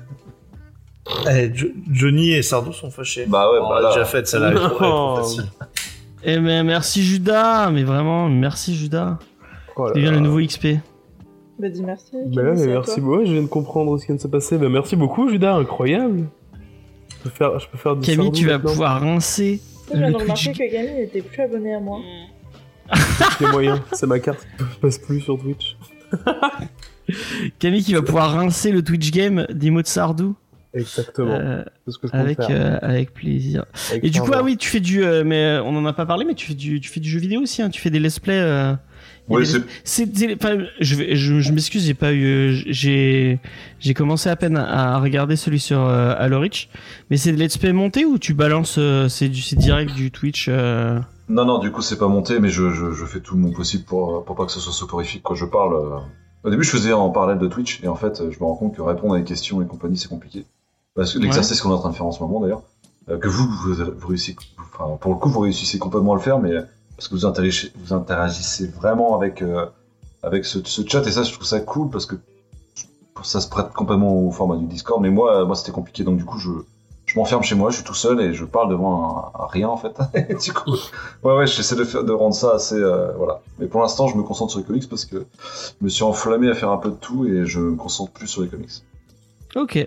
Johnny et Sardou sont fâchés. Bah ouais, on l'a déjà fait, celle-là est trop facile. Eh mais merci Judas, mais vraiment merci Judas. C'est bien le nouveau XP. Bah dis merci. Bah là, merci beaucoup. Je viens de comprendre ce qui vient de se passer. Bah merci beaucoup Judas, incroyable. Je peux faire du Camille, Sardou tu vas maintenant. pouvoir rincer. Je viens de remarquer que Camille n'était plus abonné à moi. C'est moyen, c'est ma carte qui passe plus sur Twitch. Camille qui va pouvoir rincer le Twitch game d'Imo de Sardou. Exactement. C'est ce que je compte faire. Avec plaisir. Avec et du coup, ferveur. ah oui, tu fais du, mais on en a pas parlé, mais tu fais du jeu vidéo aussi, hein. Tu fais des let's play. Oui, enfin, je m'excuse, j'ai pas eu, j'ai commencé à peine à regarder celui sur Halo Reach, mais c'est des let's play montés ou tu balances, c'est direct du Twitch. Non, du coup c'est pas monté, mais je fais tout mon possible pour pas que ce soit soporifique quand je parle. Au début je faisais en parallèle de Twitch, et en fait je me rends compte que répondre à des questions et compagnie c'est compliqué. Parce que l'exercice qu'on est en train de faire en ce moment d'ailleurs, que vous réussissez, enfin pour le coup vous réussissez complètement à le faire, mais parce que vous interagissez vraiment avec ce chat, et ça je trouve ça cool parce que ça se prête complètement au format du Discord, mais moi c'était compliqué, donc du coup je m'enferme chez moi, je suis tout seul et je parle devant un rien en fait. Du coup, ouais, j'essaie de rendre ça assez voilà. Mais pour l'instant, je me concentre sur les comics parce que je me suis enflammé à faire un peu de tout et je me concentre plus sur les comics. Ok.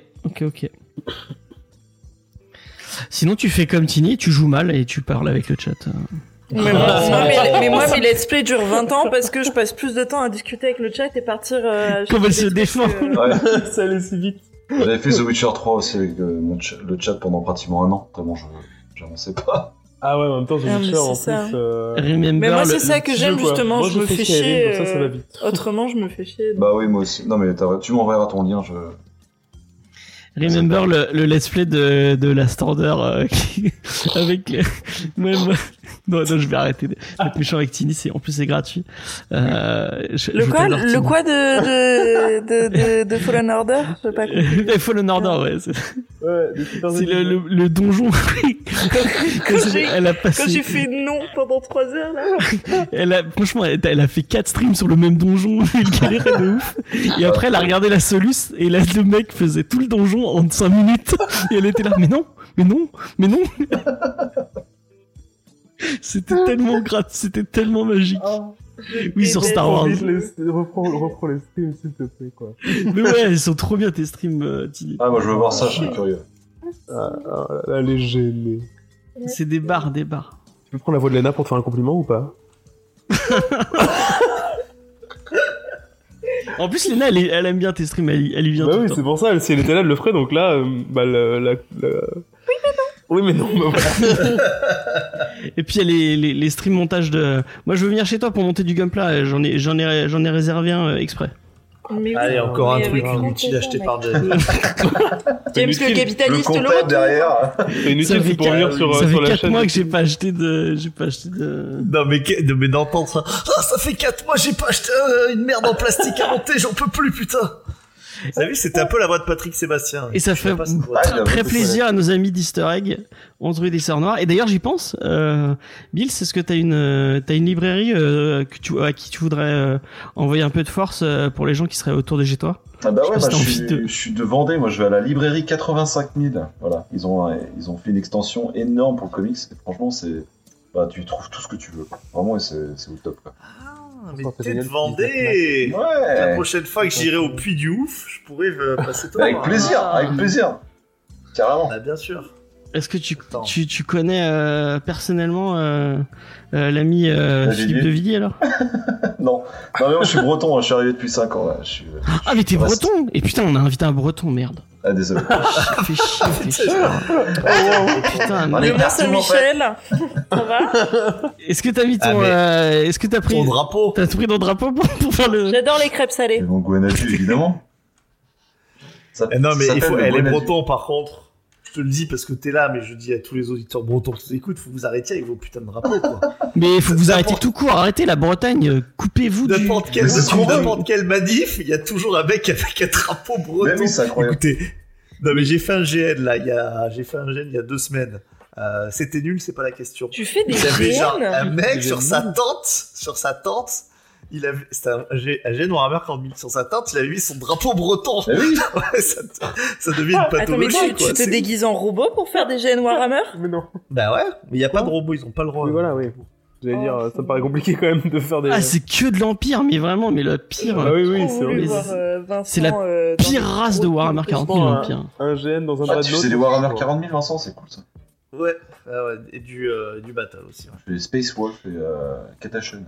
Sinon, tu fais comme Tini, tu joues mal et tu parles avec le chat. Mais moi, mes let's play durent 20 ans parce que je passe plus de temps à discuter avec le chat et partir. Comment elle se défend. Ouais. Ça allait si vite. J'avais fait The Witcher 3 aussi avec le chat pendant pratiquement un an, tellement j'avançais pas. Ah ouais, en même temps, The Witcher en ça. plus. Mais moi, c'est ça que j'aime justement, moi, je me fais chier. Ça va vite. Autrement, je me fais chier. Bah oui, moi aussi. Non mais tu m'enverras ton lien, Remember le let's play de la Stander avec les... Non, je vais arrêter d'être méchant avec Tini, en plus c'est gratuit. Le quoi de Fallen Order? Je sais pas compris. Fallen Order, ouais. C'est le donjon. Quand j'ai fait non pendant 3 heures, là. Franchement, elle a fait 4 streams sur le même donjon, elle galérait de ouf. Et après, elle a regardé la Solus, et là, le mec faisait tout le donjon en 5 minutes. Et elle était là, mais non. C'était tellement c'était tellement magique. Oui, sur Star Wars. Reprends les streams, s'il te plaît, quoi. Mais ouais, ils sont trop bien, tes streams, Tilly. Ah, moi, je veux voir ça, je suis curieux. Là, elle est gênée. C'est des barres. Tu peux prendre la voix de Lena pour te faire un compliment ou pas? En plus, Lena, elle aime bien tes streams, elle y vient tout le temps. Oui, c'est pour ça, si elle était là, elle le ferait, donc là, Oui, mais non, bah voilà. Et puis, il y a les streams montage de... Moi, je veux venir chez toi pour monter du Gunpla, j'en ai réservé un exprès. Mais oui, Allez, encore un mais truc avec inutile grand acheté plaisir, par mec. James. James le Le capitaliste, le comptable retour. derrière. C'est inutile, c'est pour venir sur ça fait la 4 chaîne. mois que j'ai pas acheté de. Non mais d'entendre ça. Ah, ça fait 4 mois, j'ai pas acheté une merde en plastique à monter, j'en peux plus, putain. Vous avez vu, c'était un peu la voix de Patrick Sébastien. Et ça Je sais fait pas cette voix. très plaisir à nos amis d'Easter Egg, Onze rue des Sœurs Noires. Et d'ailleurs, j'y pense. Bill, est-ce que t'as une librairie à qui tu voudrais envoyer un peu de force pour les gens qui seraient autour de chez toi? Ah bah ouais, Je sais pas si t'as envie je suis de Vendée, moi je vais à la librairie 85 000. Voilà, ils ont fait une extension énorme pour le comics. Et franchement, tu trouves tout ce que tu veux. Vraiment, et c'est au top. Quoi. Ah, mais t'es de Vendée. La Ouais. prochaine fois que j'irai au Puy du Ouf, je pourrais passer toi. Avec plaisir, avec plaisir. Carrément. Ah, bien sûr. Est-ce que tu Attends. connais personnellement l'ami Philippe de Villiers alors? Non, mais moi je suis breton, hein, je suis arrivé depuis 5 ans là. Ah mais t'es reste- breton! Et putain, on a invité un breton, merde. Ah désolé. Fais chier. Putain, Allez, Le merde. Mont-Saint-Michel, ça va? Est-ce que t'as mis ton... est-ce que t'as pris... Ton drapeau. T'as pris ton drapeau pour faire le... J'adore les crêpes Et salées. mon Guanaju évidemment. Ça, Non mais ça il faut, s'appelle le elle est Guanaju. breton par contre. Je te le dis parce que t'es là, mais je dis à tous les auditeurs bretons qui nous écoutent, faut que vous arrêtiez avec vos putains de drapeaux quoi. Mais faut vous Ça arrêter porte- tout court, arrêtez la Bretagne, coupez-vous du... N'importe quelle manif, il y a toujours un mec avec un drapeau breton. Mais oui, c'est incroyable. Écoutez, non mais j'ai fait un GN là, j'ai fait un GN il y a 2 semaines. C'était nul, c'est pas la question. Tu fais des Il avait genre GN? un mec Des sur GN. sa tente, c'était un GN Warhammer quand sur sa tente, il avait mis son drapeau breton. Mais oui. Ouais, ça devient une Attends, mais pathologie tu quoi. te c'est- déguises en robot pour faire des GN Warhammer? Mais non. Bah ouais, mais il y a pas de robots, ils ont pas le droit. Oui, voilà, oui. J'allais dire, ça me paraît compliqué quand même de faire des. Ah, c'est que de l'Empire, mais vraiment, mais le pire... Ah oui, oui, Trop c'est voulu horrible. voir, Vincent, C'est la dans pire des race de gros Warhammer trucs. 40 000, Franchement, l'Empire. Un GN dans un Ah, tu dreadnought. fais des Warhammer 40 000 Vincent, c'est cool ça. Ouais, et du battle aussi. Ouais. Je fais Space Wolf et Katashun.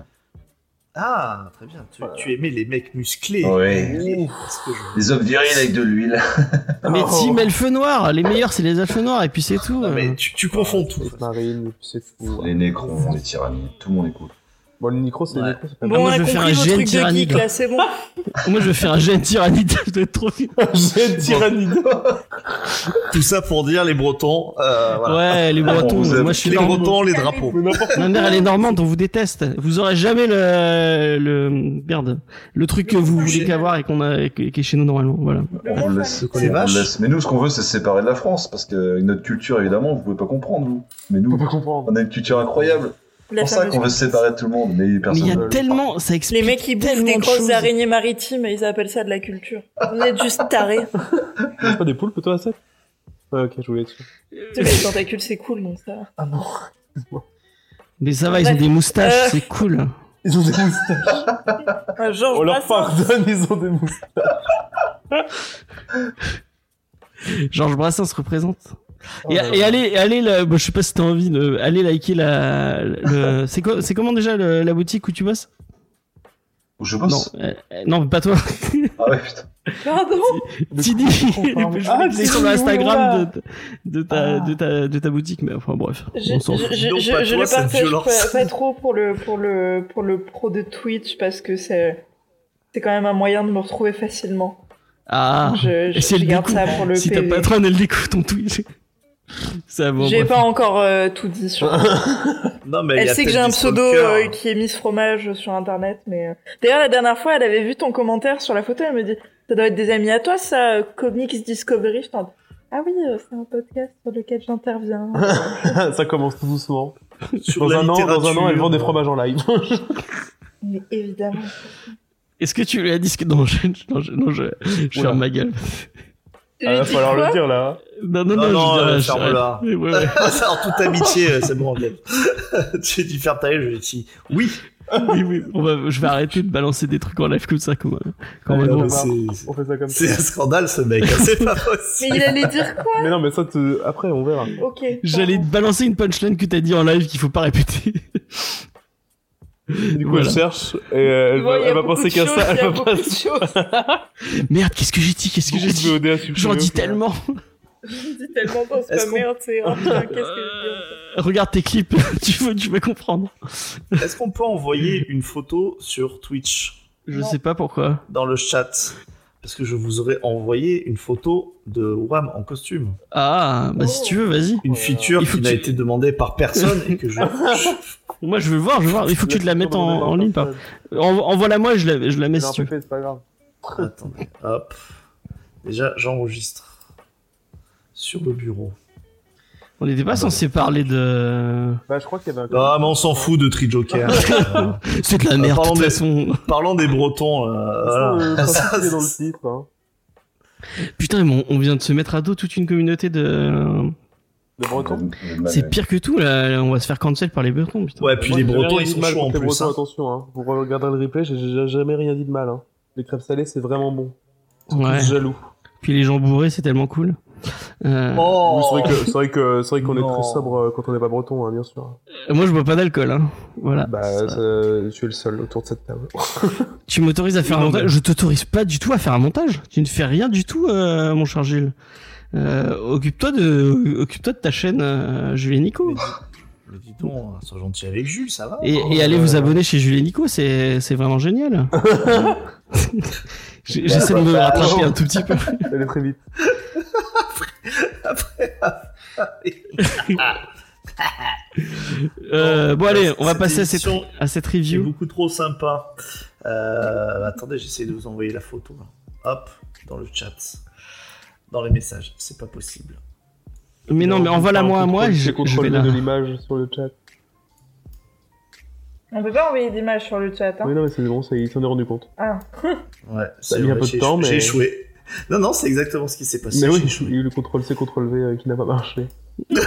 Ah, très bien. Tu aimais les mecs musclés. Ouais. Parce que je- Les hommes virils avec de l'huile. Mais Team Elfe Noir, les meilleurs c'est les Elfes Noirs, et puis c'est tout. Non, mais tu confonds tout. Les marines, c'est tout. Les Nécrons, les Tyrannies, tout le monde est cool. Bon, le Necro, c'est Ouais. Necro, c'est pas Ah, Bon, moi, on a je vais faire compris un vos GN trucs de tyrannide. geek, là, c'est bon. Moi je vais faire un GN tyrannide, ça doit être trop bien. GN Tyrannide. Tout ça pour dire les Bretons. Voilà. Ouais, les Bretons, vous aime. moi je suis Les normand. Bretons, les drapeaux. Mais n'importe Ma mère elle est normande, on vous déteste. Vous aurez jamais le truc que vous voulez qu'avoir et qui est chez nous normalement, voilà. On le laisse. Les On vaches. le laisse. Mais nous, ce qu'on veut, c'est se séparer de la France. Parce que notre culture, évidemment, vous pouvez pas comprendre, vous. Mais nous, faut pas comprendre. on a une culture incroyable. C'est La pour ça fameuse qu'on veut se séparer de tout le monde. Mais Mais personne il y ne a veut. tellement, ça explique Les mecs qui bouffent tellement des de grosses choses. araignées maritimes et ils appellent ça de la culture. On est juste tarés. Tu pas des poulpes, toi, à 7 Ouais, ok, je voulais être sûr. Les tentacules, c'est cool, donc ça. Ah non. Mais ça va, ils ont des moustaches, c'est cool. Ils ont des moustaches. Georges On leur Brassens. pardonne, ils ont des moustaches. Georges Brassens représente. Oh là là. Et allez, je sais pas si t'as envie de, allez liker c'est comment déjà la boutique où tu bosses? Je Non, bosse. non, pas toi. Ah ouais, putain. Pardon. Tini, je Ah, vais cliquer sur Tini, l'Instagram voilà. de ta boutique, mais enfin bref, on s'en fout. Non, pas Je toi, le cette partage violence. pas trop pour le pro de Twitch parce que c'est quand même un moyen de me retrouver facilement. Ah, Je et si elle garde découvre, ça pour le si ta PV. patronne elle découvre ton Twitch, ça va. J'ai bref. pas encore tout dit sur. Non, mais il y Elle a sait que peut-être j'ai un des pseudo stalkers. qui est Miss Fromage sur internet, mais d'ailleurs la dernière fois elle avait vu ton commentaire sur la photo, elle me dit ça doit être des amis à toi ça, Comics Discovery. Je t'en ah oui, c'est un podcast sur lequel j'interviens. Ça commence tout doucement. Sur Dans la un an, littérature. elle vend des fromages en live. Mais évidemment. Est-ce que tu lui as dit ce que non, je ferme ma gueule. Il va falloir le dire là. Non, Non, je ferme-la. ouais, ouais. Ça, en toute amitié, c'est bon, Gaël. Tu dis faire ta gueule, je dis oui. Oui, je vais arrêter de balancer des trucs en live comme ça, comme un Non, gros. mais c'est- On fait ça comme C'est ça. un scandale, ce mec. hein, C'est pas Mais possible. il allait dire quoi? Mais non, mais ça, après, on verra. Ok. J'allais te balancer une punchline que t'as dit en live qu'il faut pas répéter. Du coup, Voilà. elle cherche et elle Bon, il y a va beaucoup penser de qu'à choses, ça. il y Elle a va beaucoup pas. de choses. Merde, qu'est-ce que j'ai dit? Qu'est-ce que j'ai dit? VOD à supprimer, J'en dis au final. tellement. Je dis tellement dans Est-ce ce qu'on- merde, c'est oh, putain, qu'est-ce que je dis? Regarde tes clips, tu vas comprendre. Est-ce qu'on peut envoyer une photo sur Twitch Je sais pas pourquoi. Dans le chat. Parce que je vous aurais envoyé une photo de Wham en costume. Ah, bah si tu veux, vas-y. Une feature qui m'a été demandée par personne et que je... Moi, je veux voir. Il faut que tu te la mettes en ligne. Envoie-la moi et je la mets si tu veux. C'est pas grave. Attendez, hop. Déjà, j'enregistre. Sur le bureau. On n'était pas censé parler de... Bah, je crois qu'il y avait Ah, mais on s'en fout de Tri-Joker. C'est de la merde, de toute façon. Parlons des Bretons. Voilà. Ça, c'est dans le titre. Hein. Putain, mais on vient de se mettre à dos toute une communauté de... Les Bretons. C'est pire que tout, là. On va se faire cancel par les Bretons, putain. Ouais, puis les Bretons, ils sont chauds en plus. Bretons, attention, hein. Vous regarderez le replay, j'ai jamais rien dit de mal. Hein. Les crêpes salées, c'est vraiment bon. Ouais. Jaloux. Puis les gens bourrés, c'est tellement cool. Oh C'est vrai qu'on est très sobre quand on n'est pas breton, hein, bien sûr. Moi, je bois pas d'alcool, hein. Voilà. Bah, tu es le seul autour de cette table. Tu m'autorises à faire un montage? Je t'autorise pas du tout à faire un montage. Tu ne fais rien du tout, mon cher Gilles. Occupe-toi de ta chaîne, Jules et Nico. Mais dis donc, sois gentil avec Jules, ça va. Et allez vous abonner chez Jules et Nico, c'est vraiment génial. J'essaie de me rattraper un tout petit peu. Allez très vite. Bon allez, on va passer à cette C'est review. beaucoup trop sympa. Attendez, j'essaie de vous envoyer la photo. Là. Hop, dans le chat. Dans les messages, c'est pas possible. Mais non, mais envoie-la moi à moi. J'ai Je contrôlé vais là. de l'image sur le chat. On peut pas envoyer d'image sur le chat, hein. Oui, non, mais c'est bon, il s'en est rendu compte. Ah. Ouais, Ça a mis un peu de temps, mais... J'ai échoué. Non, c'est exactement ce qui s'est passé. Mais oui, J'ai échoué. il y a eu le CTRL-C, CTRL-V qui n'a pas marché. Putain,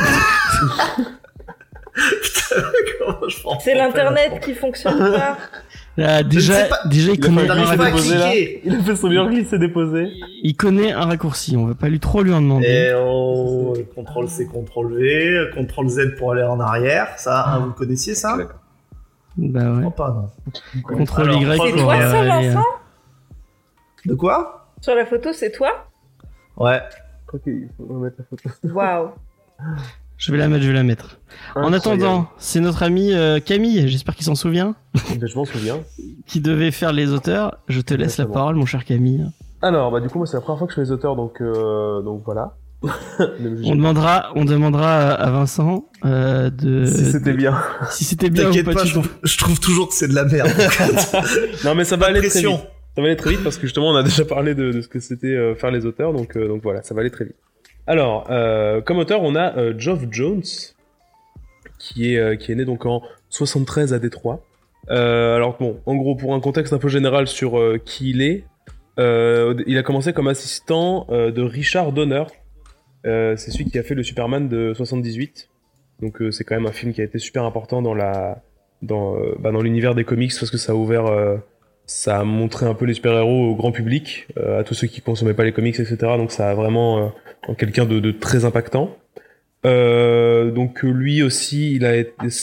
comment je m'en C'est fous, l'internet qui fonctionne pas. Ah, déjà, il connaît un J'arrive pas à raccourci. cliquer. Il a fait son meilleur glisse, s'est déposé. Il connaît un raccourci. On va pas trop lui en demander. Et on... CTRL-C, CTRL-V, CTRL-Z pour aller en arrière. Ça, hein, vous connaissiez ça? Bah ouais. Non, pas, non. Contrôle Alors, Y. C'est pour, toi ça, aller, Vincent? De quoi? Sur la photo, c'est toi? Ouais. Je crois qu'il faut remettre la photo. Waouh. Je vais la mettre. En attendant, c'est notre ami Camille, j'espère qu'il s'en souvient, Je m'en souviens. qui devait faire les auteurs. Je te laisse la Exactement. parole, mon cher Camille. Alors, bah du coup, moi, c'est la première fois que je fais les auteurs, donc voilà. On demandera à Vincent de... Si c'était bien. Si c'était bien ou T'inquiète pas. pas, je trouve toujours que c'est de la merde. Non, mais ça va Pas de aller très pression. vite. Ça va aller très vite parce que justement, on a déjà parlé de ce que c'était faire les auteurs, donc voilà, ça va aller très vite. Alors, comme auteur, on a Geoff Jones, qui est né donc en 73 à Détroit. Alors bon, en gros, pour un contexte un peu général sur qui il est, il a commencé comme assistant de Richard Donner. C'est celui qui a fait le Superman de 78. Donc c'est quand même un film qui a été super important dans l'univers des comics parce que ça a ouvert, ça a montré un peu les super-héros au grand public, à tous ceux qui consommaient pas les comics, etc. Donc ça a vraiment quelqu'un de très impactant. Donc lui aussi, il a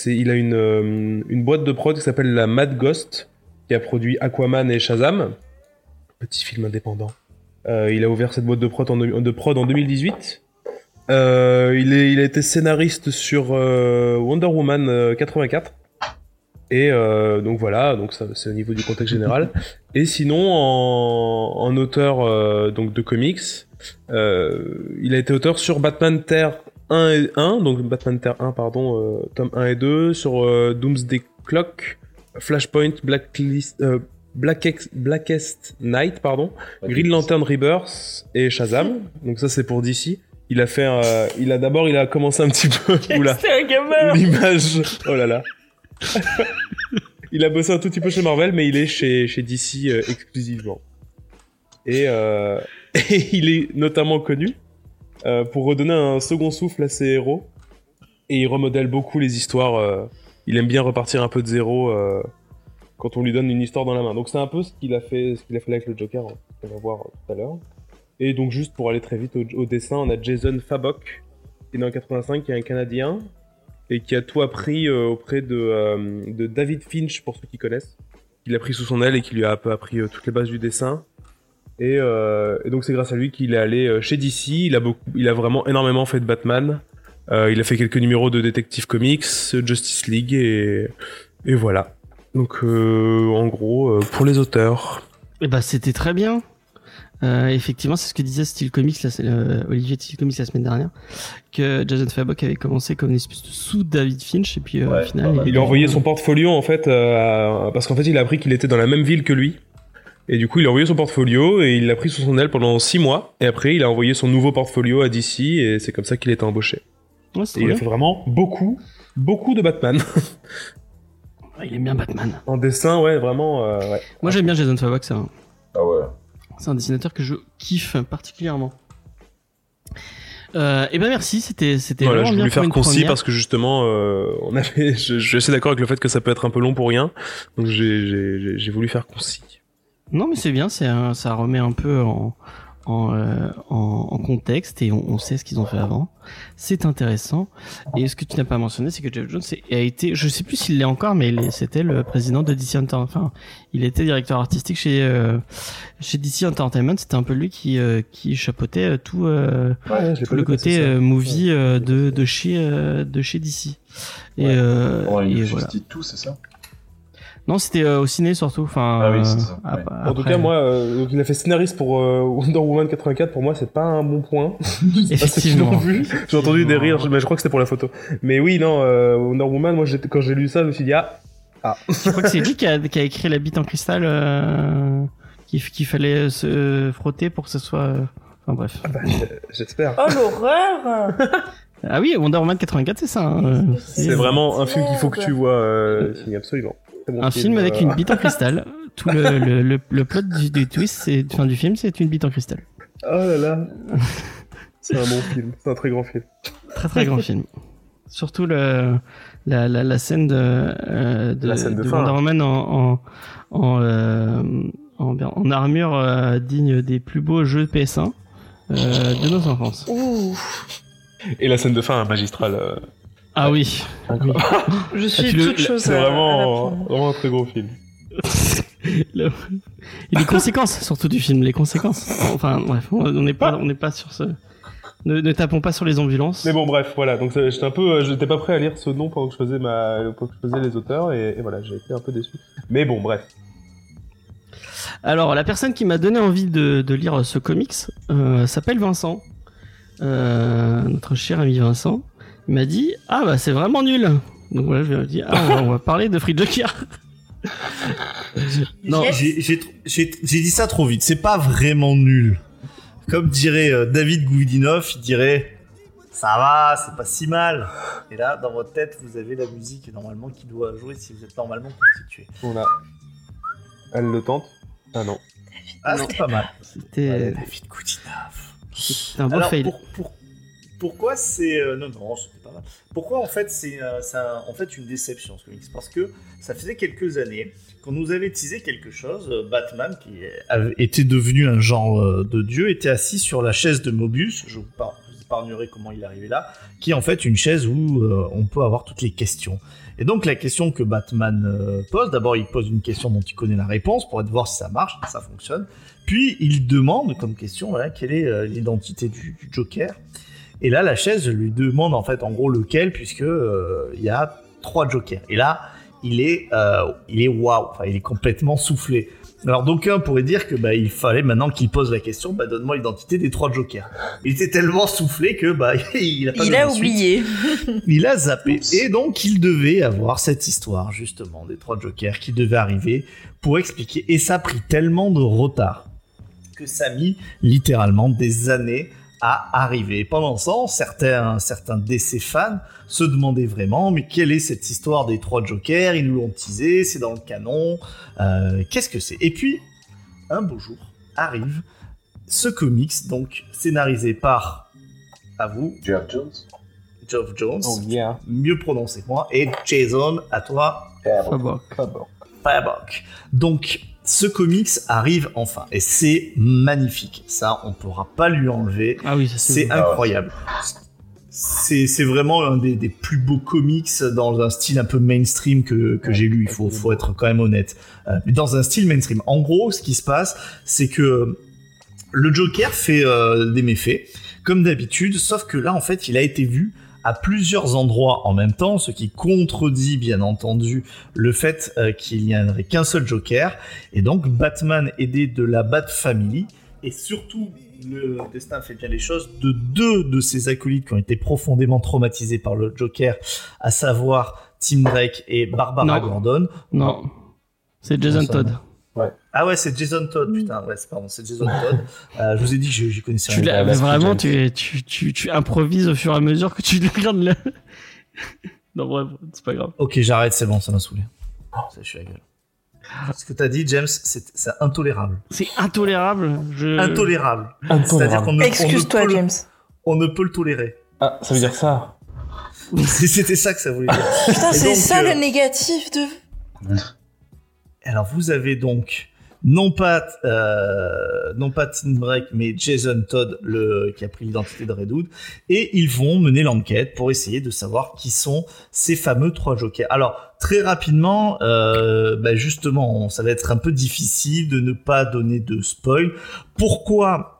une boîte de prod qui s'appelle la Mad Ghost, qui a produit Aquaman et Shazam, petit film indépendant. Il a ouvert cette boîte de prod en 2018. Il a été scénariste sur Wonder Woman 84. Et donc voilà, donc ça c'est au niveau du contexte général. Et sinon en auteur donc de comics, il a été auteur sur Batman Terre 1 et 1, donc Batman Terre 1 pardon, tome 1 et 2, sur Doomsday Clock, Flashpoint, Blackest Night pardon, Green Lantern Rebirth et Shazam. Donc ça c'est pour DC. Il a commencé un petit peu oula, C'est un gamin. l'image. Oh là là. Il a bossé un tout petit peu chez Marvel, mais il est chez DC exclusivement. Et il est notamment connu pour redonner un second souffle à ses héros. Et il remodèle beaucoup les histoires. Il aime bien repartir un peu de zéro quand on lui donne une histoire dans la main. Donc c'est un peu ce qu'il a fait avec le Joker, hein, qu'on va voir tout à l'heure. Et donc juste pour aller très vite au dessin, on a Jason Fabok, qui est né en 85, qui est un Canadien, et qui a tout appris auprès de David Finch, pour ceux qui connaissent. Il l'a pris sous son aile et qui lui a un peu appris toutes les bases du dessin. Et donc c'est grâce à lui qu'il est allé chez DC. Il a vraiment énormément fait de Batman. Il a fait quelques numéros de Detective Comics, Justice League et voilà. Donc, en gros, pour les auteurs. Et bah, c'était très bien. Effectivement, c'est ce que disait Steel Comics, Olivier de Steel Comics la semaine dernière, que Jason Fabok avait commencé comme une espèce de sous-David Finch, et puis au final... Il a envoyé son portfolio, en fait, parce qu'en fait, il a appris qu'il était dans la même ville que lui. Et du coup, il a envoyé son portfolio, et il l'a pris sous son aile pendant 6 mois, et après, il a envoyé son nouveau portfolio à DC, et c'est comme ça qu'il était embauché. Ouais, et il a fait vraiment beaucoup de Batman. Il aime bien Batman. En dessin, ouais, vraiment, ouais. Moi, j'aime bien Jason Fabok, ça. Ah ouais. C'est un dessinateur que je kiffe particulièrement. Et ben merci, c'était voilà, vraiment je voulais faire concis première. parce que justement, je suis assez d'accord avec le fait que ça peut être un peu long pour rien, donc j'ai voulu faire concis. Non, mais c'est bien, ça remet un peu en contexte et on sait ce qu'ils ont fait avant. C'est intéressant. Et ce que tu n'as pas mentionné, c'est que Geoff Johns a été, je sais plus s'il l'est encore, mais c'était le président de DC Entertainment. Enfin, il était directeur artistique chez DC Entertainment. C'était un peu lui qui chapeautait tout le côté movie de chez DC. Et, il et voilà. Voilà. Tout, c'est ça. Non, c'était au ciné surtout. Enfin, ah oui, c'est ça. En tout cas, moi, il a fait scénariste pour Wonder Woman 84. Pour moi, c'est pas un bon point. Effectivement. J'ai entendu des rires, mais je crois que c'était pour la photo. Mais oui, non, Wonder Woman, moi, quand j'ai lu ça, je me suis dit ah. Je crois que c'est lui qui a écrit la bite en cristal qu'il fallait se frotter pour que ce soit. Enfin bref. Ah bah, j'espère. Oh l'horreur. Ah oui, Wonder Woman 84, c'est ça. Hein. C'est vraiment un film qu'il faut que tu vois, absolument. Bon un film avec une bite en cristal. Tout le plot du twist, du film, c'est une bite en cristal. Oh là là. C'est un bon film. C'est un très grand film. Très très grand film. Surtout la scène de Wonder Woman en armure digne des plus beaux jeux PS1 de nos enfances. Ouh. Et la scène de fin magistrale. Ah oui. Je suis toute chose. C'est vraiment un très gros film. Et les conséquences surtout du film, les conséquences. Enfin bref, on n'est pas sur ce. Ne tapons pas sur les ambulances. Mais bon, bref, voilà. Donc j'étais pas prêt à lire ce nom pendant que je faisais les auteurs et voilà, j'ai été un peu déçu. Mais bon, bref. Alors la personne qui m'a donné envie de lire ce comics s'appelle Vincent, notre cher ami Vincent. Il m'a dit ah bah c'est vraiment nul. Donc voilà, je lui ai dit on va parler de Free Joker. Non, j'ai dit ça trop vite. C'est pas vraiment nul. Comme dirait David Gouidinoff, il dirait ça va, c'est pas si mal. Et là, dans votre tête, vous avez la musique normalement qui doit jouer si vous êtes normalement constitué. Voilà. Elle le tente. Ah non. Ah, c'était pas mal. C'était David Gouidinoff. C'était un beau fail. Pourquoi c'est non c'était pas mal. Pourquoi en fait c'est en fait une déception ce comics, parce que ça faisait quelques années qu'on nous avait teasé quelque chose. Batman qui était devenu un genre de dieu était assis sur la chaise de Mobius. Je vous épargnerai comment il est arrivé là, qui est en fait une chaise où on peut avoir toutes les questions. Et donc la question que Batman pose, d'abord il pose une question dont il connaît la réponse pour voir si ça marche, si ça fonctionne. Puis il demande comme question quelle est l'identité du Joker. Et là, la chaise lui demande en fait, en gros, lequel, puisque il y a 3 Jokers. Et là, il est waouh, enfin, il est complètement soufflé. Alors d'aucuns pourraient dire que il fallait maintenant qu'il pose la question, donne-moi l'identité des 3 Jokers. Il était tellement soufflé que il a oublié. Il a zappé. Et donc il devait avoir cette histoire justement des 3 Jokers qui devaient arriver pour expliquer. Et ça a pris tellement de retard que ça a mis littéralement des années à arriver. Pendant ce temps, certains DC fans se demandaient vraiment, mais quelle est cette histoire des 3 Jokers? Ils nous l'ont teasé, c'est dans le canon. Qu'est-ce que c'est? Et puis, un beau jour, arrive ce comics, donc scénarisé par, à vous, Geoff Johns. Oh yeah. Mieux prononcé que moi, et Jason, à toi. Fabok. Donc, ce comics arrive enfin, et c'est magnifique. Ça, on pourra pas lui enlever. Ah oui, ça c'est incroyable. C'est vraiment un des plus beaux comics dans un style un peu mainstream que j'ai lu. Il faut être quand même honnête. Mais dans un style mainstream. En gros, ce qui se passe, c'est que le Joker fait des méfaits, comme d'habitude, sauf que là, en fait, il a été vu à plusieurs endroits en même temps, ce qui contredit bien entendu le fait qu'il n'y en aurait qu'un seul Joker. Et donc Batman aidé de la Bat Family, et surtout le destin fait bien les choses, de 2 de ses acolytes qui ont été profondément traumatisés par le Joker, à savoir Tim Drake et Barbara Gordon. Non, c'est Jason Todd. Ouais. Ah ouais, c'est Jason Todd, putain, ouais, c'est Jason Todd. Je vous ai dit que j'y connaissais rien. Mais vraiment, tu improvises au fur et à mesure que tu regardes là. Non, bref, c'est pas grave. Ok, j'arrête, c'est bon, ça m'a saoulé. Ça, je suis à gueule. Ce que t'as dit, James, c'est intolérable. C'est intolérable. Intolérable. C'est-à-dire qu'on Excuse-toi, James. On ne peut le tolérer. Ah, ça veut dire ça. C'était ça que ça voulait dire. Putain, c'est ça le négatif de... Alors vous avez donc non pas Tim Drake mais Jason Todd qui a pris l'identité de Red Hood, et ils vont mener l'enquête pour essayer de savoir qui sont ces fameux 3 jokers. Alors très rapidement, justement, ça va être un peu difficile de ne pas donner de spoil. Pourquoi ?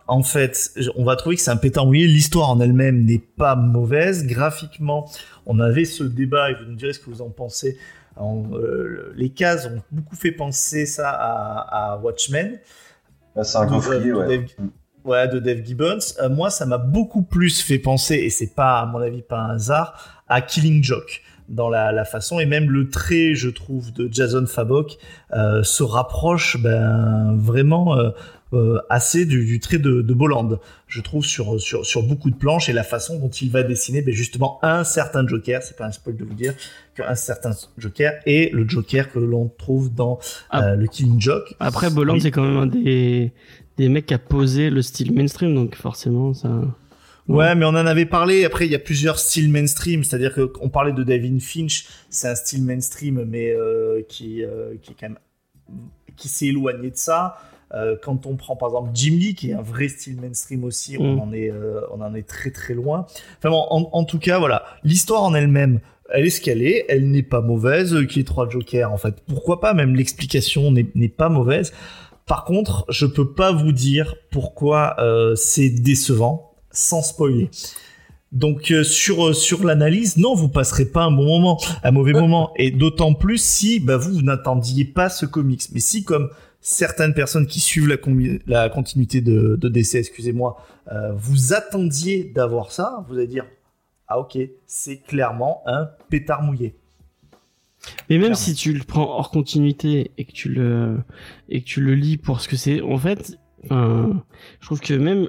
En fait, on va trouver que c'est un pétard mouillé. L'histoire en elle-même n'est pas mauvaise. Graphiquement, on avait ce débat et vous nous direz ce que vous en pensez. Les cases ont beaucoup fait penser ça à Watchmen. C'est un gaufrier, de Dave Gibbons. Moi, ça m'a beaucoup plus fait penser, et c'est pas, à mon avis, pas un hasard, à Killing Joke dans la façon, et même le trait, je trouve, de Jason Fabok se rapproche vraiment assez du trait de Bolland, je trouve, sur beaucoup de planches, et la façon dont il va dessiner justement un certain Joker, c'est pas un spoil de vous dire qu'un certain Joker est le Joker que l'on trouve dans le Killing Joke. Après, Bolland, c'est quand même un des mecs qui a posé le style mainstream, donc forcément ça... Ouais, mais on en avait parlé. Après, il y a plusieurs styles mainstream. C'est-à-dire qu'on parlait de David Finch. C'est un style mainstream, mais qui est quand même, qui s'est éloigné de ça. Quand on prend par exemple Jim Lee, qui est un vrai style mainstream aussi, on en est très très loin. Enfin bon, en tout cas, voilà. L'histoire en elle-même, elle est ce qu'elle est. Elle n'est pas mauvaise. Qu'il y ait 3 jokers, en fait, pourquoi pas. Même l'explication n'est pas mauvaise. Par contre, je peux pas vous dire pourquoi c'est décevant. Sans spoiler. Donc sur l'analyse, non, vous passerez pas un mauvais moment, et d'autant plus si vous n'attendiez pas ce comics. Mais si, comme certaines personnes qui suivent la continuité de DC, excusez-moi, vous attendiez d'avoir ça, vous allez dire ah ok, c'est clairement un pétard mouillé. Mais même si tu le prends hors continuité et que tu le lis pour ce que c'est, en fait. Enfin, je trouve que même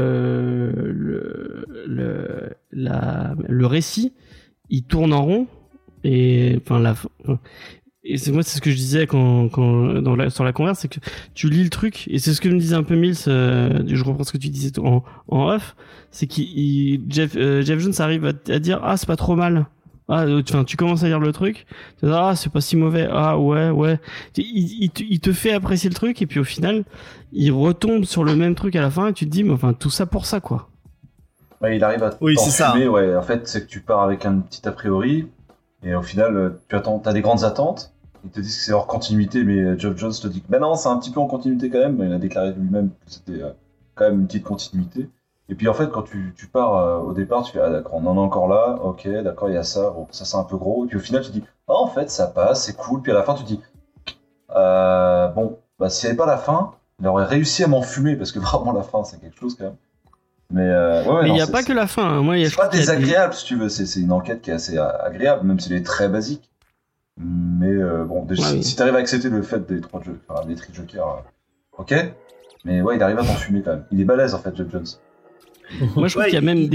le récit, il tourne en rond, et c'est ce que je disais sur la converse, c'est que tu lis le truc, et c'est ce que me disait un peu Mills, je reprends ce que tu disais en off, c'est Jeff Jones arrive à dire ah c'est pas trop mal. Tu commences à lire le truc, tu dis, c'est pas si mauvais, ouais. Il te fait apprécier le truc, et puis au final, il retombe sur le même truc à la fin, et tu te dis, mais enfin, tout ça pour ça, quoi. Ouais, il arrive à t'enfumer, ouais. En fait, c'est que tu pars avec un petit a priori, et au final, t'as des grandes attentes, ils te disent que c'est hors continuité, mais Geoff Johns te dit que, non, c'est un petit peu en continuité quand même, il a déclaré lui-même que c'était quand même une petite continuité. Et puis en fait, quand tu pars au départ, tu fais ah d'accord, on en est encore là, ok, d'accord, il y a ça, bon, ça c'est un peu gros. Et puis au final, tu dis en fait ça passe, c'est cool. Puis à la fin, tu dis s'il n'y avait pas la fin, il aurait réussi à m'enfumer, parce que vraiment la fin c'est quelque chose quand même. Mais il n'y a pas que la fin. Hein. Moi, c'est pas désagréable si tu veux. C'est une enquête qui est assez agréable, même si elle est très basique. Mais si t'arrives à accepter le fait des 3 jeux, des tri jokers, ok. Mais ouais, il arrive à t'enfumer quand même. Il est balèze en fait, Geoff Johns. Moi, je trouve qu'il y a même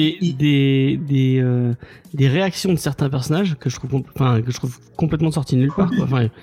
des réactions de certains personnages que je trouve complètement sorties de nulle part.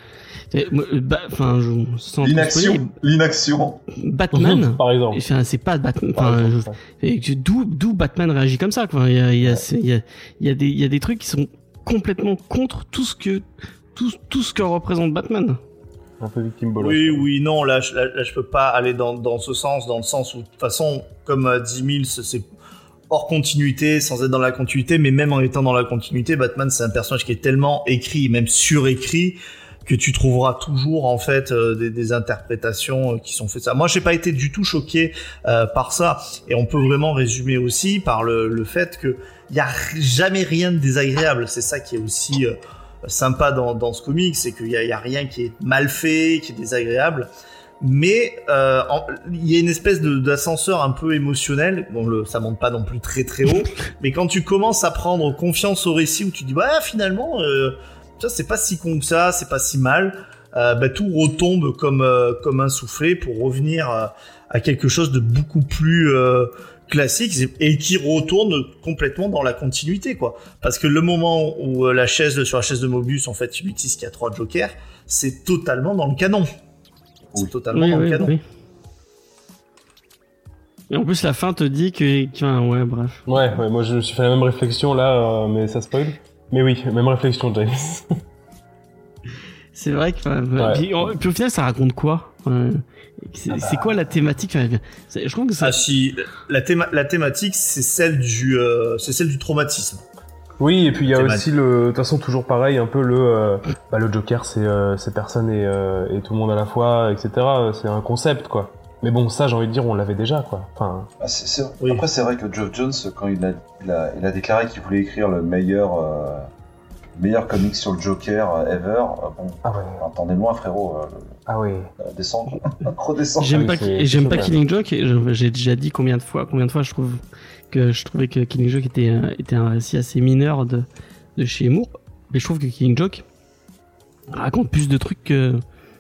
L'inaction. Batman, par exemple. C'est pas Batman. D'où Batman réagit comme ça. Il y a des trucs qui sont complètement contre tout ce que représente Batman. Un peu victime bolos. Oui, non, là, je peux pas aller dans ce sens, dans le sens où, de toute façon, comme dit Mills, c'est hors continuité, sans être dans la continuité, mais même en étant dans la continuité, Batman, c'est un personnage qui est tellement écrit, même surécrit, que tu trouveras toujours en fait des interprétations qui sont faites ça. Moi, j'ai pas été du tout choqué par ça, et on peut vraiment résumer aussi par le fait que il y a jamais rien de désagréable. C'est ça qui est aussi sympa dans ce comic, c'est qu'il y a rien qui est mal fait, qui est désagréable. Mais il y a une espèce d'ascenseur un peu émotionnel. Bon, ça monte pas non plus très très haut, mais quand tu commences à prendre confiance au récit, où tu dis bah finalement ça c'est pas si con que ça, c'est pas si mal, tout retombe comme un soufflé pour revenir à quelque chose de beaucoup plus classique, et qui retourne complètement dans la continuité, quoi. Parce que le moment où sur la chaise de Mobius, en fait, il utilise qu'il y a 3 jokers, c'est totalement dans le canon. C'est totalement dans le canon. Oui. Et en plus, la fin te dit ouais, bref. Ouais, moi je me suis fait la même réflexion là, mais ça spoil. Mais oui, même réflexion, James. C'est vrai que. Puis au final, ça raconte quoi? C'est quoi la thématique? Je crois que ça. Ah si, la thématique, c'est celle du traumatisme. Oui, et puis il y a aussi de toute façon toujours pareil, un peu le Joker, c'est personne et tout le monde à la fois, etc. C'est un concept, quoi. Mais bon, ça, j'ai envie de dire, on l'avait déjà, quoi. Enfin. Oui. Après, c'est vrai que Geoff Johns, quand il a déclaré qu'il voulait écrire le meilleur comic sur le Joker ever, attendez loin, frérot. Descends, redescends. J'aime pas Killing Joke. J'ai déjà dit combien de fois je trouvais que Killing Joke était un récit assez mineur de chez Moore, mais je trouve que Killing Joke raconte plus de trucs que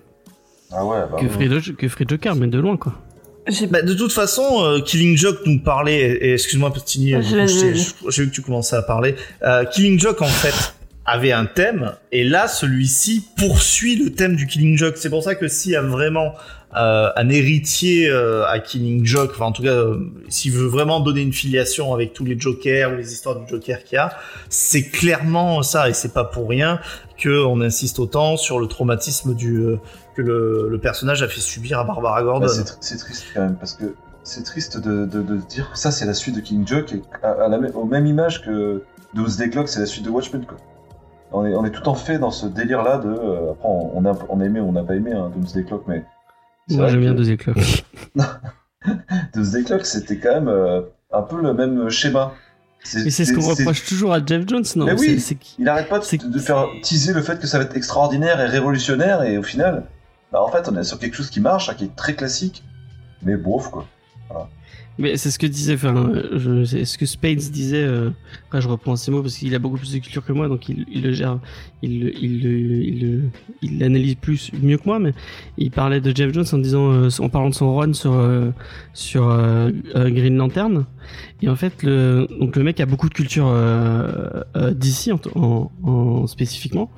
Free Joker, mais de loin, quoi. De toute façon, Killing Joke nous parlait, et excuse-moi Pastini, j'ai vu que tu commençais à parler. Killing Joke, en fait, avait un thème, et là, celui-ci poursuit le thème du Killing Joke. C'est pour ça que s'il y a vraiment un héritier à Killing Joke, enfin en tout cas, s'il veut vraiment donner une filiation avec tous les Jokers ou les histoires du Joker qu'il y a, c'est clairement ça, et c'est pas pour rien qu'on insiste autant sur le traumatisme que le personnage a fait subir à Barbara Gordon. Bah, c'est triste quand même, parce que c'est triste de dire que ça c'est la suite de Killing Joke, et aux mêmes images que Doomsday Clock, c'est la suite de Watchmen, quoi. On est tout en fait dans ce délire là de après on a aimé ou on n'a pas aimé Doomsday Clock, mais moi j'aime bien Doomsday Clock. Doomsday Clock, c'était quand même un peu le même schéma. Mais c'est ce qu'on reproche toujours à Geoff Johns, non? Mais oui, il arrête pas de faire teaser le fait que ça va être extraordinaire et révolutionnaire, et au final, en fait, on est sur quelque chose qui marche, qui est très classique, mais bof, quoi. Voilà. Mais c'est ce que disait, c'est ce que Spades disait. Après, je reprends ces mots parce qu'il a beaucoup plus de culture que moi, donc il le gère, il l'analyse mieux que moi. Mais il parlait de Geoff Johns en disant, en parlant de son run sur Green Lantern. Et en fait, le mec a beaucoup de culture d'ici en spécifiquement,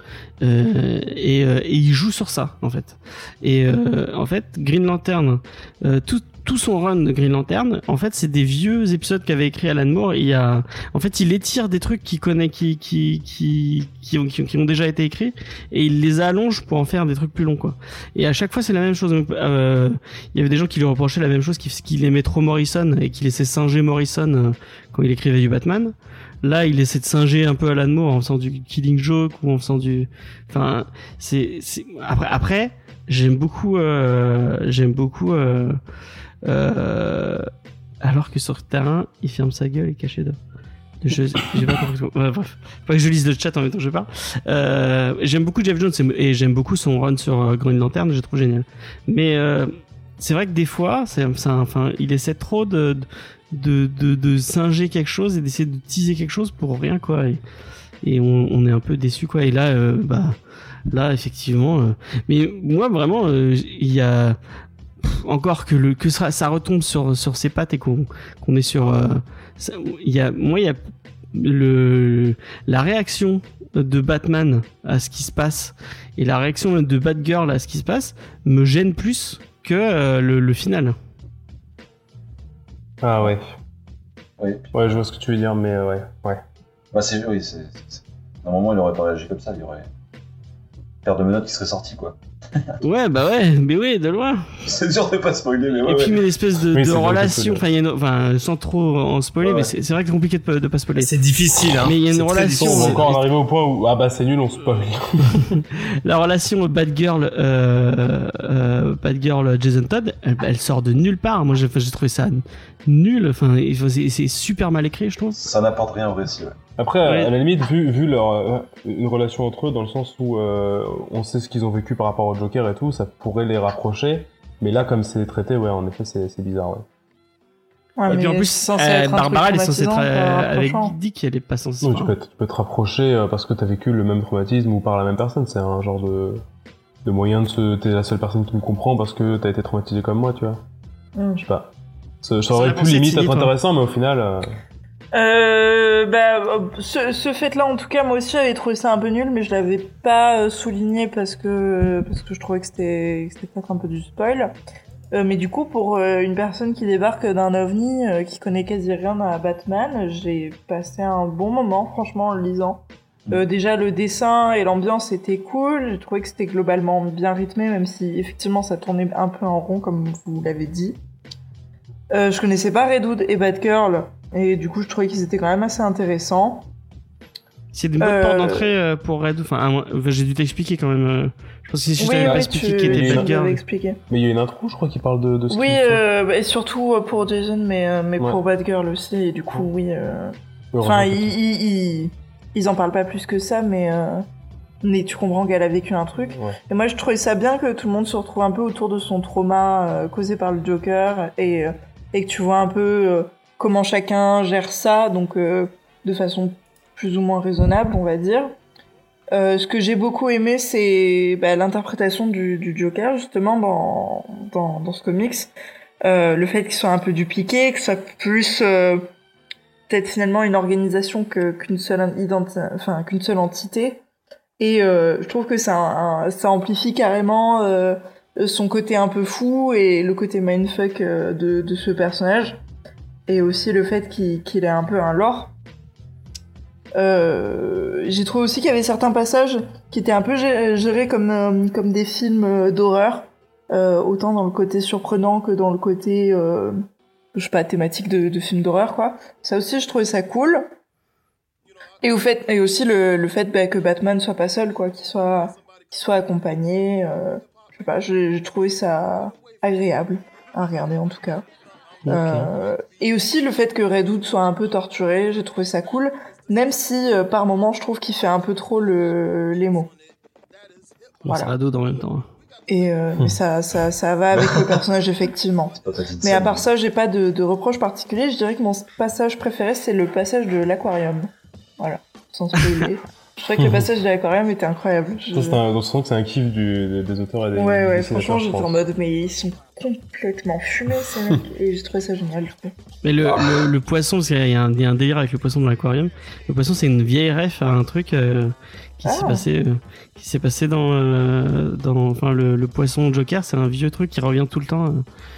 et il joue sur ça en fait. Et en fait, Green Lantern, tout son run de Green Lantern, en fait, c'est des vieux épisodes qu'avait écrit Alan Moore. En fait, il étire des trucs qu'il connaît, qui ont déjà été écrits, et il les allonge pour en faire des trucs plus longs, quoi. Et à chaque fois, c'est la même chose. Il y avait des gens qui lui reprochaient la même chose, qu'il aimait trop Morrison et qu'il laissait singer Morrison quand il écrivait du Batman. Là, il essaie de singer un peu Alan Moore en faisant du Killing Joke ou en faisant enfin, après, j'aime beaucoup, alors que sur le terrain, il ferme sa gueule et caché d'or. J'ai pas compris. Bref, faut que je lise le chat en même temps que je parle. J'aime beaucoup Geoff Johns et j'aime beaucoup son run sur Green Lantern, je trouve génial. Mais c'est vrai que des fois, il essaie trop de singer quelque chose et d'essayer de teaser quelque chose pour rien, quoi. Et on est un peu déçu, quoi. Et là, là, effectivement. Mais moi, vraiment, il y a encore que ça retombe sur ses pattes et qu'on est sur. Il y a la réaction de Batman à ce qui se passe et la réaction de Batgirl à ce qui se passe me gêne plus que le final. Ah ouais. Oui. Ouais, je vois ce que tu veux dire, mais ouais. Bah à un moment, il aurait pas réagi comme ça, il y aurait paire de menottes qui serait sorti, quoi. Ouais, bah ouais, mais oui, de loin. C'est dur de pas spoiler, mais ouais. Et puis, mais l'espèce de, Oui, de c'est relation, bien enfin, sans trop en spoiler, Ouais. mais c'est vrai que c'est compliqué de pas spoiler. C'est difficile, hein. Mais il y a une C'est très relation, On va difficile. encore en arriver au point où, c'est nul, on spoil. La relation Batgirl, Jason Todd, elle sort de nulle part. Moi, j'ai trouvé ça nul. Enfin, c'est super mal écrit, je trouve. Ça n'apporte rien au récit, ouais. Après, Ouais. à la limite, vu leur une relation entre eux, dans le sens où on sait ce qu'ils ont vécu par rapport au Joker et tout, ça pourrait les rapprocher. Mais là, comme c'est traité, ouais, en effet, c'est bizarre, ouais. Ouais, Et puis en mais plus, c'est censé être un Barbara, elle truc est censée être traumatisant, avec rapprochant. Dick, elle est pas censée. Non, tu peux te rapprocher parce que t'as vécu le même traumatisme ou par la même personne. C'est un genre de moyen t'es la seule personne qui me comprend parce que t'as été traumatisé comme moi, tu vois. Je sais pas. Ça aurait la pu pensée de limite Cindy, être toi. intéressant, mais au final... Ce fait-là, en tout cas, moi aussi, j'avais trouvé ça un peu nul, mais je l'avais pas souligné parce que je trouvais que c'était peut-être un peu du spoil. Mais du coup, pour une personne qui débarque d'un ovni, qui connaît quasi rien à Batman, j'ai passé un bon moment, franchement, en le lisant. Déjà, le dessin et l'ambiance étaient cool. J'ai trouvé que c'était globalement bien rythmé, même si effectivement ça tournait un peu en rond, comme vous l'avez dit. Je connaissais pas Red Hood et Batgirl, et du coup, je trouvais qu'ils étaient quand même assez intéressants. C'est une bonne porte d'entrée pour Red. Enfin, j'ai dû t'expliquer quand même. Je pense que si je t'avais pas expliqué qui était tu Batgirl. m'avais expliqué. Mais il y a une intro, je crois, qui parle de ce Oui, qu'ils font. et surtout pour Jason, mais Ouais. pour Batgirl aussi, et du coup, oui. Heureusement Enfin, que- ils en parlent pas plus que ça, mais tu comprends qu'elle a vécu un truc. Ouais. Et moi, je trouvais ça bien que tout le monde se retrouve un peu autour de son trauma causé par le Joker, et que tu vois un peu comment chacun gère ça, donc de façon plus ou moins raisonnable, on va dire. Ce que j'ai beaucoup aimé, c'est l'interprétation du Joker, justement, dans ce comics. Le fait qu'il soit un peu dupliqué, que ce soit plus peut-être finalement une organisation qu'une seule entité. Et je trouve que ça amplifie carrément son côté un peu fou et le côté mindfuck de ce personnage. Et aussi le fait qu'il ait un peu un lore. J'ai trouvé aussi qu'il y avait certains passages qui étaient un peu gérés comme des films d'horreur, autant dans le côté surprenant que dans le côté je sais pas, thématique de films d'horreur, quoi. Ça aussi, je trouvais ça cool. Et aussi le fait que Batman soit pas seul, quoi, qu'il soit accompagné. Je sais pas, j'ai trouvé ça agréable à regarder en tout cas. Okay. Et aussi le fait que Red Hood soit un peu torturé, j'ai trouvé ça cool. Même si par moment je trouve qu'il fait un peu trop l'émo. Voilà. C'est Red Hood en même temps. Et mais ça va avec le personnage effectivement. Mais à part ça, j'ai pas de reproche particulier. Je dirais que mon passage préféré, c'est le passage de l'aquarium. Voilà, sans spoiler. Je trouvais que le passage de l'aquarium était incroyable. Donc c'est un kiff des auteurs et des Ouais, franchement, j'étais en mode, mais ils sont complètement fumés ces mecs, et j'ai trouvé ça génial, je trouve. Mais le poisson, parce qu'il y a un délire avec le poisson dans l'aquarium. Le poisson, c'est une vieille ref à un truc qui s'est passé dans enfin le poisson Joker, c'est un vieux truc qui revient tout le temps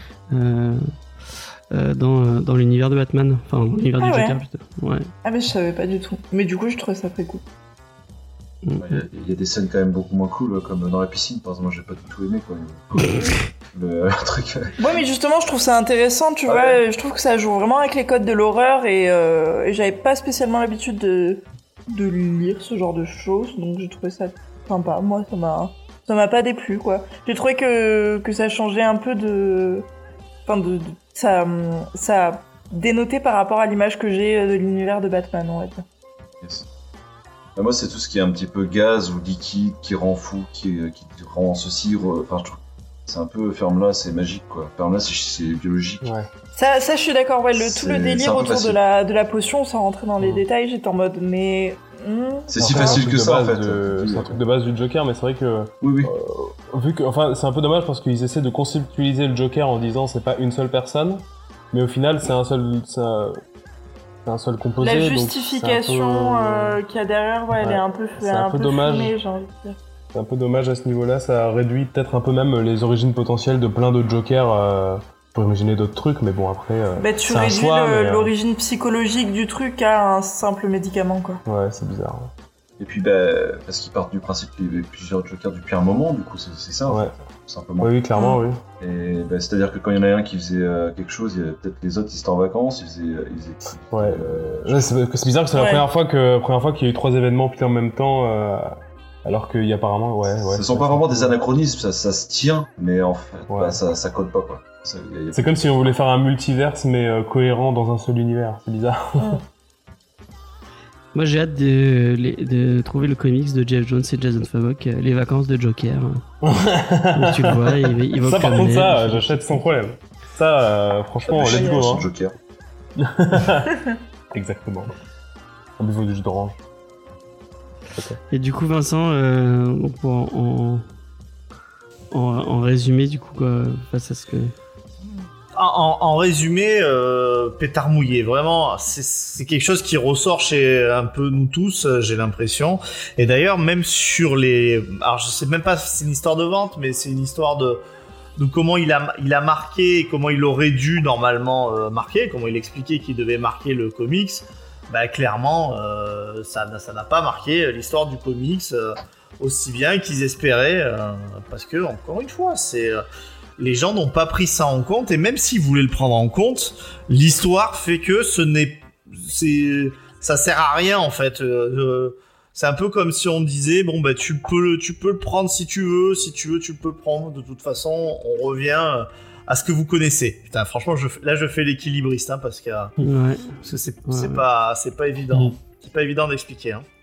dans l'univers de Batman, enfin dans l'univers du Joker plutôt. Ouais. Ah mais je savais pas du tout. Mais du coup, je trouvais ça très cool. Il y a des scènes quand même beaucoup moins cool, comme dans la piscine, par exemple. Moi, j'ai pas du tout aimé, quoi. Le truc. Ouais, mais justement, je trouve ça intéressant, tu vois. Je trouve que ça joue vraiment avec les codes de l'horreur, et j'avais pas spécialement l'habitude de lire ce genre de choses, donc j'ai trouvé ça sympa. Moi, ça m'a pas déplu, quoi. J'ai trouvé que ça changeait un peu ça dénotait par rapport à l'image que j'ai de l'univers de Batman, on va dire. Yes. Moi, c'est tout ce qui est un petit peu gaz ou liquide qui rend fou, qui rend ceci. Enfin, je trouve c'est un peu ferme-là, c'est magique, quoi. Ferme-là, c'est biologique. Ouais. Ça, je suis d'accord. Ouais, tout le délire autour de la potion, sans rentrer dans les détails, j'étais en mode, mais. C'est si facile que ça, en fait. C'est un truc de base du Joker, mais c'est vrai que. Oui. Vu que, enfin, c'est un peu dommage parce qu'ils essaient de conceptualiser le Joker en disant c'est pas une seule personne, mais au final, c'est un seul composé. La justification qu'il y a derrière, elle est un peu dommage. fumée, j'ai envie de dire. C'est un peu dommage à ce niveau-là, ça réduit peut-être un peu même les origines potentielles de plein d'autres Jokers. Pour imaginer d'autres trucs, mais bon, après. Tu réduis l'origine psychologique du truc à un simple médicament, quoi. Ouais, c'est bizarre. Et puis, parce qu'ils partent du principe qu'il y avait plusieurs Jokers depuis un moment, du coup, c'est ça, Ouais. en fait, simplement. Oui, clairement, oui. Et c'est-à-dire que quand il y en a un qui faisait quelque chose, il y avait peut-être les autres, ils étaient en vacances, ils faisaient Ouais. Ouais, c'est bizarre que c'est la première fois qu'il y a eu 3 événements pile en même temps, alors qu'il y a apparemment, ouais. Ce sont pas vraiment des anachronismes, ça se tient, mais en fait, Ouais. ça code pas, quoi. C'est comme si on voulait faire un multiverse, mais cohérent dans un seul univers. C'est bizarre. Moi, j'ai hâte de trouver le comics de Jeff Jones et Jason Fabok, les vacances de Joker. Où tu le vois, il va Ça, par contre, j'achète sans problème. Ça, franchement, let's go. Son Hein. Joker. Exactement. Un niveau du jus d'orange. Okay. Et du coup, Vincent, en résumé, du coup, quoi, face à ce que... En résumé, pétard mouillé, vraiment, c'est quelque chose qui ressort chez un peu nous tous, j'ai l'impression. Et d'ailleurs, même sur les... Alors, je sais même pas si c'est une histoire de vente, mais c'est une histoire de comment il a marqué et comment il aurait dû normalement marquer, comment il expliquait qu'il devait marquer le comics. Bah, clairement, ça n'a pas marqué l'histoire du comics aussi bien qu'ils espéraient, parce que, encore une fois, les gens n'ont pas pris ça en compte, et même s'ils voulaient le prendre en compte, l'histoire fait que ça sert à rien, en fait. C'est un peu comme si on disait, bon, bah, tu peux le prendre si tu veux, tu peux le prendre. De toute façon, on revient à ce que vous connaissez. Putain, franchement, je fais l'équilibriste, hein, parce que c'est pas évident. C'est pas évident d'expliquer, hein.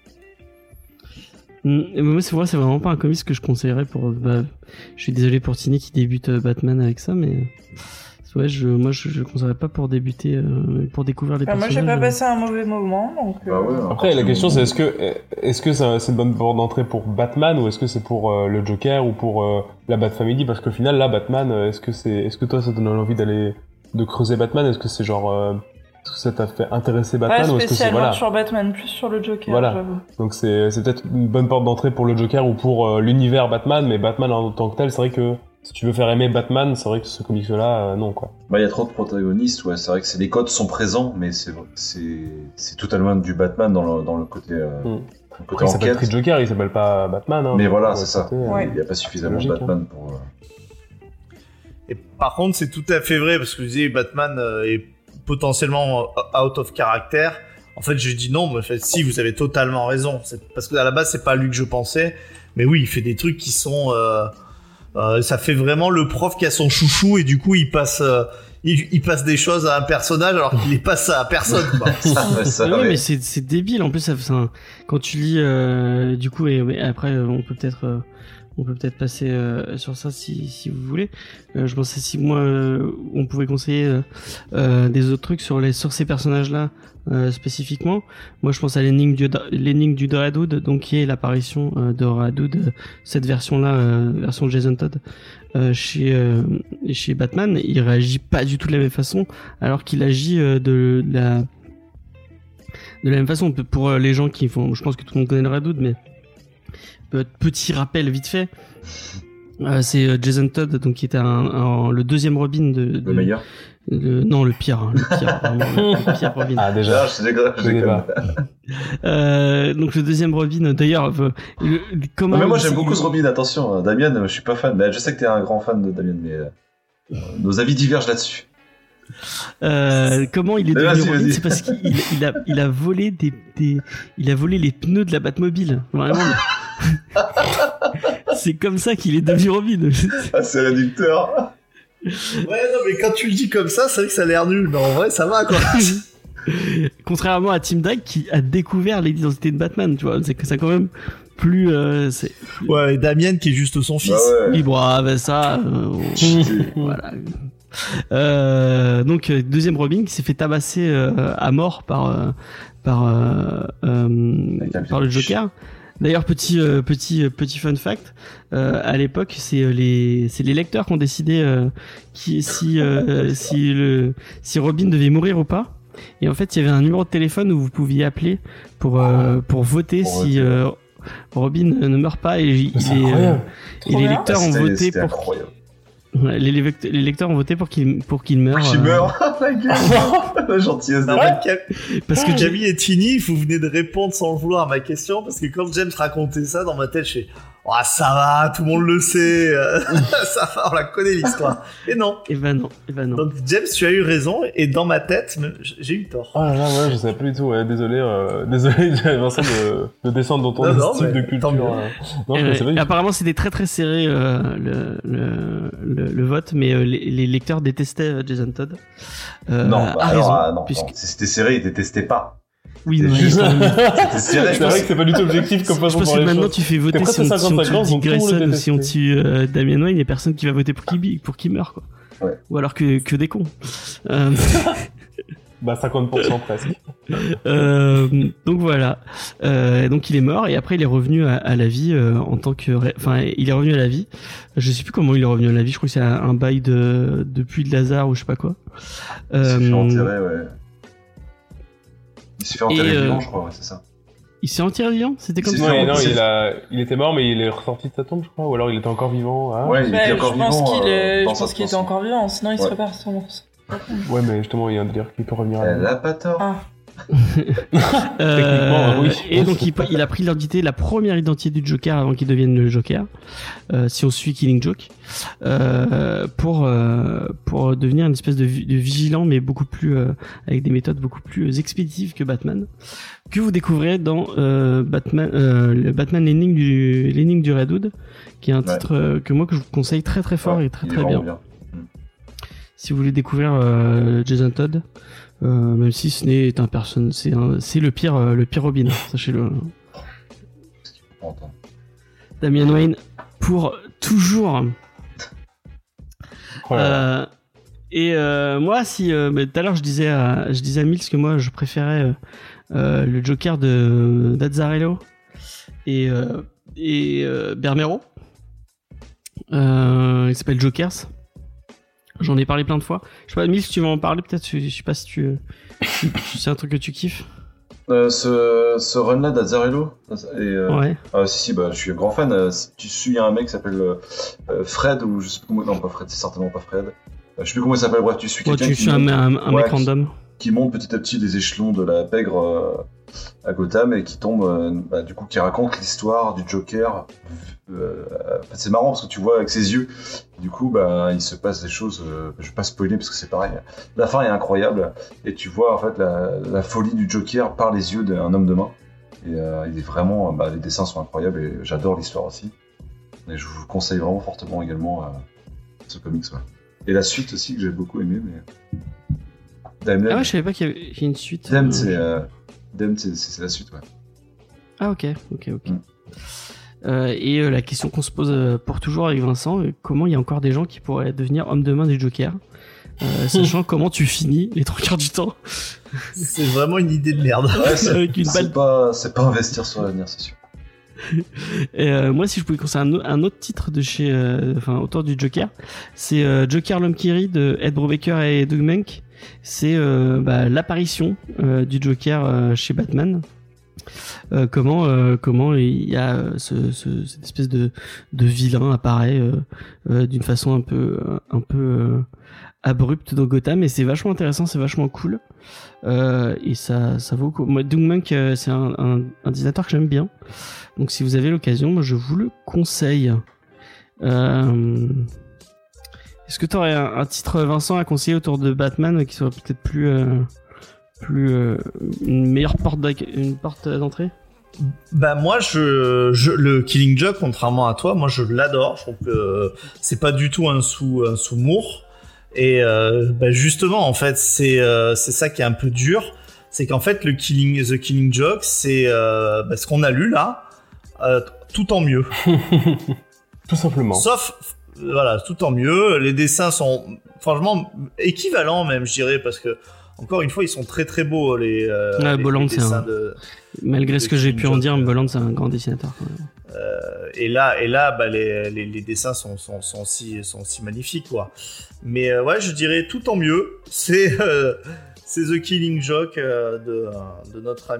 Moi, c'est vraiment pas un comics que je conseillerais pour. Je suis désolé pour Tini qui débute Batman avec ça, mais ouais, moi je conseillerais pas pour débuter, pour découvrir les personnages. Moi, j'ai pas passé un mauvais moment, donc. Après, la question c'est est-ce que c'est une bonne porte d'entrée pour Batman, ou est-ce que c'est pour le Joker ou pour la Bat Family, parce qu'au final là, Batman, est-ce que toi ça te donne envie de creuser Batman, est-ce que c'est genre est-ce que ça t'a fait intéresser Batman, ou est-ce que c'est spécialement sur Batman, plus sur le Joker, voilà. J'avoue. Donc c'est peut-être une bonne porte d'entrée pour le Joker ou pour l'univers Batman, mais Batman en tant que tel, c'est vrai que si tu veux faire aimer Batman, c'est vrai que ce comics-là, non, quoi. Il y a trop de protagonistes, ouais, c'est vrai que les codes sont présents, mais c'est totalement du Batman dans le côté, Après, il s'appelle Street Joker, il s'appelle pas Batman, hein. Mais voilà, c'est ça. Ouais. Il n'y a pas suffisamment logique, de Batman pour... Et par contre, c'est tout à fait vrai, parce que je disais, Batman est potentiellement out of character. En fait, je dis non, mais en fait, si, vous avez totalement raison. Parce que à la base, c'est pas lui que je pensais. Mais oui, il fait des trucs qui sont... ça fait vraiment le prof qui a son chouchou, et du coup, il passe des choses à un personnage alors qu'il les passe à personne, quoi. Oui, mais c'est débile. En plus, quand tu lis, du coup, et après, on peut peut-être passer sur ça si vous voulez. Je pensais si moi on pouvait conseiller des autres trucs sur ces personnages-là spécifiquement. Moi, je pense à l'énigme du Red Hood, donc qui est l'apparition de Red Hood, cette version-là, version Jason Todd chez Batman. Il réagit pas du tout de la même façon, alors qu'il agit de la même façon. Pour les gens qui font, je pense que tout le monde connaît le Red Hood, mais petit rappel vite fait, c'est Jason Todd, donc qui était le deuxième Robin le meilleur. Non, le pire, vraiment, le pire Robin. Ah déjà, je sais pas. Donc le deuxième Robin, d'ailleurs, comment mais moi j'aime beaucoup ce Robin. Attention, Damien, je suis pas fan, mais je sais que t'es un grand fan de Damien, mais nos avis divergent là-dessus. Comment il est devenu Robin, c'est parce qu'il a volé il a volé les pneus de la Batmobile, vraiment. C'est comme ça qu'il est devenu Robin. Ah, c'est réducteur. Ouais, non, mais quand tu le dis comme ça, c'est vrai que ça a l'air nul, mais en vrai, ça va, quoi. Contrairement à Tim Drake qui a découvert l'identité de Batman, tu vois, c'est que ça quand même plus. Ouais, et Damien qui est juste son fils. Ouais. Oui, bon, ça. Voilà. Donc deuxième Robin qui s'est fait tabasser à mort par le Joker. D'ailleurs, petit fun fact, à l'époque, c'est les lecteurs qui ont décidé si Robin devait mourir ou pas. Et en fait, il y avait un numéro de téléphone où vous pouviez appeler pour voter si Robin ne meurt pas, et les lecteurs ont voté pour. Incroyable. Ouais, les lecteurs ont voté pour qu'il meure. Pour qu'il meure. La gueule. La gentillesse de Parce que Camille et Tini, vous venez de répondre sans le vouloir à ma question, parce que quand James racontait ça dans ma tête, je fais oh, ça va, tout le monde le sait, ça va, on la connaît l'histoire. Et non. Et ben non. Donc James, tu as eu raison, et dans ma tête, j'ai eu tort. Oh là là, ouais, je savais pas du tout. Ouais, désolé, Vincent, de descendre dans ton style de culture. Non, je savais pas. Apparemment, c'était très très serré le vote, mais les lecteurs détestaient Jason Todd. Non, raison, non, puisque... non. Si c'était serré, ils détestaient pas. Oui, non, c'était serré. C'est vrai que c'est pas du tout objectif comme façon je pense de voir que les maintenant choses. tu fais voter si on tue Grayson ou si on tue Damian Wayne, il y a personne qui va voter pour qu'il meure, quoi. Ouais. Ou alors que des cons. Bah 50% presque. Donc voilà. Donc il est mort et après il est revenu à la vie en tant que... Enfin, il est revenu à la vie. Je sais plus comment il est revenu à la vie. Je crois que c'est un bail de puits de Lazare ou je sais pas quoi. Il s'est fait enterrer, ouais. Il s'est fait enterrer vivant, je crois, ouais, c'est ça. Il s'est enterré vivant ? C'était comme ça ? Ouais, non, il était mort, mais il est ressorti de sa tombe, je crois. Ou alors il était encore vivant. Hein. Ouais, il était encore vivant. Je pense qu'il était encore vivant, sinon il serait pas ressorti. Ouais, mais justement, il y a un délire qu'il peut revenir à la vie. Elle a pas tort. Techniquement, oui. Et donc il a pris la première identité du Joker avant qu'il devienne le Joker, si on suit Killing Joke, pour devenir une espèce de vigilant, mais beaucoup plus avec des méthodes beaucoup plus expéditives que Batman, que vous découvrez dans le Batman l'énigme du Red Hood, qui est un titre que je vous conseille très très fort et très très bien. Si vous voulez découvrir Jason Todd, même si ce n'est un personne, c'est le pire Robin, sachez-le. Damian Wayne pour toujours. Moi, si tout à l'heure je disais à Mills que moi je préférais le Joker de d'Azzarello et Bermero. Il s'appelle Jokers. J'en ai parlé plein de fois. Je sais pas, Mills, tu vas en parler peut-être. Je sais pas si c'est un truc que tu kiffes. Ce run-là d'Azzarello. Ouais. Si, bah, je suis un grand fan. Tu suis un mec qui s'appelle Fred, ou je sais plus comment. Non, pas Fred, c'est certainement pas Fred. Je sais plus comment il s'appelle. Bref, tu suis quelqu'un tu suis un mec random. Qui monte petit à petit les échelons de la pègre à Gotham et qui tombe, du coup, qui raconte l'histoire du Joker. C'est marrant parce que tu vois avec ses yeux, du coup, il se passe des choses. Je vais pas spoiler parce que c'est pareil. La fin est incroyable et tu vois en fait la folie du Joker par les yeux d'un homme de main. Et il est vraiment, les dessins sont incroyables et j'adore l'histoire aussi. Et je vous conseille vraiment fortement également ce comics. Ouais. Et la suite aussi que j'ai beaucoup aimé, mais. Damned. Ah ouais, je savais pas qu'il y avait une suite. Damned, c'est la suite, ouais. Ah ok. Et la question qu'on se pose pour toujours avec Vincent, comment il y a encore des gens qui pourraient devenir homme de main du Joker, sachant comment tu finis les 3 quarts du temps. C'est vraiment une idée de merde. Ouais, avec une balle. C'est pas investir sur l'avenir, c'est sûr. Et moi, si je pouvais conseiller un autre titre de chez, autour du Joker, c'est Joker l'homme qui rit de Ed Brubaker et Doug Mahnke. C'est l'apparition du Joker chez Batman. Comment il y a cette espèce de vilain apparaît d'une façon un peu abrupte dans Gotham, et c'est vachement intéressant, c'est vachement cool, et ça vaut moi, Doug Mahnke, c'est un dessinateur que j'aime bien, donc si vous avez l'occasion, moi je vous le conseille. Est-ce que tu aurais un titre, Vincent, à conseiller autour de Batman qui soit peut-être plus une meilleure porte d'entrée? Moi, le Killing Joke, contrairement à toi, moi je l'adore. Je trouve que c'est pas du tout un sous-mour. Et justement, en fait, c'est ça qui est un peu dur, c'est qu'en fait The Killing Joke, c'est ce qu'on a lu là, tout en mieux. Tout simplement. Sauf, voilà, tout en mieux. Les dessins sont franchement équivalents même, je dirais, parce que encore une fois, ils sont très très beaux les dessins malgré ce que j'ai pu en dire, Bolland c'est un grand dessinateur. Et là, les dessins sont aussi magnifiques, quoi. Mais ouais, je dirais tout en mieux. C'est The Killing Joke de notre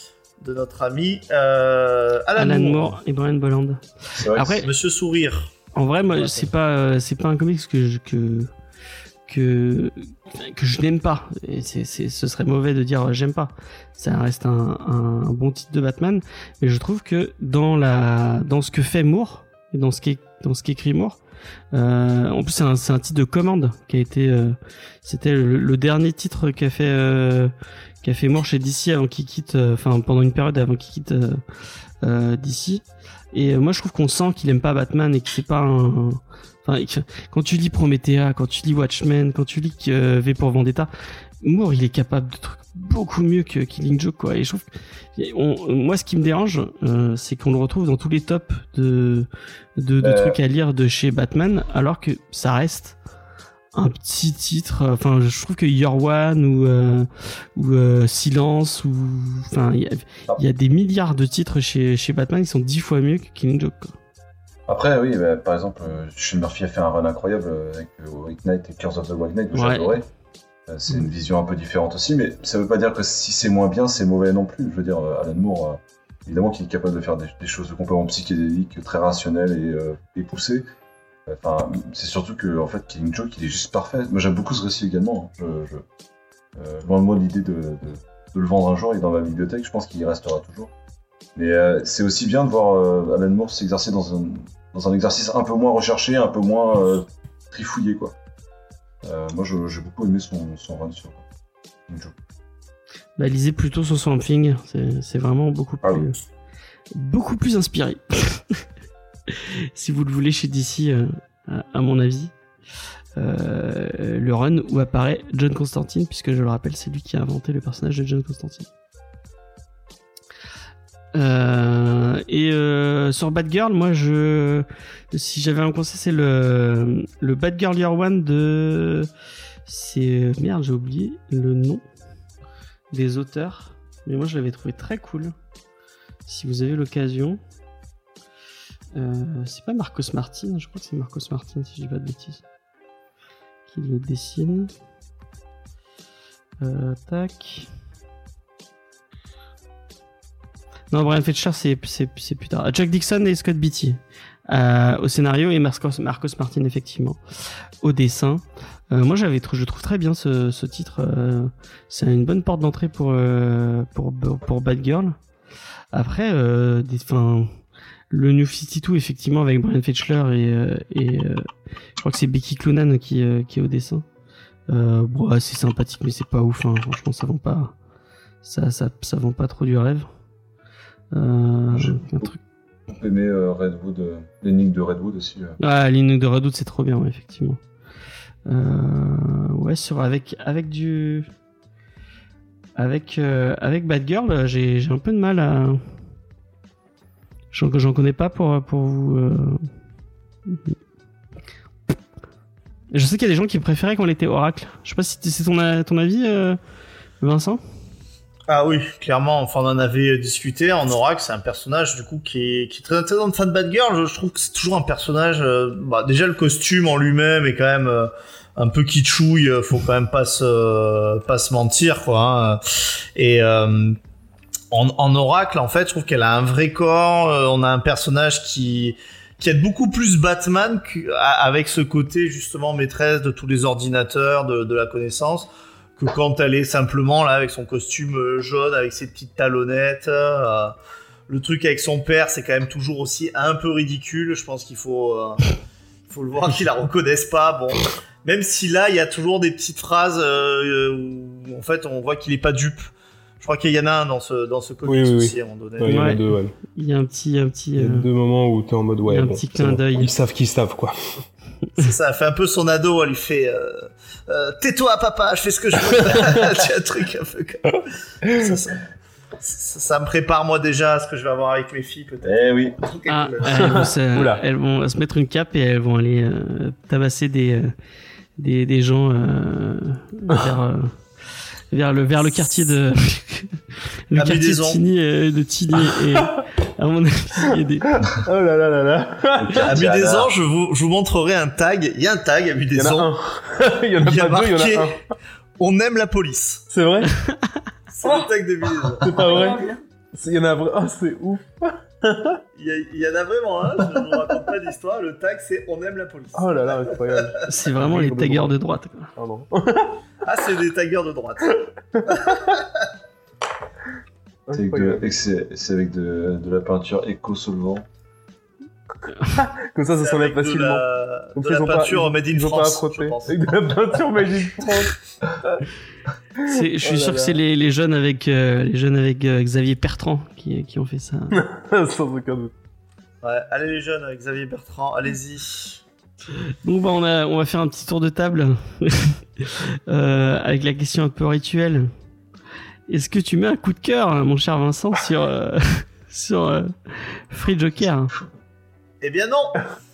ami Alan Moore et Brian Bolland. Après, Monsieur Sourire. En vrai, moi, c'est pas un comics que je n'aime pas. Et ce serait mauvais de dire j'aime pas. Ça reste un bon titre de Batman, mais je trouve que dans ce que fait Moore et dans ce qu'écrit Moore, en plus c'est un titre de commande qui a été, c'était le dernier titre qu'a fait Moore chez DC avant qu'il quitte, pendant une période avant qu'il quitte DC. Et moi je trouve qu'on sent qu'il aime pas Batman et que c'est pas quand tu lis Promethea, quand tu lis Watchmen, quand tu lis V pour Vendetta, Moore il est capable de trucs beaucoup mieux que Killing Joke, quoi. Et je trouve moi ce qui me dérange, c'est qu'on le retrouve dans tous les tops de trucs à lire de chez Batman, alors que ça reste un petit titre. Enfin, je trouve que Year One ou Silence il y a des milliards de titres chez Batman qui sont 10 fois mieux que Killing Joke, quoi. Après, oui, par exemple, Sean Murphy a fait un run incroyable avec White Knight et Curse of the White Knight que j'ai adoré. C'est une vision un peu différente aussi, mais ça veut pas dire que si c'est moins bien, c'est mauvais non plus. Je veux dire, Alan Moore, évidemment qu'il est capable de faire des choses complètement psychédéliques, très rationnelles et poussées. Enfin, c'est surtout que en fait, Killing Joke, il est juste parfait. Moi, j'aime beaucoup ce récit également. Loin de moi l'idée de le vendre un jour, il est dans ma bibliothèque, je pense qu'il y restera toujours. Mais c'est aussi bien de voir Alan Moore s'exercer dans un exercice un peu moins recherché, un peu moins trifouillé, quoi. Moi, j'ai beaucoup aimé son run sur Killing Joke. Bah, lisez plutôt sur Swamp Thing, c'est vraiment beaucoup plus inspiré. Si vous le voulez chez DC, à mon avis, le run où apparaît John Constantine, puisque je le rappelle, c'est lui qui a inventé le personnage de John Constantine. Sur Batgirl, moi si j'avais un conseil, c'est le Batgirl Year One merde, j'ai oublié le nom des auteurs, mais moi je l'avais trouvé très cool. Si vous avez l'occasion, c'est pas Marcos Martin, je crois que c'est Marcos Martin si je dis pas de bêtises, qui le dessine. Tac. Non, Brian Fletcher, c'est plus tard. Jack Dixon et Scott Beatty au scénario et Marcos Martin effectivement au dessin. Moi, je trouve très bien ce titre. C'est une bonne porte d'entrée pour Batgirl. Après, le New 52 effectivement avec Brian Fletcher et je crois que c'est Becky Cloonan qui est au dessin. C'est sympathique, mais c'est pas ouf. Hein. Franchement, ça vend pas. Ça vend pas trop du rêve. J'ai aimé Redwood, l'énigme de Redwood aussi. L'énigme de Redwood, c'est trop bien, ouais, effectivement. Avec Batgirl, j'ai un peu de mal à. J'en connais pas pour vous. Je sais qu'il y a des gens qui préféraient qu'on l'était Oracle. Je sais pas si c'est ton avis, Vincent. Ah oui, clairement, enfin on en avait discuté. En Oracle, c'est un personnage du coup qui est très intéressant. Fan de Batgirl, je trouve que c'est toujours un personnage. Déjà le costume en lui-même est quand même un peu kitschouille. Faut quand même pas se mentir, quoi. Hein. Et en Oracle, en fait, je trouve qu'elle a un vrai corps. On a un personnage qui aide beaucoup plus Batman avec ce côté justement maîtresse de tous les ordinateurs, de la connaissance. Que quand elle est simplement là avec son costume jaune, avec ses petites talonnettes, le truc avec son père, c'est quand même toujours aussi un peu ridicule. Je pense qu'il faut le voir qu'ils la reconnaissent pas. Bon, même si là il y a toujours des petites phrases où en fait on voit qu'il est pas dupe. Je crois qu'il y en a un dans ce comics aussi à un moment donné. Ouais, il y en a deux. Ouais. Il y a un petit. Il y a deux moments où t'es en mode un petit clin d'œil. Ils savent qu'ils savent quoi. C'est ça, elle fait un peu son ado, elle lui fait tais-toi papa, je fais ce que je veux. Tu as un truc un peu comme ça me prépare moi déjà à ce que je vais avoir avec mes filles peut-être. Eh oui. Elles vont se mettre une cape et elles vont aller tabasser des gens vers le quartier de le quartier de Tilly et à mon avis il y a des oh là là là là à Mi-des-Ans je vous montrerai un tag. Il y a un tag à Mi-des-Ans. Il y en a pas marqué, deux, il y en a un. On aime la police. C'est vrai? C'est le tag de Mi-des-Ans. C'est pas vrai? Il y en a un vrai. Oh, c'est ouf. Il y en a vraiment un, je ne vous raconte pas d'histoire. Le tag, c'est on aime la police. Oh là là, incroyable. C'est vraiment les taggers de droite. Quoi. Pardon. Ah, c'est des taggers de droite. C'est avec de la peinture éco-solvant. Comme ça s'enlève facilement. De la peinture made in France, je pense. Avec de la peinture made in France. Je suis sûr que c'est les jeunes avec Xavier Bertrand qui ont fait ça. Sans aucun doute. Ouais, allez les jeunes avec Xavier Bertrand, allez-y. Bon bah on va faire un petit tour de table avec la question un peu rituelle. Est-ce que tu mets un coup de cœur, mon cher Vincent, sur Free Joker? Eh bien non.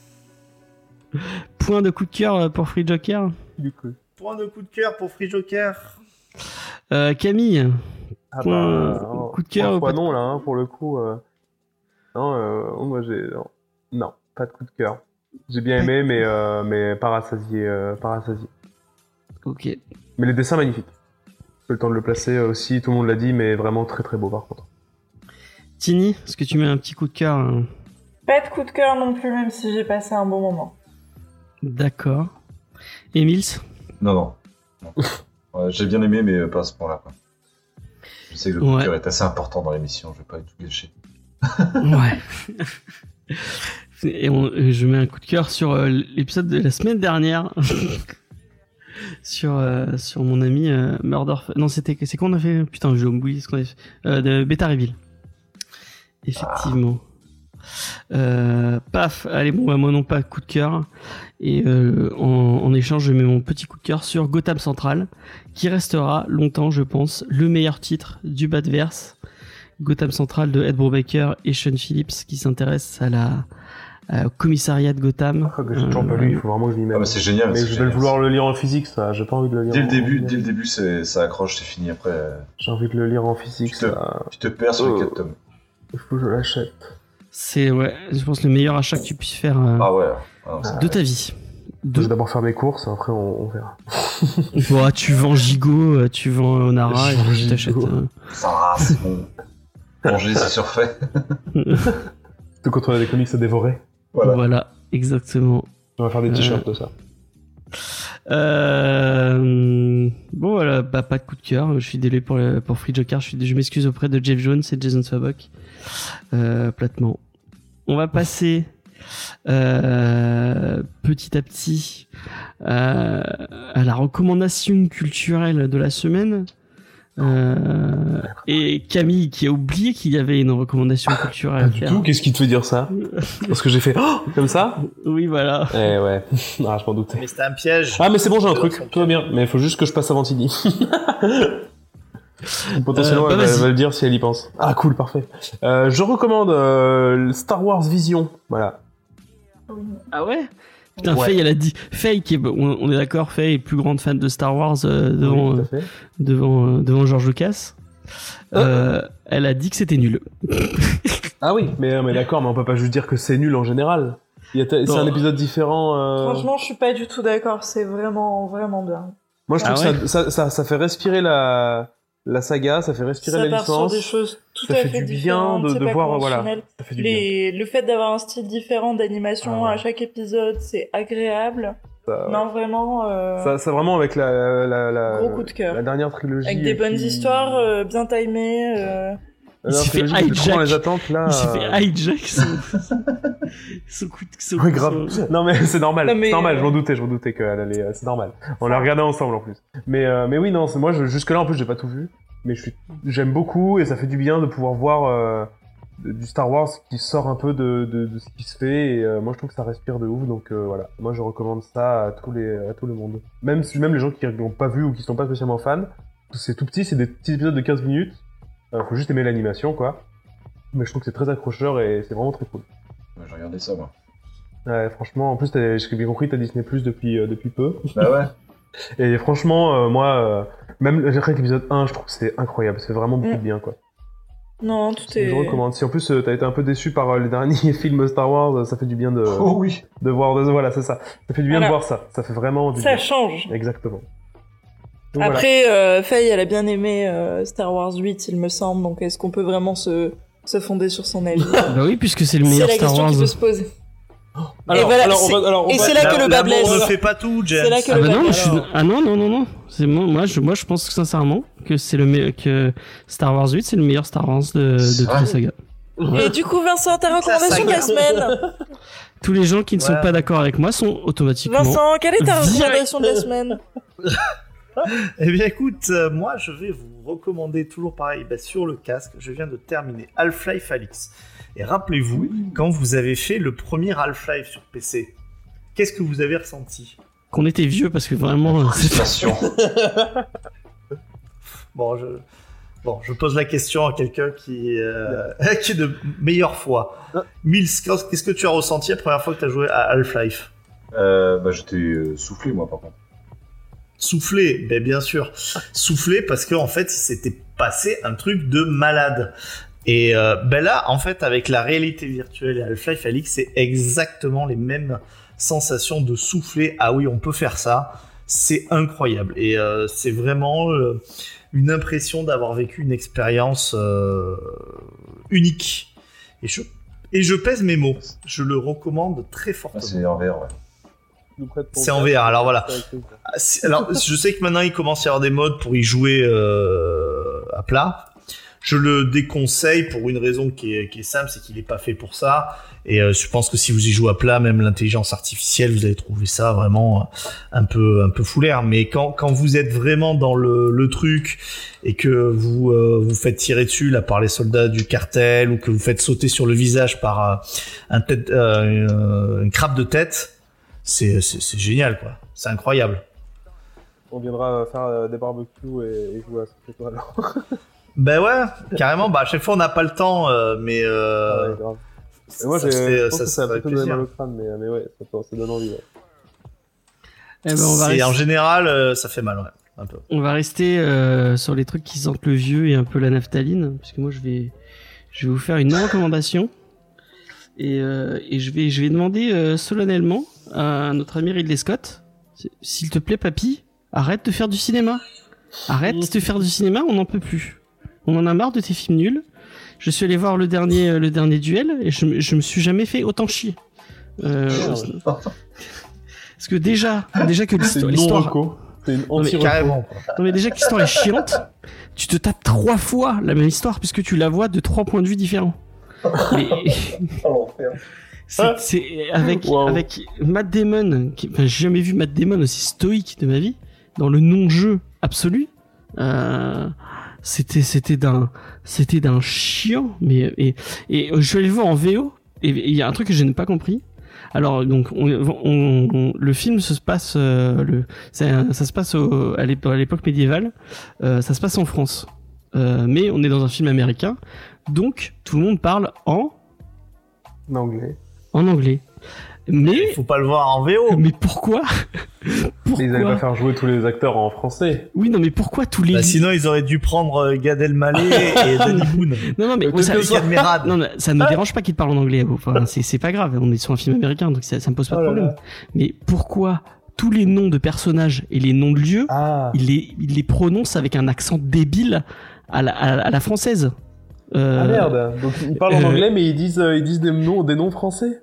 Point de coup de cœur pour Free Joker. Du coup. Point de coup de cœur pour Free Joker. Camille. Point coup de cœur. Ou pas non là, hein, pour le coup. Non, moi j'ai non, pas de coup de cœur. J'ai bien aimé, mais pas rassasié. Ok. Mais les dessins magnifiques. J'ai le temps de le placer aussi. Tout le monde l'a dit, mais vraiment très très beau par contre. Tini, est-ce que tu mets un petit coup de cœur? Pas de coup de cœur non plus, même si j'ai passé un bon moment. D'accord. Emils? Non. Ouais, j'ai bien aimé, mais pas à ce point-là. Quoi. Je sais que le coup de cœur est assez important dans l'émission, je vais pas tout gâcher. Ouais. Et je mets un coup de cœur sur l'épisode de la semaine dernière. sur mon ami Murder... Non, c'est quoi on a fait? Putain, j'ai oublié ce qu'on a fait. De Beta Reveal. Effectivement. Paf, allez, bon, bah, moi non pas coup de cœur. Et en échange, je mets mon petit coup de cœur sur Gotham Central, qui restera longtemps, je pense, le meilleur titre du Batverse. Gotham Central de Ed Brubaker et Sean Phillips, qui s'intéresse au commissariat de Gotham. J'ai toujours pas lu, il faut vraiment que je m'y mette. Ah bah c'est génial. Mais je vais vouloir le lire en physique, ça. J'ai pas envie de le lire. Dès le début, ça accroche, c'est fini après. J'ai envie de le lire en physique. Tu te perds sur les 4 tomes. Il faut que je l'achète. C'est, ouais, je pense, le meilleur achat que tu puisses faire de ta vie. Je vais d'abord faire mes courses, après on verra. Bon, tu vends Gigot, tu vends Onara, et puis tu t'achètes. Ça va, c'est bon. Manger, c'est surfait. Tout quand on a des comics à dévorer. Voilà, exactement. On va faire des t-shirts de ça. Bon, voilà, bah, pas de coup de cœur. Je suis désolé pour Free Joker. Je m'excuse auprès de Jeff Jones et Jason Fabok. Platement. On va passer petit à petit à la recommandation culturelle de la semaine. Et Camille qui a oublié qu'il y avait une recommandation culturelle à faire. Du tout, qu'est-ce qui te fait dire ça? Parce que j'ai fait comme ça? Oui, voilà. Ouais. Ah, je m'en doutais. Mais c'était un piège. Ah, mais c'est bon, j'ai un truc. Tout va bien. Mais il faut juste que je passe avant Tini. Potentiellement, elle va le dire si elle y pense. Ah, cool, parfait. Je recommande Star Wars Vision. Voilà. Ah ouais? Putain, ouais. Faye, elle a dit. Faye, on est d'accord, Faye est plus grande fan de Star Wars devant George Lucas. Elle a dit que c'était nul. Ah oui, mais d'accord, mais on peut pas juste dire que c'est nul en général. C'est un épisode différent. Franchement, je suis pas du tout d'accord. C'est vraiment, vraiment bien. Moi, je trouve que ça fait respirer la saga, ça fait respirer la licence. Ça part sur des choses tout à fait différentes. Ça fait du bien de voir, voilà. Ça fait du bien. Le fait d'avoir un style différent d'animation à chaque épisode, c'est agréable. Non, vraiment. Ça vraiment avec gros coup de cœur. La dernière trilogie. Avec des bonnes histoires, bien timées. Il s'est fait hijack. Les attentes, là, il s'est fait hijack son coup de ouais, grave. Non mais c'est normal. Non, mais... C'est normal, je m'en doutais qu'elle allait. C'est normal. On l'a regardé ensemble en plus. Mais oui, non, moi jusque là en plus j'ai pas tout vu. Mais j'aime beaucoup et ça fait du bien de pouvoir voir du Star Wars qui sort un peu de ce qui se fait. Et moi je trouve que ça respire de ouf. Donc voilà. Moi je recommande ça à tout le monde. Même les gens qui l'ont pas vu ou qui sont pas spécialement fans. C'est tout petit, c'est des petits épisodes de 15 minutes. Faut juste aimer l'animation, quoi. Mais je trouve que c'est très accrocheur et c'est vraiment très cool. Ouais, j'ai regardé ça, moi. Ouais, franchement, en plus, j'ai bien compris, t'as Disney Plus depuis peu. Bah ouais. Et franchement, moi, même rien que l'épisode 1, je trouve que c'est incroyable. C'est vraiment beaucoup de bien, quoi. Non, tout est... Je recommande. Si en plus, t'as été un peu déçu par les derniers films Star Wars, ça fait du bien de... Oh oui. De voir... Voilà, c'est ça. Ça fait du bien de voir ça. Ça fait vraiment du bien. Ça change. Exactement. Donc, après, Faye, elle a bien aimé Star Wars 8, il me semble. Donc, est-ce qu'on peut vraiment se se fonder sur son avis. Bah oui, puisque c'est le C'est meilleur la Star question Wars. qui peut se poser. Alors, Et voilà, alors, on et va- c'est là que le bas L'amour blesse. ne fait pas tout, James. C'est là que Ah le bah bas non, blesse. non. C'est moi je pense que sincèrement que c'est que Star Wars 8 c'est le meilleur Star Wars de toute la saga. Et du coup, Vincent, ta recommandation de la semaine. Tous les gens qui ne sont Ouais. pas d'accord avec moi sont automatiquement Vincent, quelle est ta Viens. recommandation de la semaine? Eh bien écoute, moi je vais vous recommander toujours pareil, sur le casque, je viens de terminer Half-Life Alyx. Et rappelez-vous, quand vous avez fait le premier Half-Life sur PC, qu'est-ce que vous avez ressenti? qu'on était vieux parce que vraiment Frustration. Bon, je pose la question à quelqu'un qui est de meilleure foi. Mills, qu'est-ce que tu as ressenti la première fois que tu as joué à Half-Life? J'étais soufflé, moi, par contre. Soufflé, ben bien sûr. Soufflé parce qu'en fait, il s'était passé un truc de malade. Et là, en fait, avec la réalité virtuelle et Half-Life Alyx, c'est exactement les mêmes sensations de souffler. Ah oui, on peut faire ça. C'est incroyable. Et c'est vraiment une impression d'avoir vécu une expérience unique. Et je pèse mes mots. Je le recommande très fortement. C'est en VR, ouais. C'est en VR, alors voilà. Alors, je sais que maintenant il commence à y avoir des modes pour y jouer à plat. Je le déconseille pour une raison qui est simple, c'est qu'il n'est pas fait pour ça. Et je pense que si vous y jouez à plat, même l'intelligence artificielle, vous allez trouver ça vraiment un peu foulaire. Mais quand vous êtes vraiment dans le truc et que vous faites tirer dessus là par les soldats du cartel ou que vous faites sauter sur le visage par une crabe de tête, c'est génial quoi. C'est incroyable. On viendra faire des barbecues et jouer à ce truc alors. Ben ouais, carrément. À chaque fois on n'a pas le temps, mais Ouais, grave. Et moi, ça ça fait plutôt donné plaisir. mal au crâne, mais ouais, ça donne envie. Ouais. Eh ben, on va en rester, général, ça fait mal, ouais, un peu. on va rester sur les trucs qui sentent le vieux et un peu la naphtaline, puisque moi je vais vous faire une recommandation et je vais demander solennellement à notre ami Ridley Scott, s'il te plaît papy, arrête de faire du cinéma, arrête de faire du cinéma, on n'en peut plus, on en a marre de tes films nuls. Je suis allé voir le dernier duel et je me suis jamais fait autant chier. Parce que déjà que l'histoire, C'est une Non, mais anti-reco. Carrément. quoi. non mais déjà que l'histoire est chiante, tu te tapes 3 fois la même histoire puisque tu la vois de 3 points de vue différents. Mais c'est avec Matt Damon, j'ai jamais vu Matt Damon aussi stoïque de ma vie dans le non-jeu absolu. C'était d'un chiant, mais et je suis allé le voir en VO et il y a un truc que je n'ai pas compris. Alors donc le film se passe ça se passe à l'époque médiévale, ça se passe en France, mais on est dans un film américain, donc tout le monde parle en anglais. Mais Faut pas le voir en VO. mais pourquoi Mais ils allaient pas faire jouer tous les acteurs en français. Oui, non, mais pourquoi tous les Sinon ils auraient dû prendre Gad Elmaleh et Danny Boone. non mais Ou Yann Merad. non, mais ça ne me dérange pas qu'ils parlent en anglais. Enfin, c'est pas grave. On est sur un film américain, donc ça me pose pas de problème. Mais pourquoi tous les noms de personnages et les noms de lieux, il les prononce avec un accent débile à la française. Ah merde. Donc ils parlent en anglais, mais ils disent des noms français.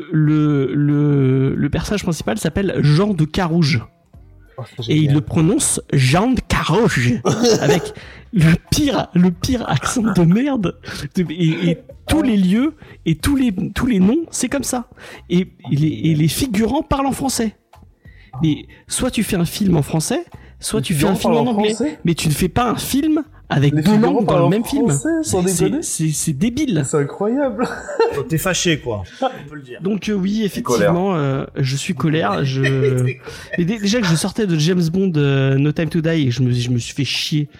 Le personnage principal s'appelle Jean de Carouge. Oh, Et il le prononce Jean de Carouge avec le pire accent de merde. Et tous les lieux et tous les noms, c'est comme ça. Et les figurants parlent en français. Mais soit tu fais un film en français, soit tu fais un film en anglais. Mais tu ne fais pas un film avec deux langues dans le même film. C'est débile. C'est incroyable. T'es fâché quoi. On peut le dire. Donc oui, effectivement, je suis colère. Mais déjà que je sortais de James Bond No Time to Die et je me suis fait chier.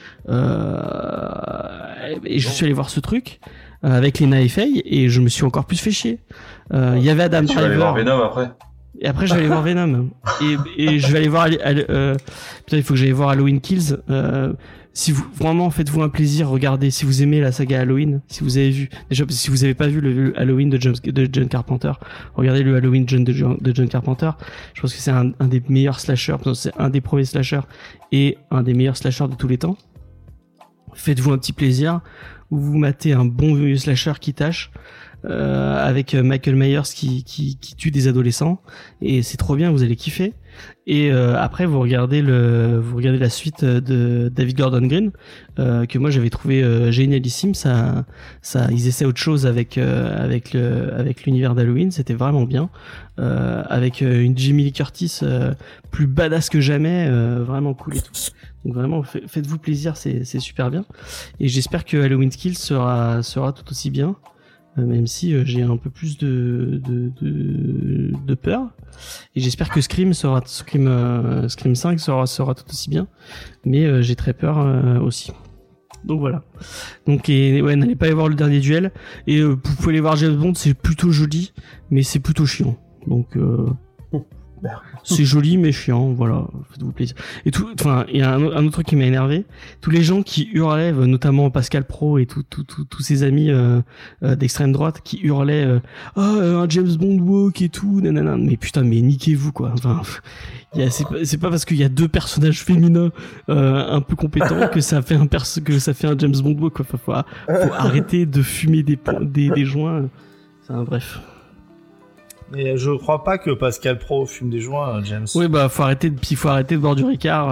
Et je suis allé voir ce truc avec Lena Headey et je me suis encore plus fait chier. Il y avait Adam Tu vas aller voir Driver. Venom après. Et après, je vais aller voir Venom. Et je vais aller voir. Putain, il faut que j'aille voir Halloween Kills. Si vous vraiment faites-vous un plaisir, regardez. Si vous aimez la saga Halloween, si vous avez vu déjà, si vous avez pas vu le Halloween de John Carpenter, regardez le Halloween de John Carpenter. Je pense que c'est un des meilleurs slashers. C'est un des premiers slashers et un des meilleurs slashers de tous les temps. Faites-vous un petit plaisir. où vous matez un bon vieux slasher qui tâche. Avec Michael Myers qui tue des adolescents et c'est trop bien, vous allez kiffer. Et après vous regardez la suite de David Gordon Green que moi j'avais trouvé génialissime. Ça ils essaient autre chose avec l'univers d'Halloween, c'était vraiment bien, avec une Jamie Lee Curtis plus badass que jamais, vraiment cool et tout. Donc vraiment faites-vous plaisir, c'est super bien. Et j'espère que Halloween Kills sera tout aussi bien. Même si j'ai un peu plus de peur, et j'espère que Scream 5 sera tout aussi bien, mais j'ai très peur aussi. Donc voilà. Donc n'allez pas y voir le dernier duel, et vous pouvez aller voir James Bond, c'est plutôt joli, mais c'est plutôt chiant. Donc c'est joli mais chiant, voilà, faites-vous plaisir. Et tout, enfin, il y a un autre truc qui m'a énervé, tous les gens qui hurlaient, notamment Pascal Pro et tous ses amis d'extrême droite qui hurlaient un James Bond woke et tout, nanana. Mais putain, mais niquez-vous quoi. Enfin, c'est pas parce qu'il y a 2 personnages féminins un peu compétents que ça fait un James Bond woke. Enfin, faut arrêter de fumer des joints. Enfin, bref. Mais je crois pas que Pascal Pro fume des joints, James. Oui, bah faut arrêter de boire du Ricard.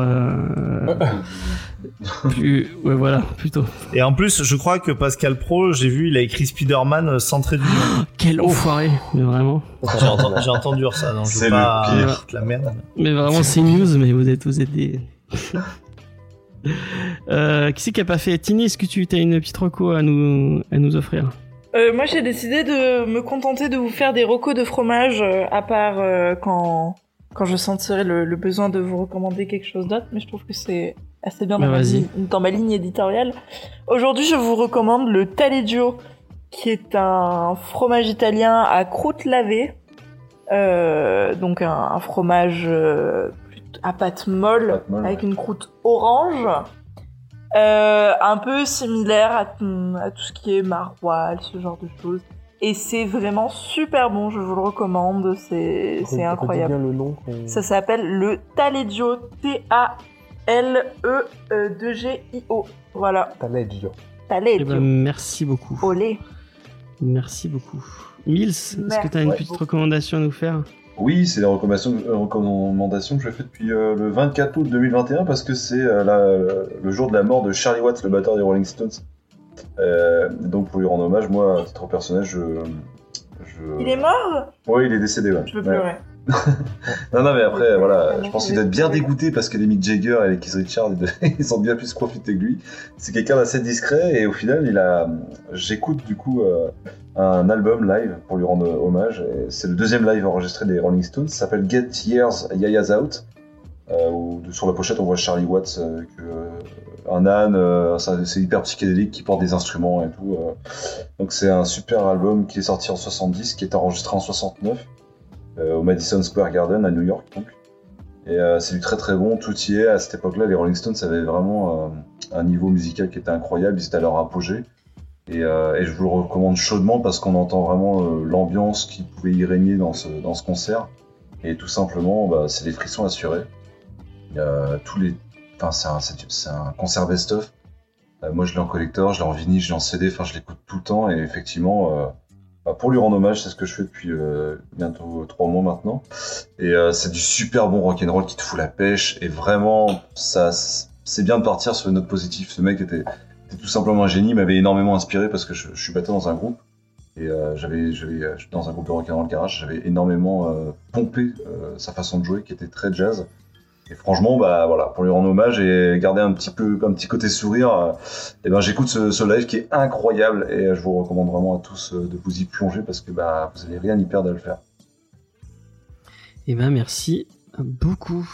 Ouais, voilà, plutôt. Et en plus, je crois que Pascal Pro, j'ai vu, il a écrit Spider-Man sans trait d'union. Quel enfoiré, mais vraiment. J'ai entendu ça, non, je c'est veux pas le pire. la merde. Mais vraiment, c'est news, mais vous êtes des. Qui c'est qui a pas fait? Tini, est-ce que tu as une petite reco à nous offrir? Moi, j'ai décidé de me contenter de vous faire des recos de fromage, à part quand je sentirai le besoin de vous recommander quelque chose d'autre, mais je trouve que c'est assez bien dans ma ligne éditoriale. Aujourd'hui, je vous recommande le Taleggio, qui est un fromage italien à croûte lavée, donc un fromage à pâte molle, avec une croûte orange. Un peu similaire à tout ce qui est maroilles, ce genre de choses. Et c'est vraiment super bon, je vous le recommande, c'est incroyable. Bien le nom ça s'appelle le Taleggio, Taleggio. Voilà. Taleggio. Taleggio. Eh ben, merci beaucoup. Olé. Merci beaucoup. Mills, est-ce que tu as une petite recommandation à nous faire? Oui, c'est les recommandations que je fais depuis le 24 août 2021 parce que c'est le jour de la mort de Charlie Watts, le batteur des Rolling Stones. Donc pour lui rendre hommage, moi, à titre personnel, Il est mort? Oui, il est décédé, ouais. Je peux pleurer. non, mais après, voilà, je pense qu'il doit être bien dégoûté parce que les Mick Jagger et les Keith Richards, ils ont bien plus profité que lui. C'est quelqu'un d'assez discret et au final, j'écoute du coup un album live pour lui rendre hommage. Et c'est le 2e live enregistré des Rolling Stones. Ça s'appelle Get Years Yaya's Out. Où sur la pochette, on voit Charlie Watts avec un âne. C'est hyper psychédélique, qui porte des instruments et tout. Donc c'est un super album qui est sorti en 70, qui est enregistré en 69. Au Madison Square Garden à New York donc. Et c'est du très très bon, tout y est. À cette époque-là, les Rolling Stones avaient vraiment un niveau musical qui était incroyable, ils étaient à leur apogée. Et je vous le recommande chaudement parce qu'on entend vraiment l'ambiance qui pouvait y régner dans ce concert. Et tout simplement, c'est des frissons assurés. Il y a c'est un concert best-of. Moi je l'ai en collector, je l'ai en vinyle, je l'ai en CD, je l'écoute tout le temps. Et effectivement, pour lui rendre hommage, c'est ce que je fais depuis bientôt 3 mois maintenant. Et c'est du super bon rock'n'roll qui te fout la pêche. Et vraiment, c'est bien de partir sur une note positive. Ce mec était tout simplement un génie, il m'avait énormément inspiré parce que je suis batteur dans un groupe. Et j'avais dans un groupe de rock'n'roll garage, j'avais énormément pompé sa façon de jouer qui était très jazz. Et franchement, voilà, pour lui rendre hommage et garder un petit côté sourire, j'écoute ce live qui est incroyable et je vous recommande vraiment à tous de vous y plonger parce que vous allez rien y perdre à le faire. Et merci beaucoup.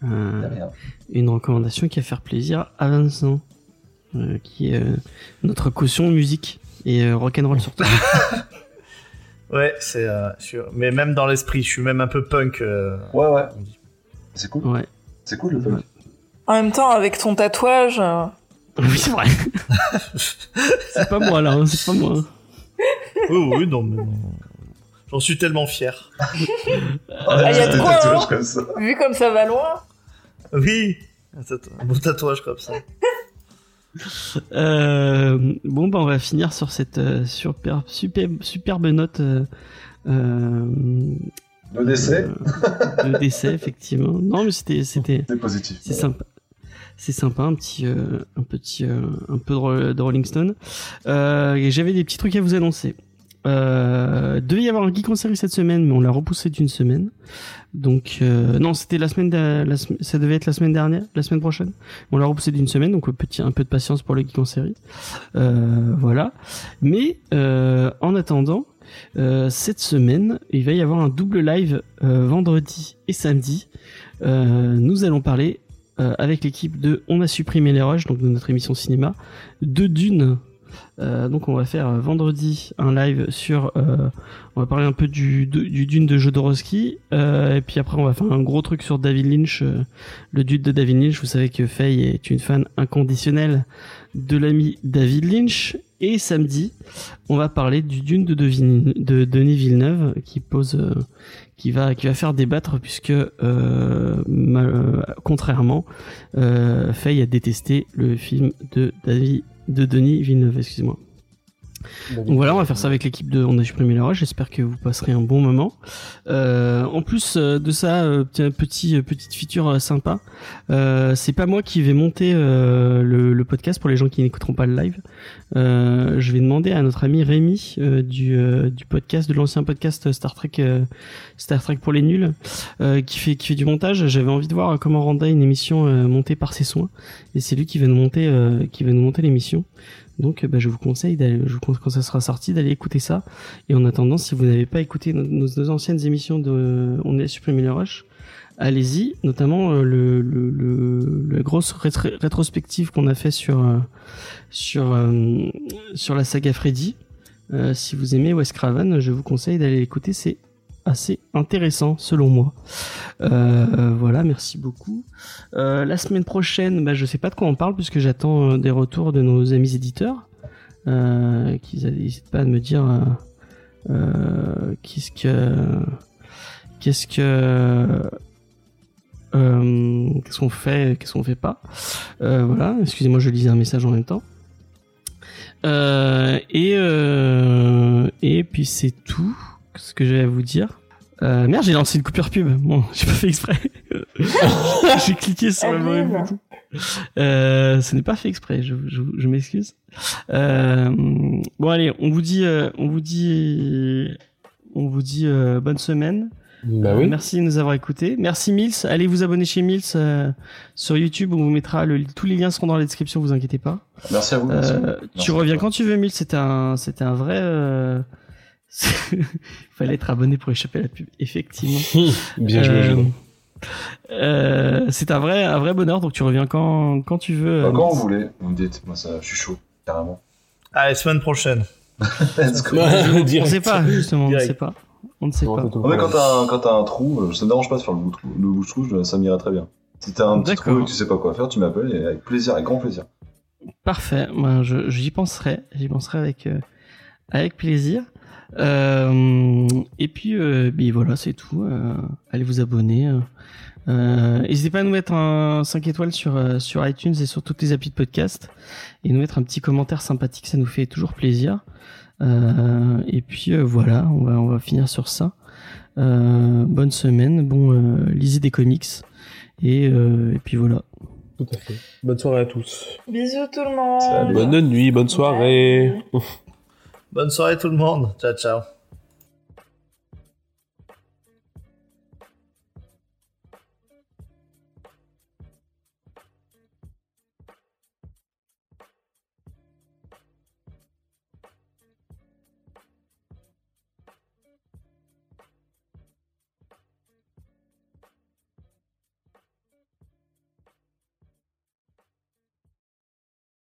Une recommandation qui va faire plaisir à Vincent, qui est notre caution musique et rock'n'roll surtout. Ouais, mais même dans l'esprit, je suis même un peu punk. Ouais. C'est cool. Ouais. C'est cool le punk. Ouais. En même temps, avec ton tatouage. Oui, c'est vrai. C'est pas moi là, c'est pas moi. Oui, non, mais non. J'en suis tellement fier. Il y a de quoi, hein, comme ça. Vu comme ça va loin. Oui, un beau tatouage comme ça. Bon, bah, on va finir sur cette superbe note. De décès. De décès, effectivement. Non, mais c'était positif. C'est sympa. C'est sympa, un peu de Rolling Stone. J'avais des petits trucs à vous annoncer. Devait y avoir un geek en série cette semaine, mais on l'a repoussé d'une semaine. Donc non, c'était ça devait être la semaine dernière, la semaine prochaine. On l'a repoussé d'une semaine, donc un peu de patience pour le geek en série. Voilà. Mais en attendant, cette semaine, il va y avoir un double live vendredi et samedi. Nous allons parler avec l'équipe de On a supprimé les rushs, donc de notre émission cinéma, de Dune. Donc on va faire vendredi un live sur on va parler un peu du Dune de Jodorowsky, et puis après on va faire un gros truc sur David Lynch, le Dune de David Lynch. Vous savez que Faye est une fan inconditionnelle de l'ami David Lynch. Et samedi on va parler du Dune de Denis Villeneuve, qui va faire débattre, puisque contrairement, Faye a détesté le film de Denis Villeneuve, excusez-moi. Donc voilà, on va faire ça avec l'équipe de On a supprimé les rushs. J'espère que vous passerez un bon moment. En plus de ça, petite feature sympa. C'est pas moi qui vais monter le podcast pour les gens qui n'écouteront pas le live. Je vais demander à notre ami Rémi du podcast, de l'ancien podcast Star Trek pour les nuls, qui fait du montage. J'avais envie de voir comment rendait une émission montée par ses soins, et c'est lui qui va nous monter l'émission. Donc je vous conseille quand ça sera sorti, d'aller écouter ça. Et en attendant, si vous n'avez pas écouté nos anciennes émissions de On a supprimé le rush, allez-y, notamment la grosse rétrospective qu'on a fait sur la saga Freddy. Si vous aimez Wes Craven, je vous conseille d'aller l'écouter, c'est assez intéressant selon moi. Voilà, merci beaucoup. La semaine prochaine, je sais pas de quoi on parle, puisque j'attends des retours de nos amis éditeurs, qu'ils n'hésitent pas à me dire qu'est-ce qu'on fait pas. Voilà, excusez-moi, je lisais un message en même temps. Et puis c'est tout ce que j'avais à vous dire. Merde, j'ai lancé une coupure pub. Bon, j'ai pas fait exprès. J'ai cliqué sur le mauvais bouton. Ce n'est pas fait exprès. Je m'excuse. Bon, allez, on vous dit bonne semaine. Bah oui. Merci de nous avoir écoutés. Merci Mills. Allez vous abonner chez Mills sur YouTube. On vous mettra tous les liens seront dans la description. Vous inquiétez pas. Merci à vous. Merci. Tu reviens quand tu veux, Mills. C'était un vrai. Il fallait être abonné pour échapper à la pub, effectivement. Bien joué. C'est un vrai bonheur. Donc tu reviens quand tu veux. Quand vous voulez. Vous me dites. Moi, ça, je suis chaud, carrément. Allez, semaine prochaine. Let's go. On sait pas, justement. On ne sait pas. On ne sait pas. Non, mais quand t'as un trou, ça ne dérange pas de faire le bouche rouge, ça m'irait très bien. Si t'as un petit trou et que tu sais pas quoi faire, tu m'appelles, et avec plaisir, avec grand plaisir. Parfait. Moi, j'y penserai. Avec plaisir. Et puis voilà, c'est tout. Allez vous abonner. N'hésitez pas à nous mettre un 5 étoiles sur iTunes et sur toutes les applis de podcast, et nous mettre un petit commentaire sympathique, ça nous fait toujours plaisir. Et puis voilà, on va finir sur ça. Bonne semaine, lisez des comics, et puis voilà. Tout à fait. Bonne soirée à tous. Bisous tout le monde. Salut. Bonne nuit, bonne soirée. Bonne soirée tout le monde. Ciao, ciao.